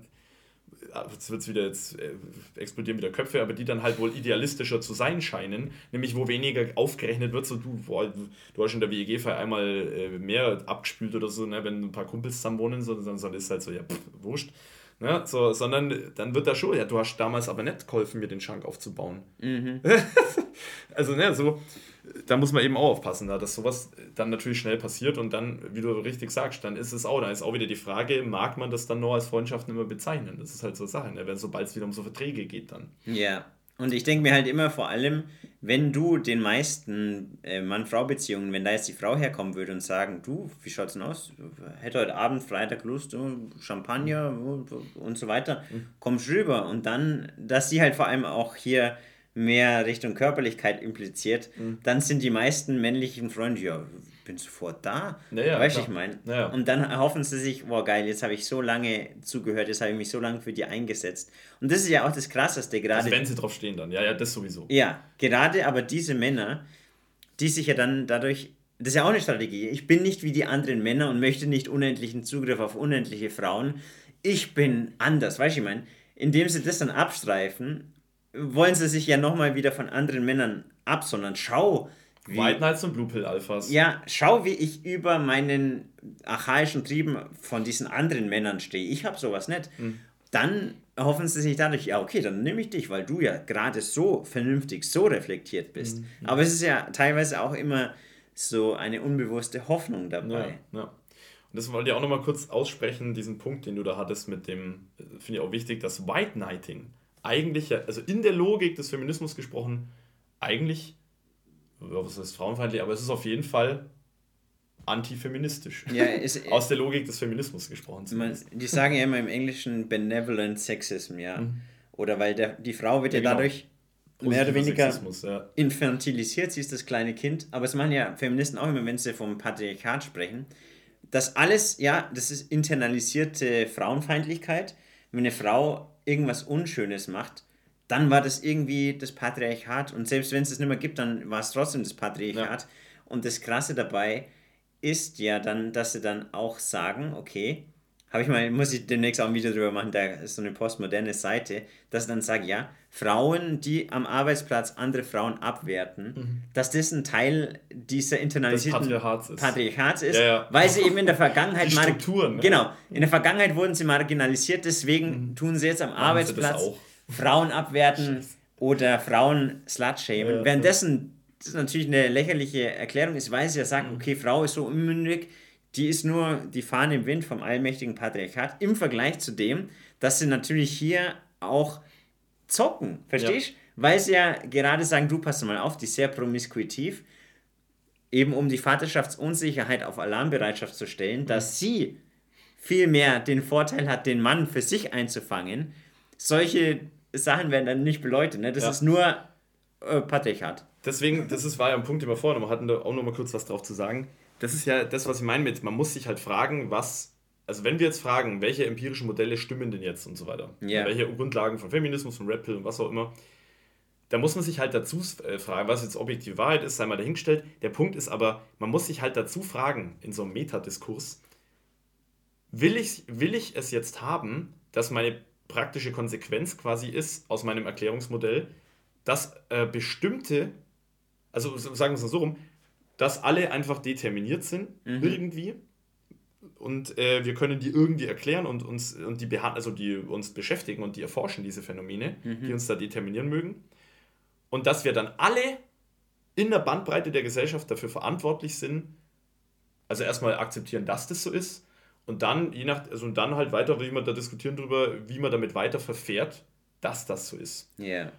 jetzt explodieren wieder Köpfe, aber die dann halt wohl idealistischer zu sein scheinen, nämlich wo weniger aufgerechnet wird, so du hast in der WEG-Feier einmal mehr abgespült oder so, ne, wenn ein paar Kumpels zusammen wohnen, so, dann ist es halt so, ja, wurscht. Ne, so, sondern dann wird da schon, ja, du hast damals aber nicht geholfen, mir den Schrank aufzubauen. Also, ne, so, da muss man eben auch aufpassen, dass sowas dann natürlich schnell passiert und dann, wie du richtig sagst, dann ist auch wieder die Frage, mag man das dann nur als Freundschaften immer bezeichnen? Das ist halt so eine Sache, ne? Wenn sobald es wieder um so Verträge geht dann. ja. Und ich denke mir halt immer vor allem, wenn du den meisten Mann-Frau-Beziehungen, wenn da jetzt die Frau herkommen würde und sagen, du, wie schaut's denn aus? Hätte heute Abend, Freitag Lust, Champagner und so weiter, kommst rüber. Und dann, dass sie halt vor allem auch hier mehr Richtung Körperlichkeit impliziert, dann sind die meisten männlichen Freunde, ja, bin sofort da. Naja, Weißt du, klar. ich meine? Naja. Und dann erhoffen sie sich, boah geil, jetzt habe ich so lange zugehört, jetzt habe ich mich so lange für die eingesetzt. Und das ist ja auch das Krasseste gerade. Also wenn sie drauf stehen dann, ja, das sowieso. Ja, gerade aber diese Männer, die sich ja dann dadurch, das ist ja auch eine Strategie, ich bin nicht wie die anderen Männer und möchte nicht unendlichen Zugriff auf unendliche Frauen, ich bin anders, weißt du, ich meine, indem sie das dann abstreifen, wollen sie sich ja nochmal wieder von anderen Männern absondern. Schau, White Knights und Blue Pill Alphas. ja, schau, wie ich über meinen archaischen Trieben von diesen anderen Männern stehe. Ich habe sowas nicht. Dann erhoffen sie sich dadurch, ja, okay, dann nehme ich dich, weil du ja gerade so vernünftig, so reflektiert bist. Aber es ist ja teilweise auch immer so eine unbewusste Hoffnung dabei. Ja. Und das wollte ich auch nochmal kurz aussprechen, diesen Punkt, den du da hattest mit dem, finde ich auch wichtig, dass White Knighting eigentlich, also in der Logik des Feminismus gesprochen, eigentlich, was heißt frauenfeindlich, aber es ist auf jeden Fall antifeministisch. Ja, Aus der Logik des Feminismus gesprochen. Die sagen ja immer im Englischen Benevolent Sexism, ja. Oder weil die Frau wird ja genau. dadurch mehr oder weniger Sexismus, ja. infantilisiert, sie ist das kleine Kind. Aber es machen ja Feministen auch immer, wenn sie vom Patriarchat sprechen. Das alles, ja, das ist internalisierte Frauenfeindlichkeit. Wenn eine Frau irgendwas Unschönes macht, dann war das irgendwie das Patriarchat. Und selbst wenn es das nicht mehr gibt, dann war es trotzdem das Patriarchat. Ja. Und das Krasse dabei ist ja dann, dass sie dann auch sagen, okay, Muss ich demnächst auch ein Video drüber machen, da ist so eine postmoderne Seite, dass dann sagt, ja, Frauen, die am Arbeitsplatz andere Frauen abwerten, dass das ein Teil dieser internalisierten Patriarchats ist, weil sie eben in der Vergangenheit genau, in der Vergangenheit wurden sie marginalisiert, deswegen tun sie jetzt am Arbeitsplatz Frauen abwerten oder Frauen slutshamen. Währenddessen das natürlich eine lächerliche Erklärung ist, weil sie ja sagt, okay, Frau ist so unmündig, die ist nur die Fahne im Wind vom allmächtigen Patriarchat im Vergleich zu dem, dass sie natürlich hier auch zocken, verstehst du? Weil sie ja gerade sagen, du pass mal auf, die ist sehr promiskuitiv, eben um die Vaterschaftsunsicherheit auf Alarmbereitschaft zu stellen, dass sie viel mehr den Vorteil hat, den Mann für sich einzufangen. Solche Sachen werden dann nicht beleuchtet, ne? Das ist nur Patriarchat. Deswegen, war ja ein Punkt, den wir vorhin hatten, da auch noch mal kurz was drauf zu sagen. Das ist ja das, was ich meine mit, man muss sich halt fragen, also wenn wir jetzt fragen, welche empirischen Modelle stimmen denn jetzt und so weiter, welche Grundlagen von Feminismus, von Red Pill und was auch immer, da muss man sich halt dazu fragen, was jetzt objektive Wahrheit ist, sei mal dahingestellt. Der Punkt ist aber, man muss sich halt dazu fragen, in so einem Metadiskurs, will ich es jetzt haben, dass meine praktische Konsequenz quasi ist, aus meinem Erklärungsmodell, dass bestimmte, also sagen wir es mal so rum, dass alle einfach determiniert sind, irgendwie, und wir können die irgendwie erklären und die uns beschäftigen und die erforschen diese Phänomene, die uns da determinieren mögen, und dass wir dann alle in der Bandbreite der Gesellschaft dafür verantwortlich sind, also erstmal akzeptieren, dass das so ist, und dann dann halt weiter, wie man da diskutieren darüber, wie man damit weiter verfährt, dass das so ist. Yeah.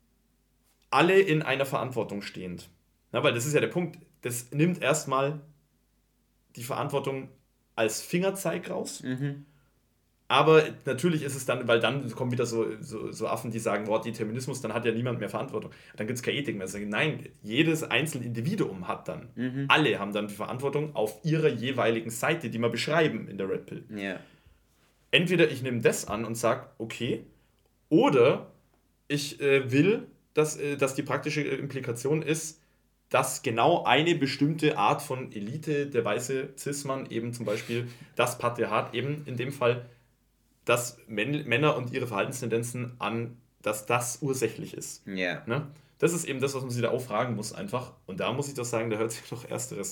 Alle in einer Verantwortung stehend. Na, weil das ist ja der Punkt, das nimmt erstmal die Verantwortung als Fingerzeig raus. Aber natürlich ist es dann, weil dann kommen wieder so Affen, die sagen, Determinismus, dann hat ja niemand mehr Verantwortung. Dann gibt es keine Ethik mehr. Nein, jedes einzelne Individuum hat dann, alle haben dann die Verantwortung auf ihrer jeweiligen Seite, die wir beschreiben in der Red Pill. Yeah. Entweder ich nehme das an und sage, okay, oder ich will, dass die praktische Implikation ist, dass genau eine bestimmte Art von Elite, der weiße Cis-Mann, eben zum Beispiel das Patriarchat, eben in dem Fall, dass Männer und ihre Verhaltenstendenzen dass das ursächlich ist. Yeah. Ne? Das ist eben das, was man sich da auch fragen muss einfach. Und da muss ich doch sagen, da hört sich doch Ersteres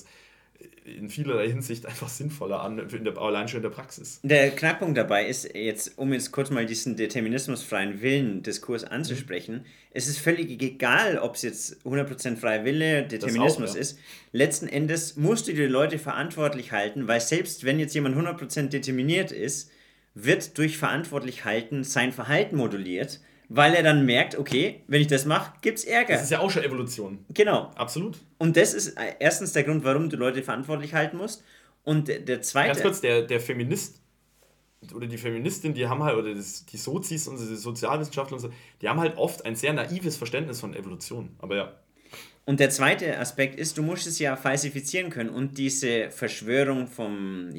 in vielerlei Hinsicht einfach sinnvoller an, allein schon in der Praxis. Der Knackpunkt dabei ist, um jetzt kurz mal diesen determinismusfreien Willen-Diskurs anzusprechen, es ist völlig egal, ob es jetzt 100% freier Wille, Determinismus ist. Letzten Endes musst du die Leute verantwortlich halten, weil selbst wenn jetzt jemand 100% determiniert ist, wird durch verantwortlich halten sein Verhalten moduliert, weil er dann merkt, okay, wenn ich das mache, gibt es Ärger. Das ist ja auch schon Evolution. Genau. Absolut. Und das ist erstens der Grund, warum du Leute verantwortlich halten musst. Und der zweite... Ganz kurz, der Feminist oder die Feministin, die haben halt, oder die Sozis und die Sozialwissenschaftler und so, die haben halt oft ein sehr naives Verständnis von Evolution. Aber ja. Und der zweite Aspekt ist, du musst es ja falsifizieren können, und diese Verschwörung vom,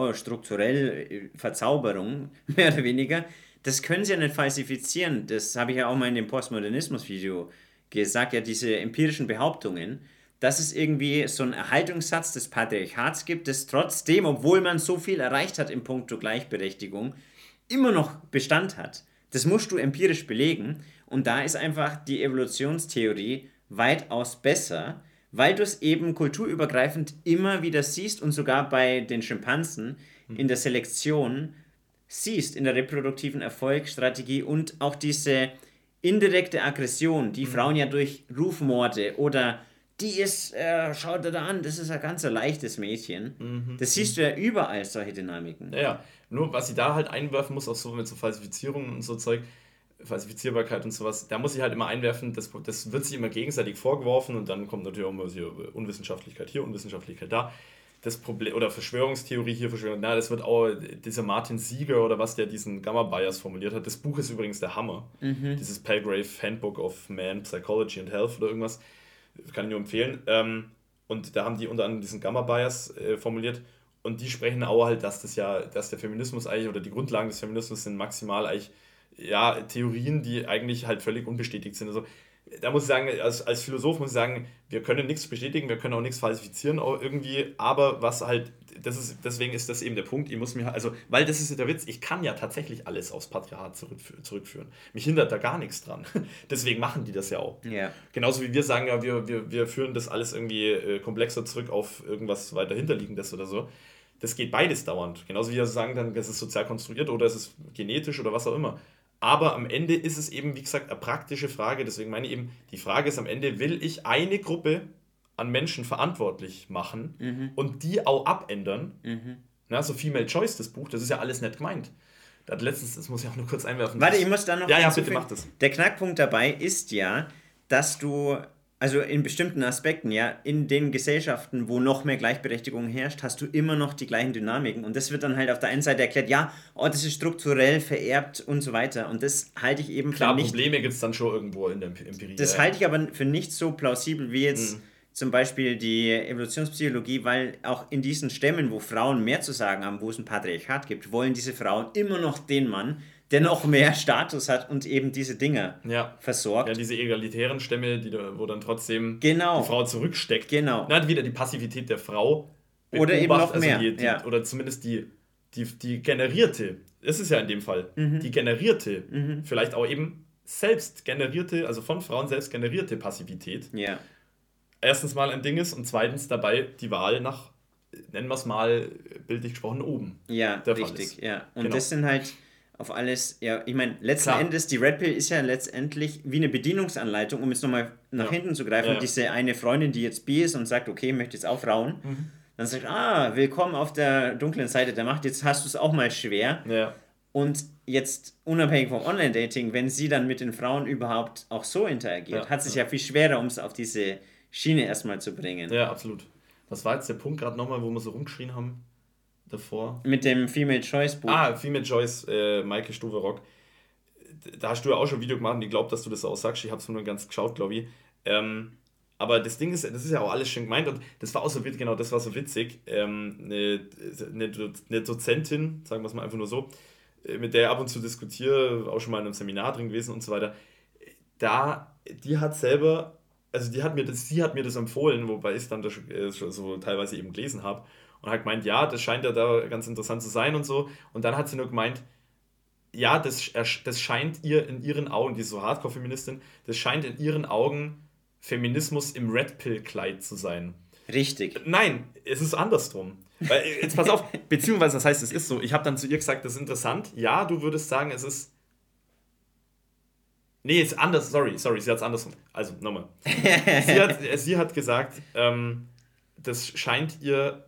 strukturell Verzauberung, mehr oder weniger, das können sie ja nicht falsifizieren. Das habe ich ja auch mal in dem Postmodernismus-Video gesagt, ja, diese empirischen Behauptungen, dass es irgendwie so einen Erhaltungssatz des Patriarchats gibt, das trotzdem, obwohl man so viel erreicht hat im Punkto Gleichberechtigung, immer noch Bestand hat. Das musst du empirisch belegen, und da ist einfach die Evolutionstheorie weitaus besser, weil du es eben kulturübergreifend immer wieder siehst und sogar bei den Schimpansen in der Selektion siehst, in der reproduktiven Erfolgsstrategie, und auch diese indirekte Aggression, die Frauen ja durch Rufmorde oder die ist, schaut da an, das ist ein ganz leichtes Mädchen. Das siehst du ja überall, solche Dynamiken. Ja, nur was ich da halt einwerfen muss, auch so mit so Falsifizierungen und so Zeug, Falsifizierbarkeit und sowas, da muss ich halt immer einwerfen, das wird sich immer gegenseitig vorgeworfen, und dann kommt natürlich auch immer so Unwissenschaftlichkeit hier, Unwissenschaftlichkeit da. Das Problem, oder Verschwörungstheorie hier, das wird auch dieser Martin Seeger oder was, der diesen Gamma-Bias formuliert hat. Das Buch ist übrigens der Hammer. Dieses Palgrave Handbook of Man, Psychology and Health oder irgendwas. Das kann ich nur empfehlen. Und da haben die unter anderem diesen Gamma-Bias formuliert. Und die sprechen auch halt, dass der Feminismus eigentlich, oder die Grundlagen des Feminismus sind maximal eigentlich, Theorien, die eigentlich halt völlig unbestätigt sind. Also da muss ich sagen, als Philosoph muss ich sagen, wir können nichts bestätigen, wir können auch nichts falsifizieren auch irgendwie, aber was halt deswegen ist das eben der Punkt, ich muss mir, also, weil das ist ja der Witz, ich kann ja tatsächlich alles aufs Patriarchat zurückführen. Mich hindert da gar nichts dran. Deswegen machen die das ja auch. Ja. Genauso wie wir sagen, ja, wir führen das alles irgendwie komplexer zurück auf irgendwas weiter hinterliegendes oder so. Das geht beides dauernd. Genauso wie wir sagen dann, das ist sozial konstruiert oder es ist genetisch oder was auch immer. Aber am Ende ist es eben, wie gesagt, eine praktische Frage. Deswegen meine ich eben, die Frage ist am Ende, will ich eine Gruppe an Menschen verantwortlich machen und die auch abändern? Na, so Female Choice, das Buch, das ist ja alles nett gemeint. Da hat letztens, das muss ich auch nur kurz einwerfen. Warte, ich muss da noch... Ja, bitte mach das. Der Knackpunkt dabei ist ja, dass du... Also in bestimmten Aspekten, ja, in den Gesellschaften, wo noch mehr Gleichberechtigung herrscht, hast du immer noch die gleichen Dynamiken. Und das wird dann halt auf der einen Seite erklärt, ja, das ist strukturell vererbt und so weiter. Und das halte ich eben Klar, für nicht... Probleme gibt es dann schon irgendwo in der Empirie. Das halte ich aber für nicht so plausibel wie jetzt zum Beispiel die Evolutionspsychologie, weil auch in diesen Stämmen, wo Frauen mehr zu sagen haben, wo es ein Patriarchat gibt, wollen diese Frauen immer noch den Mann, der noch mehr Status hat und eben diese Dinge versorgt. Ja, diese egalitären Stämme, wo dann trotzdem die Frau zurücksteckt. Genau. Dann wieder die Passivität der Frau. Oder eben noch mehr. Also oder zumindest die generierte, das ist ja in dem Fall, die generierte, vielleicht auch eben selbst generierte, also von Frauen selbst generierte Passivität. Ja. Erstens mal ein Ding ist und zweitens dabei die Wahl nach, nennen wir es mal, bildlich gesprochen, oben. Ja, richtig. Ja. Und das sind halt... auf alles, ja, ich meine, letzten Endes, die Red Pill ist ja letztendlich wie eine Bedienungsanleitung, um jetzt nochmal nach hinten zu greifen. Diese eine Freundin, die jetzt bi ist und sagt, okay, möchte jetzt auch Frauen, dann sagt, willkommen auf der dunklen Seite der Macht, jetzt hast du es auch mal schwer. Ja. Und jetzt, unabhängig vom Online-Dating, wenn sie dann mit den Frauen überhaupt auch so interagiert, hat es sich ja viel schwerer, um es auf diese Schiene erstmal zu bringen. Ja, absolut. Was war jetzt der Punkt gerade nochmal, wo wir so rumgeschrien haben? Davor. Mit dem Female Choice Buch. Female Choice, Maike Stoverock. Da hast du ja auch schon ein Video gemacht und ich glaube, dass du das auch sagst. Ich habe es nur ganz geschaut, glaube ich. Aber das Ding ist, das ist ja auch alles schön gemeint und das war auch so witzig, genau, das war so witzig. Eine Dozentin, sagen wir es mal einfach nur so, mit der ich ab und zu diskutiere, auch schon mal in einem Seminar drin gewesen und so weiter. Die hat selber, also sie hat mir das empfohlen, wobei ich es dann schon so teilweise eben gelesen habe. Und hat gemeint, ja, das scheint ja da ganz interessant zu sein und so. Und dann hat sie nur gemeint, ja, das scheint ihr in ihren Augen, die ist so Hardcore-Feministin, das scheint in ihren Augen Feminismus im Red-Pill-Kleid zu sein. Richtig. Nein, es ist andersrum. Weil, jetzt pass auf, beziehungsweise das heißt, es ist so. Ich habe dann zu ihr gesagt, das ist interessant. Ja, du würdest sagen, es ist... Nee, es ist anders, sorry, sie hat es andersrum. Also, nochmal. Sie hat gesagt, das scheint ihr...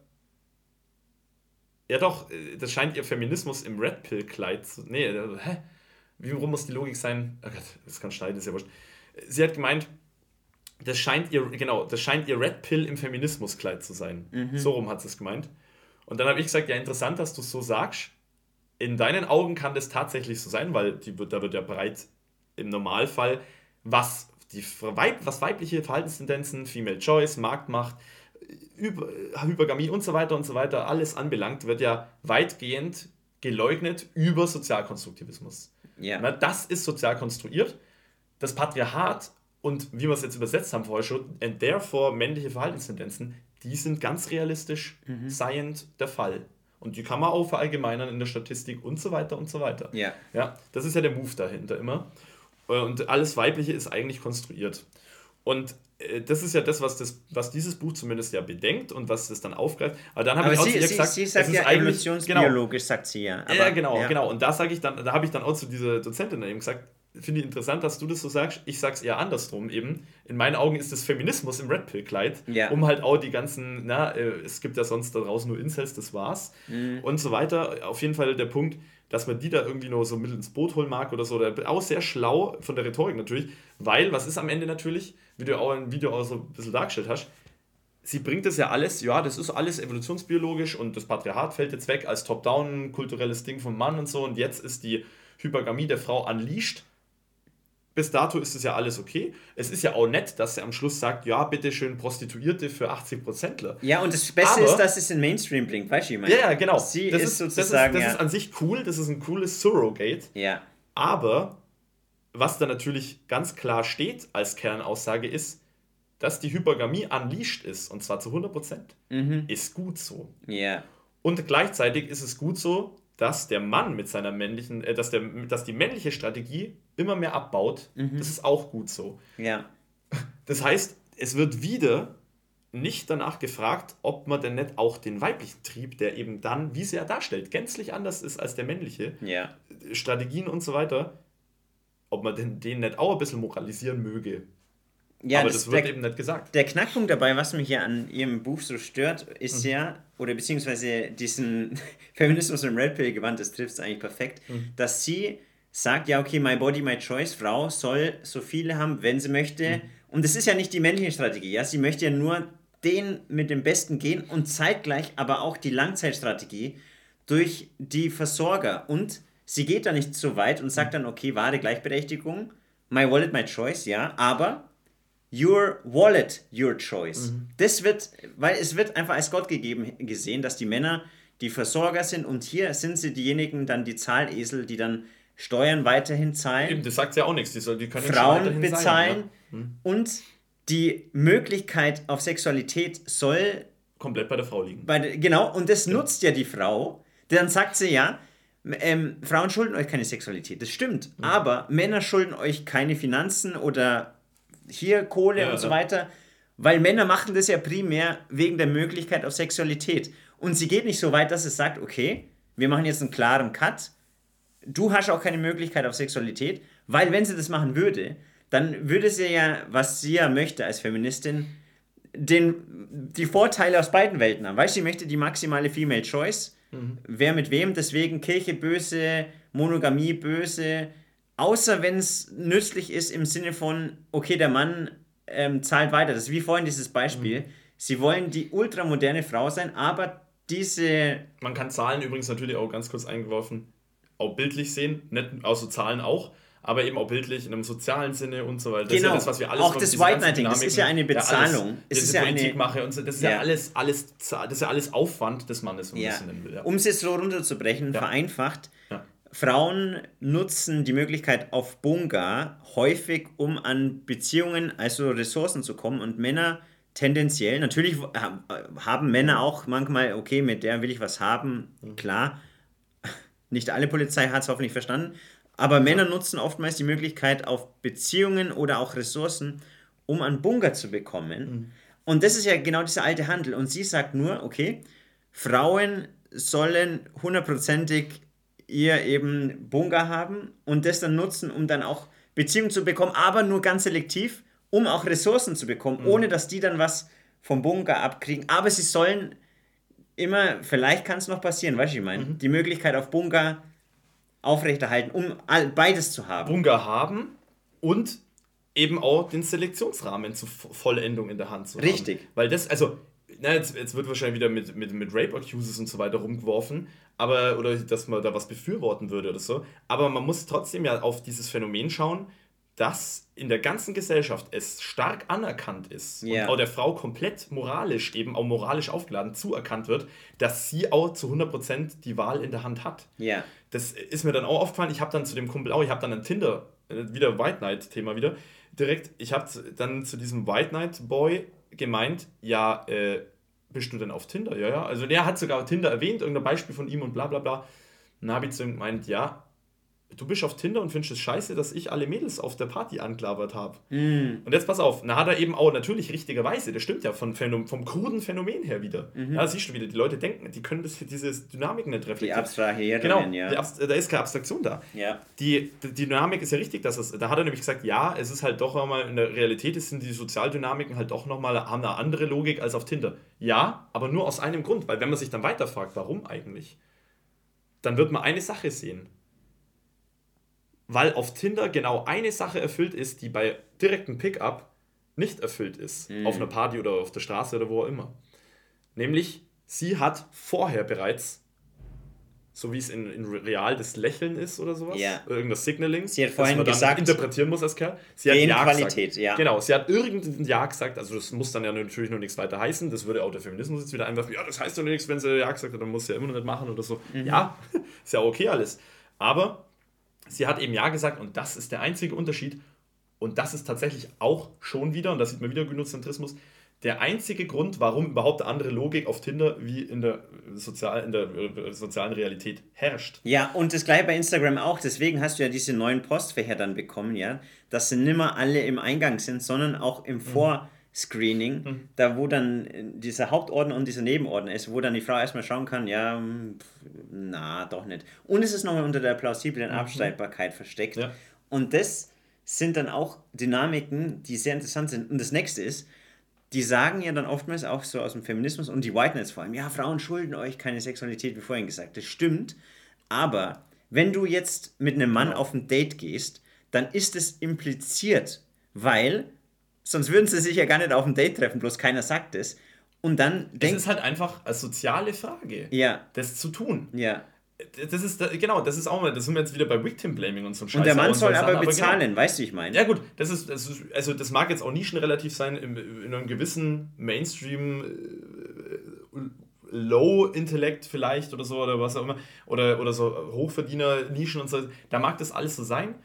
Ja doch, das scheint ihr Feminismus im Red Pill-Kleid zu... Nee, wie rum muss die Logik sein? Oh Gott, das kann schneiden, ist ja wurscht. Sie hat gemeint, das scheint ihr Red Pill im Feminismus-Kleid zu sein. So rum hat sie es gemeint. Und dann habe ich gesagt, ja, interessant, dass du es so sagst. In deinen Augen kann das tatsächlich so sein, weil da wird ja breit im Normalfall, was weibliche Verhaltenstendenzen, Female Choice, Marktmacht, Hypergamie und so weiter, alles anbelangt, wird ja weitgehend geleugnet über Sozialkonstruktivismus. Ja. Na, das ist sozial konstruiert. Das Patriarchat und wie wir es jetzt übersetzt haben vorher schon, and therefore männliche Verhaltenstendenzen, die sind ganz realistisch seiend der Fall. Und die kann man auch verallgemeinern in der Statistik und so weiter und so weiter. Ja. Ja, das ist ja der Move dahinter immer. Und alles Weibliche ist eigentlich konstruiert. Und das ist ja das, was dieses Buch zumindest ja bedenkt und was das dann aufgreift. Aber dann habe ich auch zu ihr gesagt, sie sagt ja evolutionsbiologisch, sagt sie ja. Aber, genau. Und da habe ich dann auch zu dieser Dozentin eben gesagt, finde ich interessant, dass du das so sagst. Ich sag's eher andersrum eben. In meinen Augen ist das Feminismus im Red Pill-Kleid, um halt auch die ganzen, es gibt ja sonst da draußen nur Incels, das war's. Und so weiter. Auf jeden Fall der Punkt, dass man die da irgendwie noch so mit ins Boot holen mag oder so. Auch sehr schlau von der Rhetorik natürlich, weil, was ist am Ende natürlich, wie du auch im Video auch so ein bisschen dargestellt hast, sie bringt das ja alles, das ist alles evolutionsbiologisch und das Patriarchat fällt jetzt weg als Top-Down kulturelles Ding vom Mann und so und jetzt ist die Hypergamie der Frau unleashed. Bis dato ist es ja alles okay. Es ist ja auch nett, dass er am Schluss sagt, ja, bitteschön Prostituierte für 80%ler. Ja, und das Beste ist, dass es in Mainstream blinkt, weißt du, ich meine? Ja, genau. Sie ist sozusagen, das ist an sich cool, das ist ein cooles Surrogate. Ja. Aber was da natürlich ganz klar steht als Kernaussage ist, dass die Hypergamie unleashed ist, und zwar zu 100%. Ist gut so. Ja. Und gleichzeitig ist es gut so, dass der Mann mit seiner dass die männliche Strategie immer mehr abbaut. Das ist auch gut so. Ja. Das heißt, es wird wieder nicht danach gefragt, ob man denn nicht auch den weiblichen Trieb, der eben dann, wie sie ja darstellt, gänzlich anders ist als der männliche, Ja. Strategien und so weiter, ob man denn den nicht auch ein bisschen moralisieren möge. Ja, aber das wird eben nicht gesagt. Der Knackpunkt dabei, was mich ja an ihrem Buch so stört, ist ja, oder beziehungsweise diesen Feminismus im Red Pill Gewand, das trifft es eigentlich perfekt, dass sie sagt, ja okay, my body, my choice, Frau soll so viele haben, wenn sie möchte. Und das ist ja nicht die männliche Strategie, ja, sie möchte ja nur den mit dem Besten gehen und zeitgleich aber auch die Langzeitstrategie durch die Versorger. Und sie geht da nicht so weit und sagt dann, okay, wahre Gleichberechtigung, my wallet, my choice, ja, aber your wallet, your choice. Das wird, weil es wird einfach als Gott gegeben gesehen, dass die Männer die Versorger sind und hier sind sie diejenigen, dann die Zahlesel, die dann Steuern weiterhin zahlen. Eben, das sagt ja auch nichts, die können Frauen bezahlen und die Möglichkeit auf Sexualität soll komplett bei der Frau liegen. Genau, und das nutzt ja die Frau. Dann sagt sie ja, Frauen schulden euch keine Sexualität. Das stimmt, aber Männer schulden euch keine Finanzen oder hier Kohle und so weiter, weil Männer machen das ja primär wegen der Möglichkeit auf Sexualität. Und sie geht nicht so weit, dass es sagt, okay, wir machen jetzt einen klaren Cut, du hast auch keine Möglichkeit auf Sexualität, weil wenn sie das machen würde, dann würde sie ja, was sie ja möchte als Feministin, die Vorteile aus beiden Welten haben. Weißt du, sie möchte die maximale Female Choice, wer mit wem, deswegen Kirche böse, Monogamie böse, außer wenn es nützlich ist im Sinne von, okay, der Mann zahlt weiter. Das ist wie vorhin dieses Beispiel. Sie wollen die ultramoderne Frau sein, aber diese... Man kann Zahlen übrigens natürlich auch ganz kurz eingeworfen, auch bildlich sehen, nicht außer Zahlen auch, aber eben auch bildlich in einem sozialen Sinne und so weiter. Das genau. ist ja das, was wir alles auch das White Knighting, das ist ja eine Bezahlung. Ja, es ist ja Politik mache und so, das ist ja alles, das ist ja alles Aufwand des Mannes, wenn man das nennen will. Ja. Um es jetzt so runterzubrechen, vereinfacht, Frauen nutzen die Möglichkeit auf Bunga häufig, um an Beziehungen, also Ressourcen zu kommen, und Männer tendenziell, natürlich haben Männer auch manchmal, okay, mit der will ich was haben, klar, nicht alle Polizei hat es hoffentlich verstanden, aber Männer nutzen oftmals die Möglichkeit auf Beziehungen oder auch Ressourcen, um an Bunga zu bekommen. Und das ist ja genau dieser alte Handel. Und sie sagt nur, okay, Frauen sollen hundertprozentig ihr eben Bunga haben und das dann nutzen, um dann auch Beziehungen zu bekommen, aber nur ganz selektiv, um auch Ressourcen zu bekommen, ohne dass die dann was vom Bunga abkriegen. Aber sie sollen immer, vielleicht kann es noch passieren, weißt du, ich meine, die Möglichkeit auf Bunga aufrechterhalten, um beides zu haben. Bunga haben und eben auch den Selektionsrahmen zur Vollendung in der Hand zu haben. Richtig. Weil das, also, jetzt wird wahrscheinlich wieder mit Rape Accuses und so weiter rumgeworfen, aber, oder dass man da was befürworten würde oder so, aber man muss trotzdem ja auf dieses Phänomen schauen, dass in der ganzen Gesellschaft es stark anerkannt ist und auch der Frau komplett moralisch, eben auch moralisch aufgeladen zuerkannt wird, dass sie auch zu 100% die Wahl in der Hand hat. Ja. Das ist mir dann auch aufgefallen, ich habe dann zu dem Kumpel auch, ich habe dann ein Tinder, wieder White Knight Thema wieder, direkt, ich habe dann zu diesem White Knight Boy gemeint, ja, bist du denn auf Tinder? Ja, also der hat sogar Tinder erwähnt, irgendein Beispiel von ihm und bla bla bla. Dann habe ich zu ihm gemeint, ja, du bist auf Tinder und findest es scheiße, dass ich alle Mädels auf der Party angelabert habe. Und jetzt pass auf, da hat er eben auch natürlich richtigerweise, das stimmt ja vom kruden Phänomen her wieder. Ja, siehst du wieder, die Leute denken, die können diese Dynamik nicht reflektieren. Die Abstrahierungen, genau, da ist keine Abstraktion da. Ja. Die Dynamik ist ja richtig, da hat er nämlich gesagt, ja, es ist halt doch einmal, in der Realität sind die Sozialdynamiken halt doch nochmal, haben eine andere Logik als auf Tinder. Ja, aber nur aus einem Grund, weil wenn man sich dann weiterfragt, warum eigentlich, dann wird man eine Sache sehen. Weil auf Tinder genau eine Sache erfüllt ist, die bei direktem Pickup nicht erfüllt ist. Auf einer Party oder auf der Straße oder wo auch immer. Nämlich, sie hat vorher bereits, so wie es in Real das Lächeln ist oder sowas, oder irgendwas Signaling, sie hat vorhin das man gesagt, dann interpretieren muss als Kerl. Sie hat Ja Qualität, gesagt. Ja. Genau, sie hat irgendein Ja gesagt, also das muss dann ja natürlich noch nichts weiter heißen, das würde auch der Feminismus jetzt wieder einwerfen, ja, das heißt doch nichts, wenn sie Ja gesagt hat, dann muss sie ja immer noch nicht machen oder so. Ja, ist ja okay alles. Aber sie hat eben Ja gesagt und das ist der einzige Unterschied und das ist tatsächlich auch schon wieder, und da sieht man wieder Genozentrismus, der einzige Grund, warum überhaupt eine andere Logik auf Tinder wie in der sozialen Realität herrscht. Ja, und das gleiche bei Instagram auch. Deswegen hast du ja diese neuen Postfächer dann bekommen, ja, dass sie nicht mehr alle im Eingang sind, sondern auch im Vorscreening, da wo dann dieser Hauptordner und dieser Nebenordner ist, wo dann die Frau erstmal schauen kann, ja, na, doch nicht. Und es ist nochmal unter der plausiblen Abstreitbarkeit versteckt. Ja. Und das sind dann auch Dynamiken, die sehr interessant sind. Und das nächste ist, die sagen ja dann oftmals auch so aus dem Feminismus und die Whiteness vor allem, ja, Frauen schulden euch keine Sexualität, wie vorhin gesagt. Das stimmt, aber wenn du jetzt mit einem Mann auf ein Date gehst, dann ist es impliziert, weil sonst würden sie sich ja gar nicht auf ein Date treffen, bloß keiner sagt es. Und dann denkt... Es ist halt einfach eine soziale Frage, das zu tun. Ja. Das ist auch mal, das sind wir jetzt wieder bei Victim Blaming und so ein Scheiß. Und der Mann soll aber bezahlen, weißt du, ich meine. Ja gut, also das mag jetzt auch nischenrelativ sein, in einem gewissen Mainstream Low-Intellekt vielleicht oder so, oder was auch immer, oder so Hochverdiener-Nischen und so, da mag das alles so sein,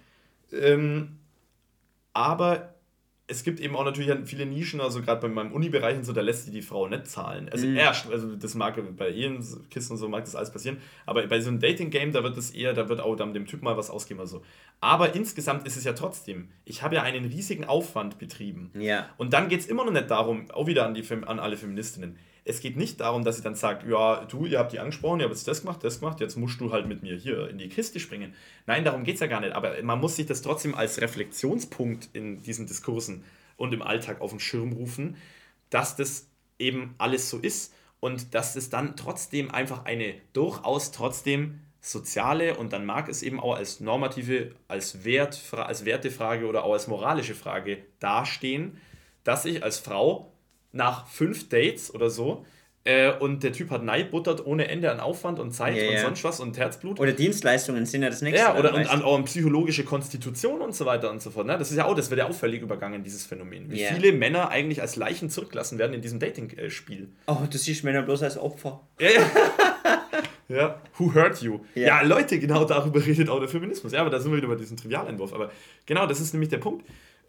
aber es gibt eben auch natürlich viele Nischen, also gerade bei meinem Uni-Bereich und so, da lässt die Frau nicht zahlen. Also also das mag bei Ehenkisten und so mag das alles passieren, aber bei so einem Dating-Game, da wird auch dann dem Typ mal was ausgeben oder so. Aber insgesamt ist es ja trotzdem, ich habe ja einen riesigen Aufwand betrieben. Ja. Und dann geht es immer noch nicht darum, auch wieder an alle Feministinnen, es geht nicht darum, dass sie dann sagt, ja, ihr habt die angesprochen, ihr habt jetzt das gemacht, jetzt musst du halt mit mir hier in die Kiste springen. Nein, darum geht es ja gar nicht, aber man muss sich das trotzdem als Reflexionspunkt in diesen Diskursen und im Alltag auf den Schirm rufen, dass das eben alles so ist und dass es dann trotzdem einfach eine durchaus trotzdem soziale und dann mag es eben auch als normative, als Wertefrage oder auch als moralische Frage dastehen, dass ich als Frau nach 5 Dates oder so und der Typ hat buttert ohne Ende an Aufwand und Zeit und sonst was und Herzblut. Oder Dienstleistungen sind ja das nächste. Ja, oder und auch psychologische Konstitution und so weiter und so fort. Ne? Das wird ja auch völlig übergangen, dieses Phänomen. Wie viele Männer eigentlich als Leichen zurückgelassen werden in diesem Dating-Spiel. Oh, du siehst Männer bloß als Opfer. Ja, who hurt you? Ja, Leute, genau darüber redet auch der Feminismus. Ja, aber da sind wir wieder bei diesem Trivialeinwurf. Aber genau, das ist nämlich der Punkt.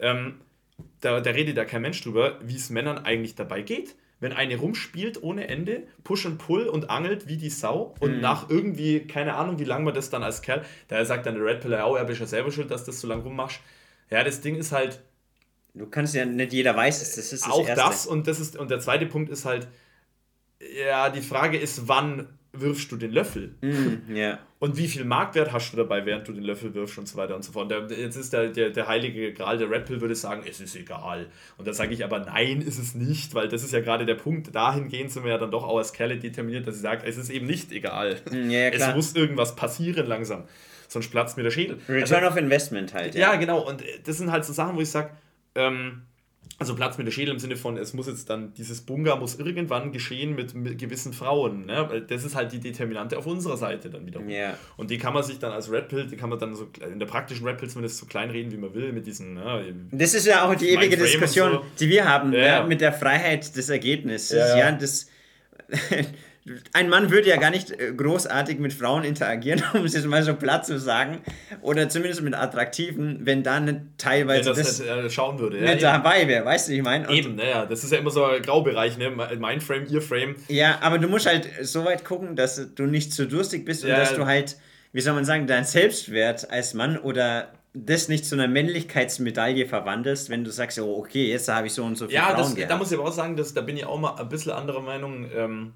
Da redet ja kein Mensch drüber, wie es Männern eigentlich dabei geht, wenn eine rumspielt ohne Ende, Push und Pull und angelt wie die Sau und nach irgendwie, keine Ahnung, wie lange man das dann als Kerl, da sagt dann der Red Pill, ja, bist ja selber schuld, dass du das so lange rummachst. Ja, das Ding ist halt... Du kannst ja, nicht jeder weiß es, das ist das auch Erste. Und der zweite Punkt ist halt, ja, die Frage ist, wann wirfst du den Löffel? Und wie viel Marktwert hast du dabei, während du den Löffel wirfst und so weiter und so fort. Jetzt ist der heilige Gral, der Red Pill würde sagen, es ist egal. Und da sage ich aber, nein, ist es nicht, weil das ist ja gerade der Punkt, dahingehend sind wir ja dann doch auch als Kerle determiniert, dass ich sage, es ist eben nicht egal. Es muss irgendwas passieren langsam, sonst platzt mir der Schädel. Return of Investment halt. Ja, genau. Und das sind halt so Sachen, wo ich sage, also Platz mit der Schädel im Sinne von, es muss jetzt dann, dieses Bunga muss irgendwann geschehen mit gewissen Frauen. Ne? Weil das ist halt die Determinante auf unserer Seite dann wiederum. Yeah. Und die kann man sich dann als Red Pill, die kann man dann so in der praktischen Red Pill zumindest so kleinreden, wie man will, mit diesen... das ist ja auch die ewige Diskussion, so, die wir haben, mit der Freiheit des Ergebnisses. Ja, das... Ein Mann würde ja gar nicht großartig mit Frauen interagieren, um es jetzt mal so platt zu sagen, oder zumindest mit Attraktiven, wenn da nicht teilweise das nicht schauen würde. Nicht dabei wäre, weißt du, ich meine? Eben, naja, das ist ja immer so ein Graubereich, ne? Mein Frame, ihr Frame. Ja, aber du musst halt so weit gucken, dass du nicht zu durstig bist und dass du halt, wie soll man sagen, deinen Selbstwert als Mann oder das nicht zu einer Männlichkeitsmedaille verwandelst, wenn du sagst, oh, okay, jetzt habe ich so und so viele Frauen gehabt. Da muss ich aber auch sagen, da bin ich auch mal ein bisschen anderer Meinung.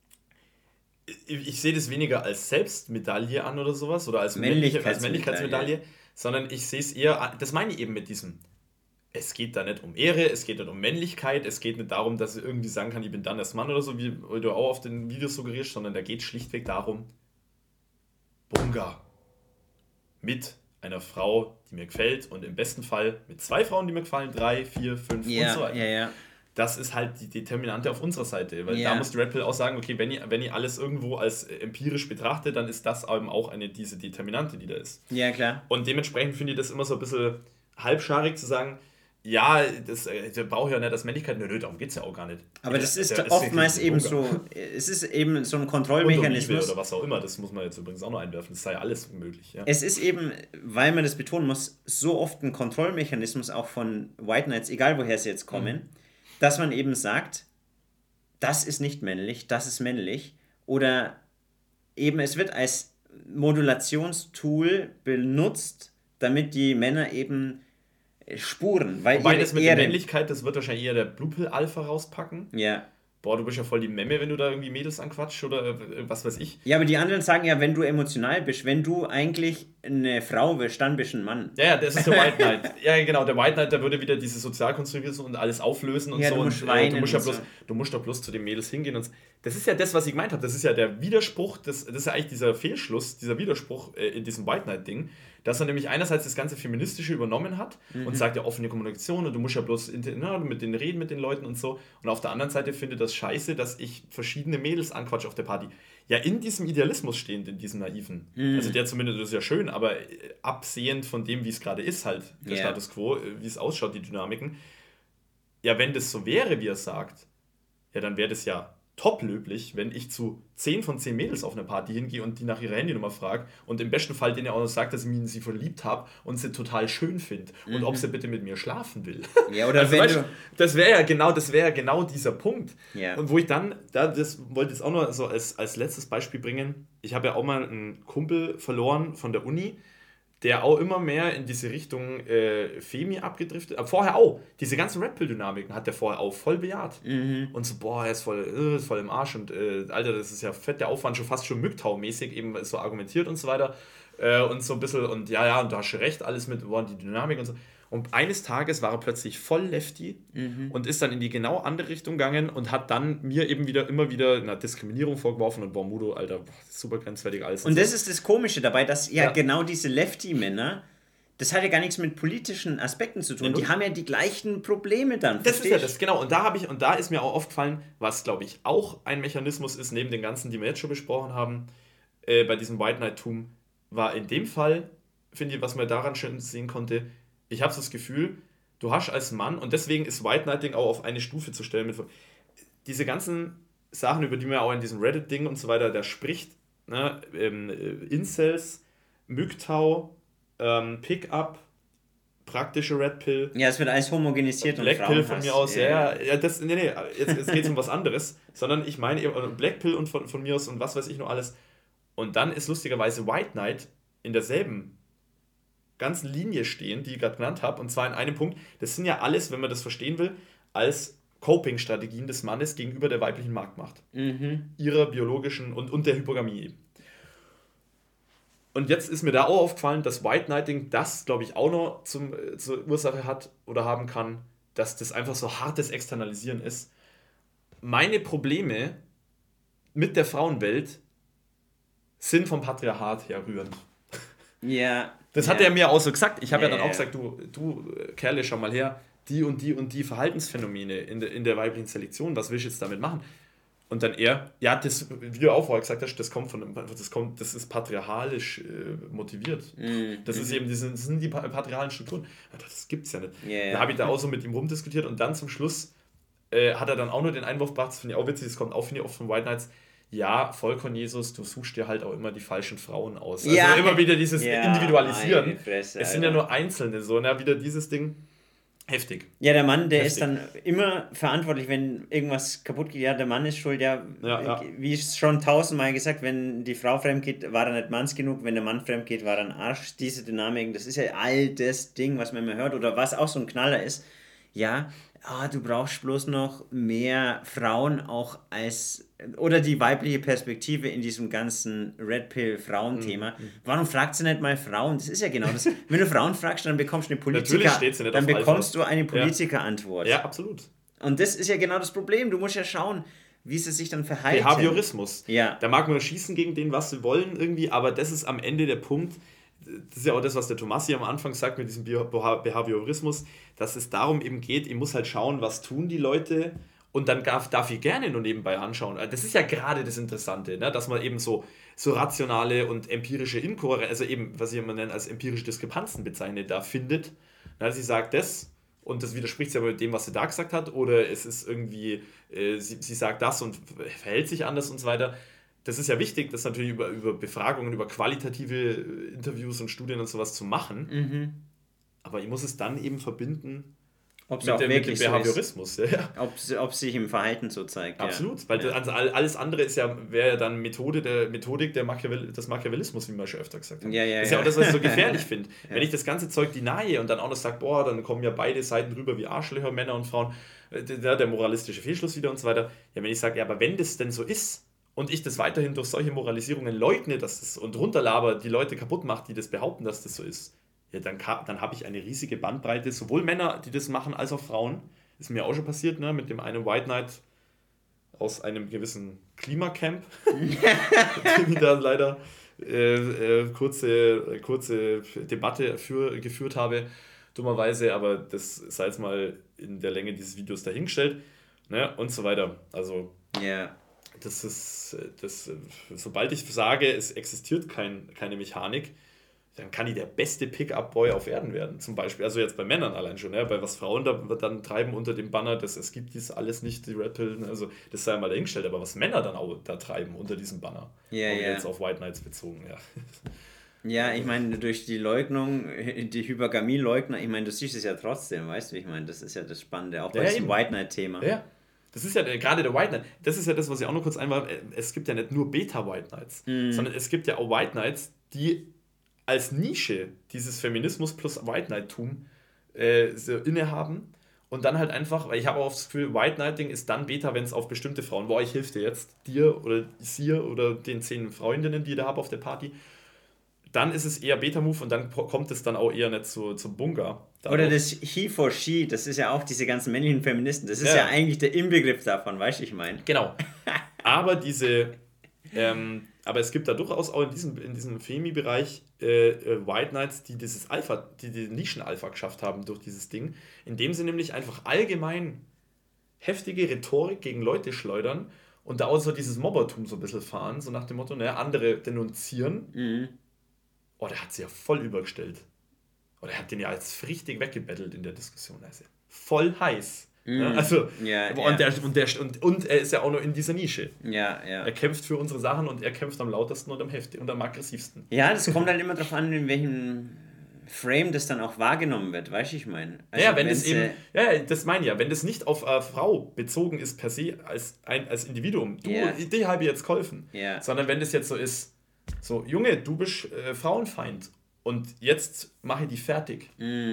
Ich sehe das weniger als Selbstmedaille an oder sowas oder als Männlichkeitsmedaille, sondern ich sehe es eher, das meine ich eben mit diesem, es geht da nicht um Ehre, es geht nicht um Männlichkeit, es geht nicht darum, dass ich irgendwie sagen kann, ich bin dann das Mann oder so, wie du auch auf den Videos suggerierst, sondern da geht schlichtweg darum, Bunga, mit einer Frau, die mir gefällt und im besten Fall mit 2 Frauen, die mir gefallen, 3, 4, 5 und so weiter. Ja. Das ist halt die Determinante auf unserer Seite, weil da muss die Red Pill auch sagen, okay, wenn ihr alles irgendwo als empirisch betrachtet, dann ist das eben auch diese Determinante, die da ist. Ja, klar. Und dementsprechend finde ich das immer so ein bisschen halbscharig zu sagen, ja, das braucht ja nicht das Männlichkeit, nö, darum geht es ja auch gar nicht. Aber das ist oftmals eben so, es ist eben so ein Kontrollmechanismus. Oder was auch immer, das muss man jetzt übrigens auch noch einwerfen, das sei alles möglich. Ja. Es ist eben, weil man das betonen muss, so oft ein Kontrollmechanismus auch von White Knights, egal woher sie jetzt kommen, dass man eben sagt, das ist nicht männlich, das ist männlich. Oder eben es wird als Modulationstool benutzt, damit die Männer eben spuren. Weil Wobei ihre das mit der Ehre, Männlichkeit, das wird wahrscheinlich eher der Blue Pill Alpha rauspacken. ja. Boah, du bist ja voll die Memme, wenn du da irgendwie Mädels anquatschst oder was weiß ich. Ja, aber die anderen sagen ja, wenn du emotional bist, wenn du eigentlich eine Frau bist, dann bist du ein Mann. Ja, das ist der White Knight. Ja, genau, der White Knight, der würde wieder diese Sozialkonstruktion und alles auflösen und Ja, so. du musst Und weinen du musst ja und bloß, so. du musst doch bloß zu den Mädels hingehen. Und das ist ja das, was ich gemeint habe. Das ist ja der Widerspruch, das ist ja eigentlich dieser Fehlschluss, dieser Widerspruch in diesem White Knight-Ding, dass er nämlich einerseits das ganze Feministische übernommen hat und sagt ja offene Kommunikation und du musst ja bloß mit denen reden, mit den Leuten und so. Und auf der anderen Seite finde das scheiße, dass ich verschiedene Mädels anquatsche auf der Party. Ja, in diesem Idealismus stehend, in diesem Naiven. Also der zumindest ist ja schön, aber absehend von dem, wie es gerade ist, halt, der Status Quo, wie es ausschaut, die Dynamiken. Ja, wenn das so wäre, wie er sagt, ja, dann wäre das ja top löblich, wenn ich zu 10 von 10 Mädels auf eine Party hingehe und die nach ihrer Handynummer frage und im besten Fall denen auch noch sagt, dass ich sie verliebt habe und sie total schön finde und ob sie bitte mit mir schlafen will. Ja, oder also, wenn weißt, du... das wäre ja genau dieser Punkt. Ja. Und wo ich dann, das wollte ich jetzt auch noch so als letztes Beispiel bringen, ich habe ja auch mal einen Kumpel verloren von der Uni, der auch immer mehr in diese Richtung Femi abgedriftet. Aber vorher auch. Diese ganzen Red Pill-Dynamiken hat der vorher auch voll bejaht. Und so, boah, er ist voll im Arsch und Alter, das ist ja fett, der Aufwand schon fast schon MGTOW-mäßig, eben so argumentiert und so weiter. Und so ein bisschen, und ja, und da hast du recht, alles mit, boah, die Dynamik und so. Und eines Tages war er plötzlich voll Lefty und ist dann in die genau andere Richtung gegangen und hat dann mir eben immer wieder eine Diskriminierung vorgeworfen und boah, Mudo, Alter, super grenzwertig alles. Und so. das ist das Komische dabei, dass ja genau diese Lefty-Männer, das hat ja gar nichts mit politischen Aspekten zu tun. Die haben ja die gleichen Probleme dann. Das ist ja das, genau. Und da ist mir auch aufgefallen, was, glaube ich, auch ein Mechanismus ist, neben den ganzen, die wir jetzt schon besprochen haben, bei diesem White Knight-Tum, war in dem Fall, finde ich, was man daran schön sehen konnte, ich habe so das Gefühl, du hast als Mann, und deswegen ist White Knighting auch auf eine Stufe zu stellen, mit diese ganzen Sachen, über die man auch in diesem Reddit-Ding und so weiter, da spricht, ne, Incels, MGTOW, Pickup, praktische Red Pill. Ja, es wird alles homogenisiert und Black Pill von mir aus, ja, jetzt geht es um was anderes, sondern ich meine eben Black Pill und von mir aus und was weiß ich noch alles. Und dann ist lustigerweise White Knight in derselben ganzen Linie stehen, die ich gerade genannt habe, und zwar in einem Punkt, das sind ja alles, wenn man das verstehen will, als Coping-Strategien des Mannes gegenüber der weiblichen Marktmacht. Ihrer biologischen und der Hypogamie eben. Und jetzt ist mir da auch aufgefallen, dass White Knighting das, glaube ich, auch noch zur Ursache hat oder haben kann, dass das einfach so hartes Externalisieren ist. Meine Probleme mit der Frauenwelt sind vom Patriarchat her rührend. Ja. Das hat er mir auch so gesagt. Ich habe ja dann auch gesagt, du Kerle, schau mal her, die und die und die Verhaltensphänomene in der weiblichen Selektion, was willst du jetzt damit machen? Und dann ja, das, wie du auch vorher gesagt hast, das ist patriarchalisch motiviert. Das ist eben, das sind die patriarchalen Strukturen. Das gibt's ja nicht. Da habe ich da auch so mit ihm rumdiskutiert und dann zum Schluss hat er dann auch nur den Einwurf gebracht, das finde ich auch witzig, das kommt auch, finde ich, oft von White Knights. Ja, Vollkorn Jesus, du suchst dir halt auch immer die falschen Frauen aus. Also immer wieder dieses Individualisieren. Fresse, es sind ja nur Einzelne, so, wieder dieses Ding. Heftig. Ja, der Mann, der ist dann immer verantwortlich, wenn irgendwas kaputt geht. Ja, der Mann ist schuld, wie schon 1000-mal gesagt, wenn die Frau fremd geht, war er nicht manns genug, wenn der Mann fremd geht, war er ein Arsch. Diese Dynamik, das ist ja all das Ding, was man immer hört, oder was auch so ein Knaller ist. Ja, du brauchst bloß noch mehr Frauen auch oder die weibliche Perspektive in diesem ganzen Red Pill-Frauen-Thema. Warum fragt sie nicht mal Frauen? Das ist ja genau das. Wenn du Frauen fragst, dann bekommst du eine Politiker-Antwort. Ja, absolut. Und das ist ja genau das Problem. Du musst ja schauen, wie sie sich dann verhalten. Behaviorismus. Ja. Da mag man schießen gegen den, was sie wollen irgendwie, aber das ist am Ende der Punkt. Das ist ja auch das, was der Tomasi am Anfang sagt mit diesem Behaviorismus, dass es darum eben geht, ich muss halt schauen, was tun die Leute und dann darf ich gerne nur nebenbei anschauen. Das ist ja gerade das Interessante, ne? Dass man eben so rationale und empirische Inkohärenz, also eben, was ich immer nenne, als empirische Diskrepanzen bezeichnet, da findet. Sie sagt das und das widerspricht sich aber mit dem, was sie da gesagt hat, oder es ist irgendwie, sie sagt das und verhält sich anders und so weiter. Das ist ja wichtig, das natürlich über Befragungen, über qualitative Interviews und Studien und sowas zu machen. Aber ich muss es dann eben verbinden Ob es auch mit wirklich dem so ist. Behaviorismus. Ja. Ob sich im Verhalten so zeigt. Absolut, weil alles andere wäre ja dann Methodik des Machiavellismus, wie wir schon öfter gesagt haben. Das ist ja auch das, was ich so gefährlich finde. Wenn ich das ganze Zeug denie und dann auch noch sage, boah, dann kommen ja beide Seiten rüber wie Arschlöcher, Männer und Frauen, der moralistische Fehlschluss wieder und so weiter. Ja, wenn ich sage, ja, aber wenn das denn so ist und ich das weiterhin durch solche Moralisierungen leugne, dass das und runterlaber die Leute kaputt macht, die das behaupten, dass das so ist, ja, dann habe ich eine riesige Bandbreite, sowohl Männer, die das machen, als auch Frauen. Ist mir auch schon passiert, ne, mit dem einen White Knight aus einem gewissen Klimacamp, den ich da leider kurze Debatte geführt habe, dummerweise, aber das sei jetzt mal in der Länge dieses Videos dahingestellt, ne, und so weiter. Also, das ist, sobald ich sage, es existiert keine Mechanik, dann kann ich der beste Pick-up-Boy auf Erden werden, zum Beispiel. Also jetzt bei Männern allein schon, ja, bei was Frauen da dann treiben unter dem Banner, dass es gibt dies alles nicht, die Red-Pillen, also das sei mal dahingestellt, aber was Männer dann auch da treiben unter diesem Banner, jetzt auf White Knights bezogen, ja. Ja, ich meine, durch die Leugnung, die Hypergamie-Leugner, ich meine, du siehst es ja trotzdem, weißt du, ich meine, das ist ja das Spannende, auch bei diesem White Knight-Thema. Ja, das ist ja gerade der White Knight, das ist ja das, was ich auch noch kurz einmal, es gibt ja nicht nur Beta-White Knights, sondern es gibt ja auch White Knights, die als Nische dieses Feminismus plus White Knight-Tum so innehaben und dann halt einfach, weil ich habe auch das Gefühl, White Knighting ist dann Beta, wenn es auf bestimmte Frauen, boah, ich hilf dir jetzt, dir oder dir oder den 10 Freundinnen, die ich da habe auf der Party, dann ist es eher Beta-Move und dann kommt es dann auch eher nicht zum Bunga. Oder das He for She, das ist ja auch diese ganzen männlichen Feministen, das ist ja eigentlich der Inbegriff davon, weißt du, ich meine. Genau, aber aber es gibt da durchaus auch in diesem Femi-Bereich White Knights, die die Nischen-Alpha geschafft haben durch dieses Ding, indem sie nämlich einfach allgemein heftige Rhetorik gegen Leute schleudern und da auch so dieses Mobbertum so ein bisschen fahren, so nach dem Motto, naja, andere denunzieren. Oh, der hat sie ja voll übergestellt. Oh, der hat den ja als richtig weggebettelt in der Diskussion. Also voll heiß. Also, und er ist ja auch noch in dieser Nische. Er kämpft für unsere Sachen und er kämpft am lautesten und am heftigsten und am aggressivsten. Ja, das kommt halt immer darauf an, in welchem Frame das dann auch wahrgenommen wird, weißt du, ich meine. Also ja, wenn es eben, das meine ich ja, wenn das nicht auf Frau bezogen ist per se als Individuum, die habe ich jetzt geholfen, sondern wenn das jetzt so ist, so, Junge, du bist Frauenfeind und jetzt mache ich die fertig.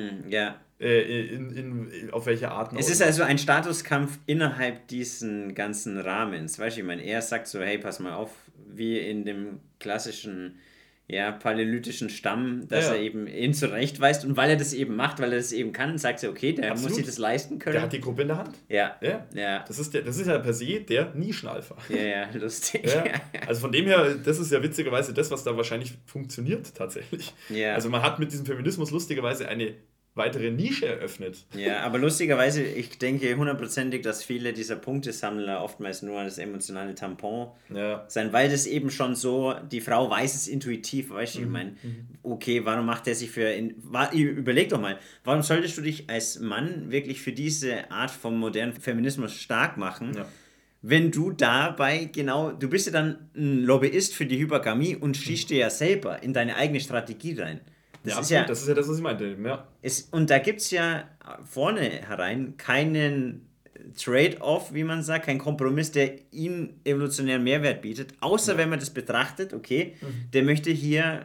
Auf welche Art. Es ist also ein Statuskampf innerhalb diesen ganzen Rahmens. Weißt du, ich meine, er sagt so, hey, pass mal auf, wie in dem klassischen, paläolithischen Stamm, dass er eben ihn zurechtweist und weil er das eben macht, weil er das eben kann, sagt er, okay, der muss sich das leisten können. Der hat die Gruppe in der Hand. Ja. Das ist ja per se der Nischen-Alpha. Ja, lustig. Also von dem her, das ist ja witzigerweise das, was da wahrscheinlich funktioniert tatsächlich. Also man hat mit diesem Feminismus lustigerweise eine weitere Nische eröffnet. Ja, aber lustigerweise, ich denke hundertprozentig, dass viele dieser Punktesammler oftmals nur das emotionale Tampon sein, weil das eben schon so, die Frau weiß es intuitiv, weißt du, ich meine, okay, warum macht er sich überleg doch mal, warum solltest du dich als Mann wirklich für diese Art von modernen Feminismus stark machen, wenn du dabei du bist ja dann ein Lobbyist für die Hypergamie und schießt dir ja selber in deine eigene Strategie rein. Das ist ja das, was ich meinte. Und da gibt es ja vorne herein keinen Trade-off, wie man sagt, kein Kompromiss, der ihm evolutionären Mehrwert bietet, außer wenn man das betrachtet, okay, der möchte hier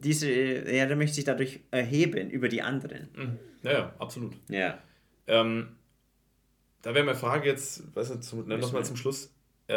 der möchte sich dadurch erheben über die anderen. Ja, absolut. Ja. Da wäre meine Frage jetzt, nochmal zum Schluss,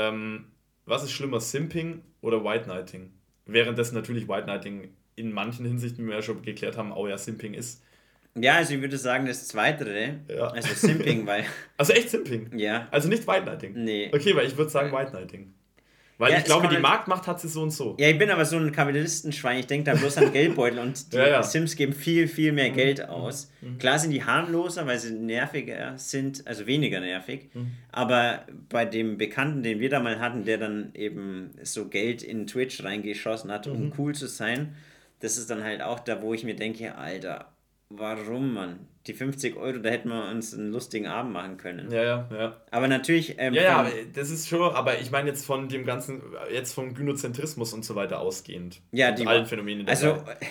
was ist schlimmer, Simping oder White Knighting? Währenddessen natürlich White Knighting in manchen Hinsichten, wie wir ja schon geklärt haben, auch Simping ist. Ja, also ich würde sagen, das Zweitere, also Simping, weil... Also echt Simping? Ja. Also nicht White Knighting? Nee. Okay, weil ich würde sagen White Knighting. Weil ich glaube, die Marktmacht hat sie so und so. Ja, ich bin aber so ein Kapitalistenschwein, ich denke da bloß an Geldbeutel und die Sims geben viel, viel mehr Geld aus. Klar sind die harmloser, weil sie nerviger sind, also weniger nervig, aber bei dem Bekannten, den wir da mal hatten, der dann eben so Geld in Twitch reingeschossen hat, um cool zu sein, das ist dann halt auch da, wo ich mir denke, Alter, warum, Mann? Die 50 €, da hätten wir uns einen lustigen Abend machen können. Ja. Aber natürlich... aber das ist schon, aber ich meine jetzt von dem ganzen, jetzt vom Gynozentrismus und so weiter ausgehend. Ja, allen Phänomenen. Also,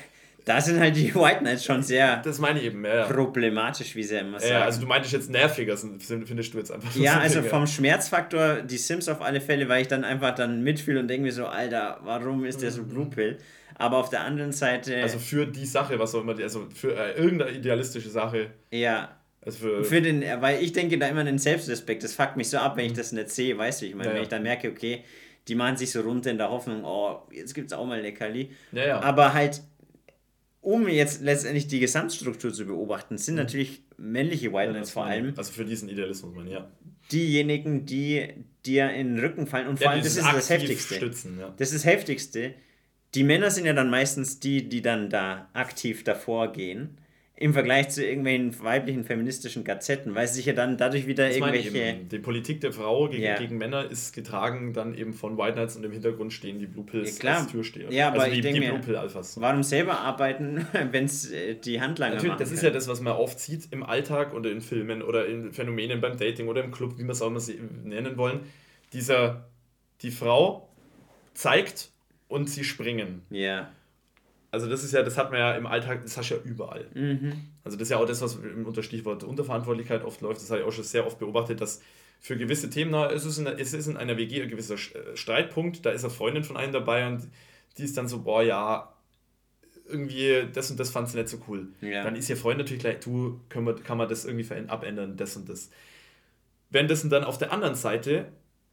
Da sind halt die White Knights schon sehr Das meine ich eben, ja. problematisch, wie sie immer sagen. Ja, also du meintest jetzt nerviger, findest du jetzt einfach Ja, also vom Schmerzfaktor die Sims auf alle Fälle, weil ich dann einfach dann mitfühle und denke mir so, Alter, warum ist der so Blue Pill? Aber auf der anderen Seite... Also für die Sache, was auch immer, also für irgendeine idealistische Sache. Ja, also für den, weil ich denke da immer an den Selbstrespekt, das fuckt mich so ab, wenn ich das nicht sehe, weißt du, ich meine, Ja, wenn ja. ich dann merke, okay, die machen sich so runter in der Hoffnung, oh, jetzt gibt's auch mal Leckerli. Ja, ja. Aber halt, um jetzt letztendlich die Gesamtstruktur zu beobachten, sind natürlich männliche White Knights vor allem Also für diesen Idealismus, ja. diejenigen, die dir in den Rücken fallen. Und vor allem, das ist das Heftigste. Stützen, ja. Das ist das Heftigste. Die Männer sind ja dann meistens die, die dann da aktiv davor gehen. Im Vergleich zu irgendwelchen weiblichen feministischen Gazetten, weil sie sich ja dann dadurch wieder Das meine ich irgendwelche... eben. Die Politik der Frau Ja. gegen Männer ist getragen dann eben von White Knights und im Hintergrund stehen die Blue Pills Ja, klar. als Türsteher. Ja, aber also ich denke die mir, Blue Pill Alphas. warum selber arbeiten, wenn es die Handlanger Natürlich, machen das ist können? ja das, was man oft sieht im Alltag oder in Filmen oder in Phänomenen beim Dating oder im Club, wie wir es auch immer nennen wollen. Die Frau zeigt und sie springen. Ja. Also das ist ja, das hat man ja im Alltag, das hast du ja überall. Mhm. Also das ist ja auch das, was unter Stichwort Unterverantwortlichkeit oft läuft. Das habe ich auch schon sehr oft beobachtet, dass für gewisse Themen, es ist in einer WG ein gewisser Streitpunkt, da ist eine Freundin von einem dabei und die ist dann so, boah, ja, irgendwie das und das fand sie nicht so cool. Ja. Dann ist ihr Freund natürlich gleich, kann man das irgendwie abändern, das und das. Währenddessen dann auf der anderen Seite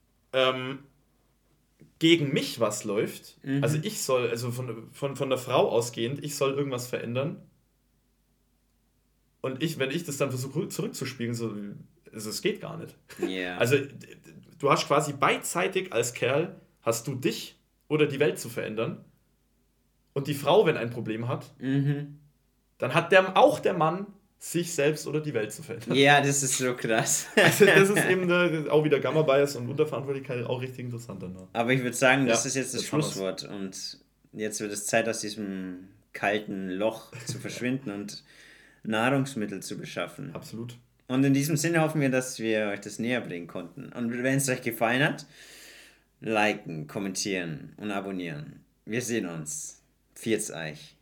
gegen mich was läuft, also ich soll, also von der Frau ausgehend, ich soll irgendwas verändern und wenn ich das dann versuche zurückzuspiegeln, so, also es geht gar nicht. Ja. Also du hast quasi beidseitig als Kerl, hast du dich oder die Welt zu verändern und die Frau, wenn ein Problem hat, dann hat auch der Mann sich selbst oder die Welt zu verändern. Ja, das ist so krass. Also das ist eben auch wieder Gamma-Bias und Unterverantwortlichkeit auch richtig interessant danach. Aber ich würde sagen, das Ja, ist jetzt das jetzt haben wir's. Schlusswort und jetzt wird es Zeit, aus diesem kalten Loch zu verschwinden und Nahrungsmittel zu beschaffen. Absolut. Und in diesem Sinne hoffen wir, dass wir euch das näher bringen konnten. Und wenn es euch gefallen hat, liken, kommentieren und abonnieren. Wir sehen uns. Pfiat's euch.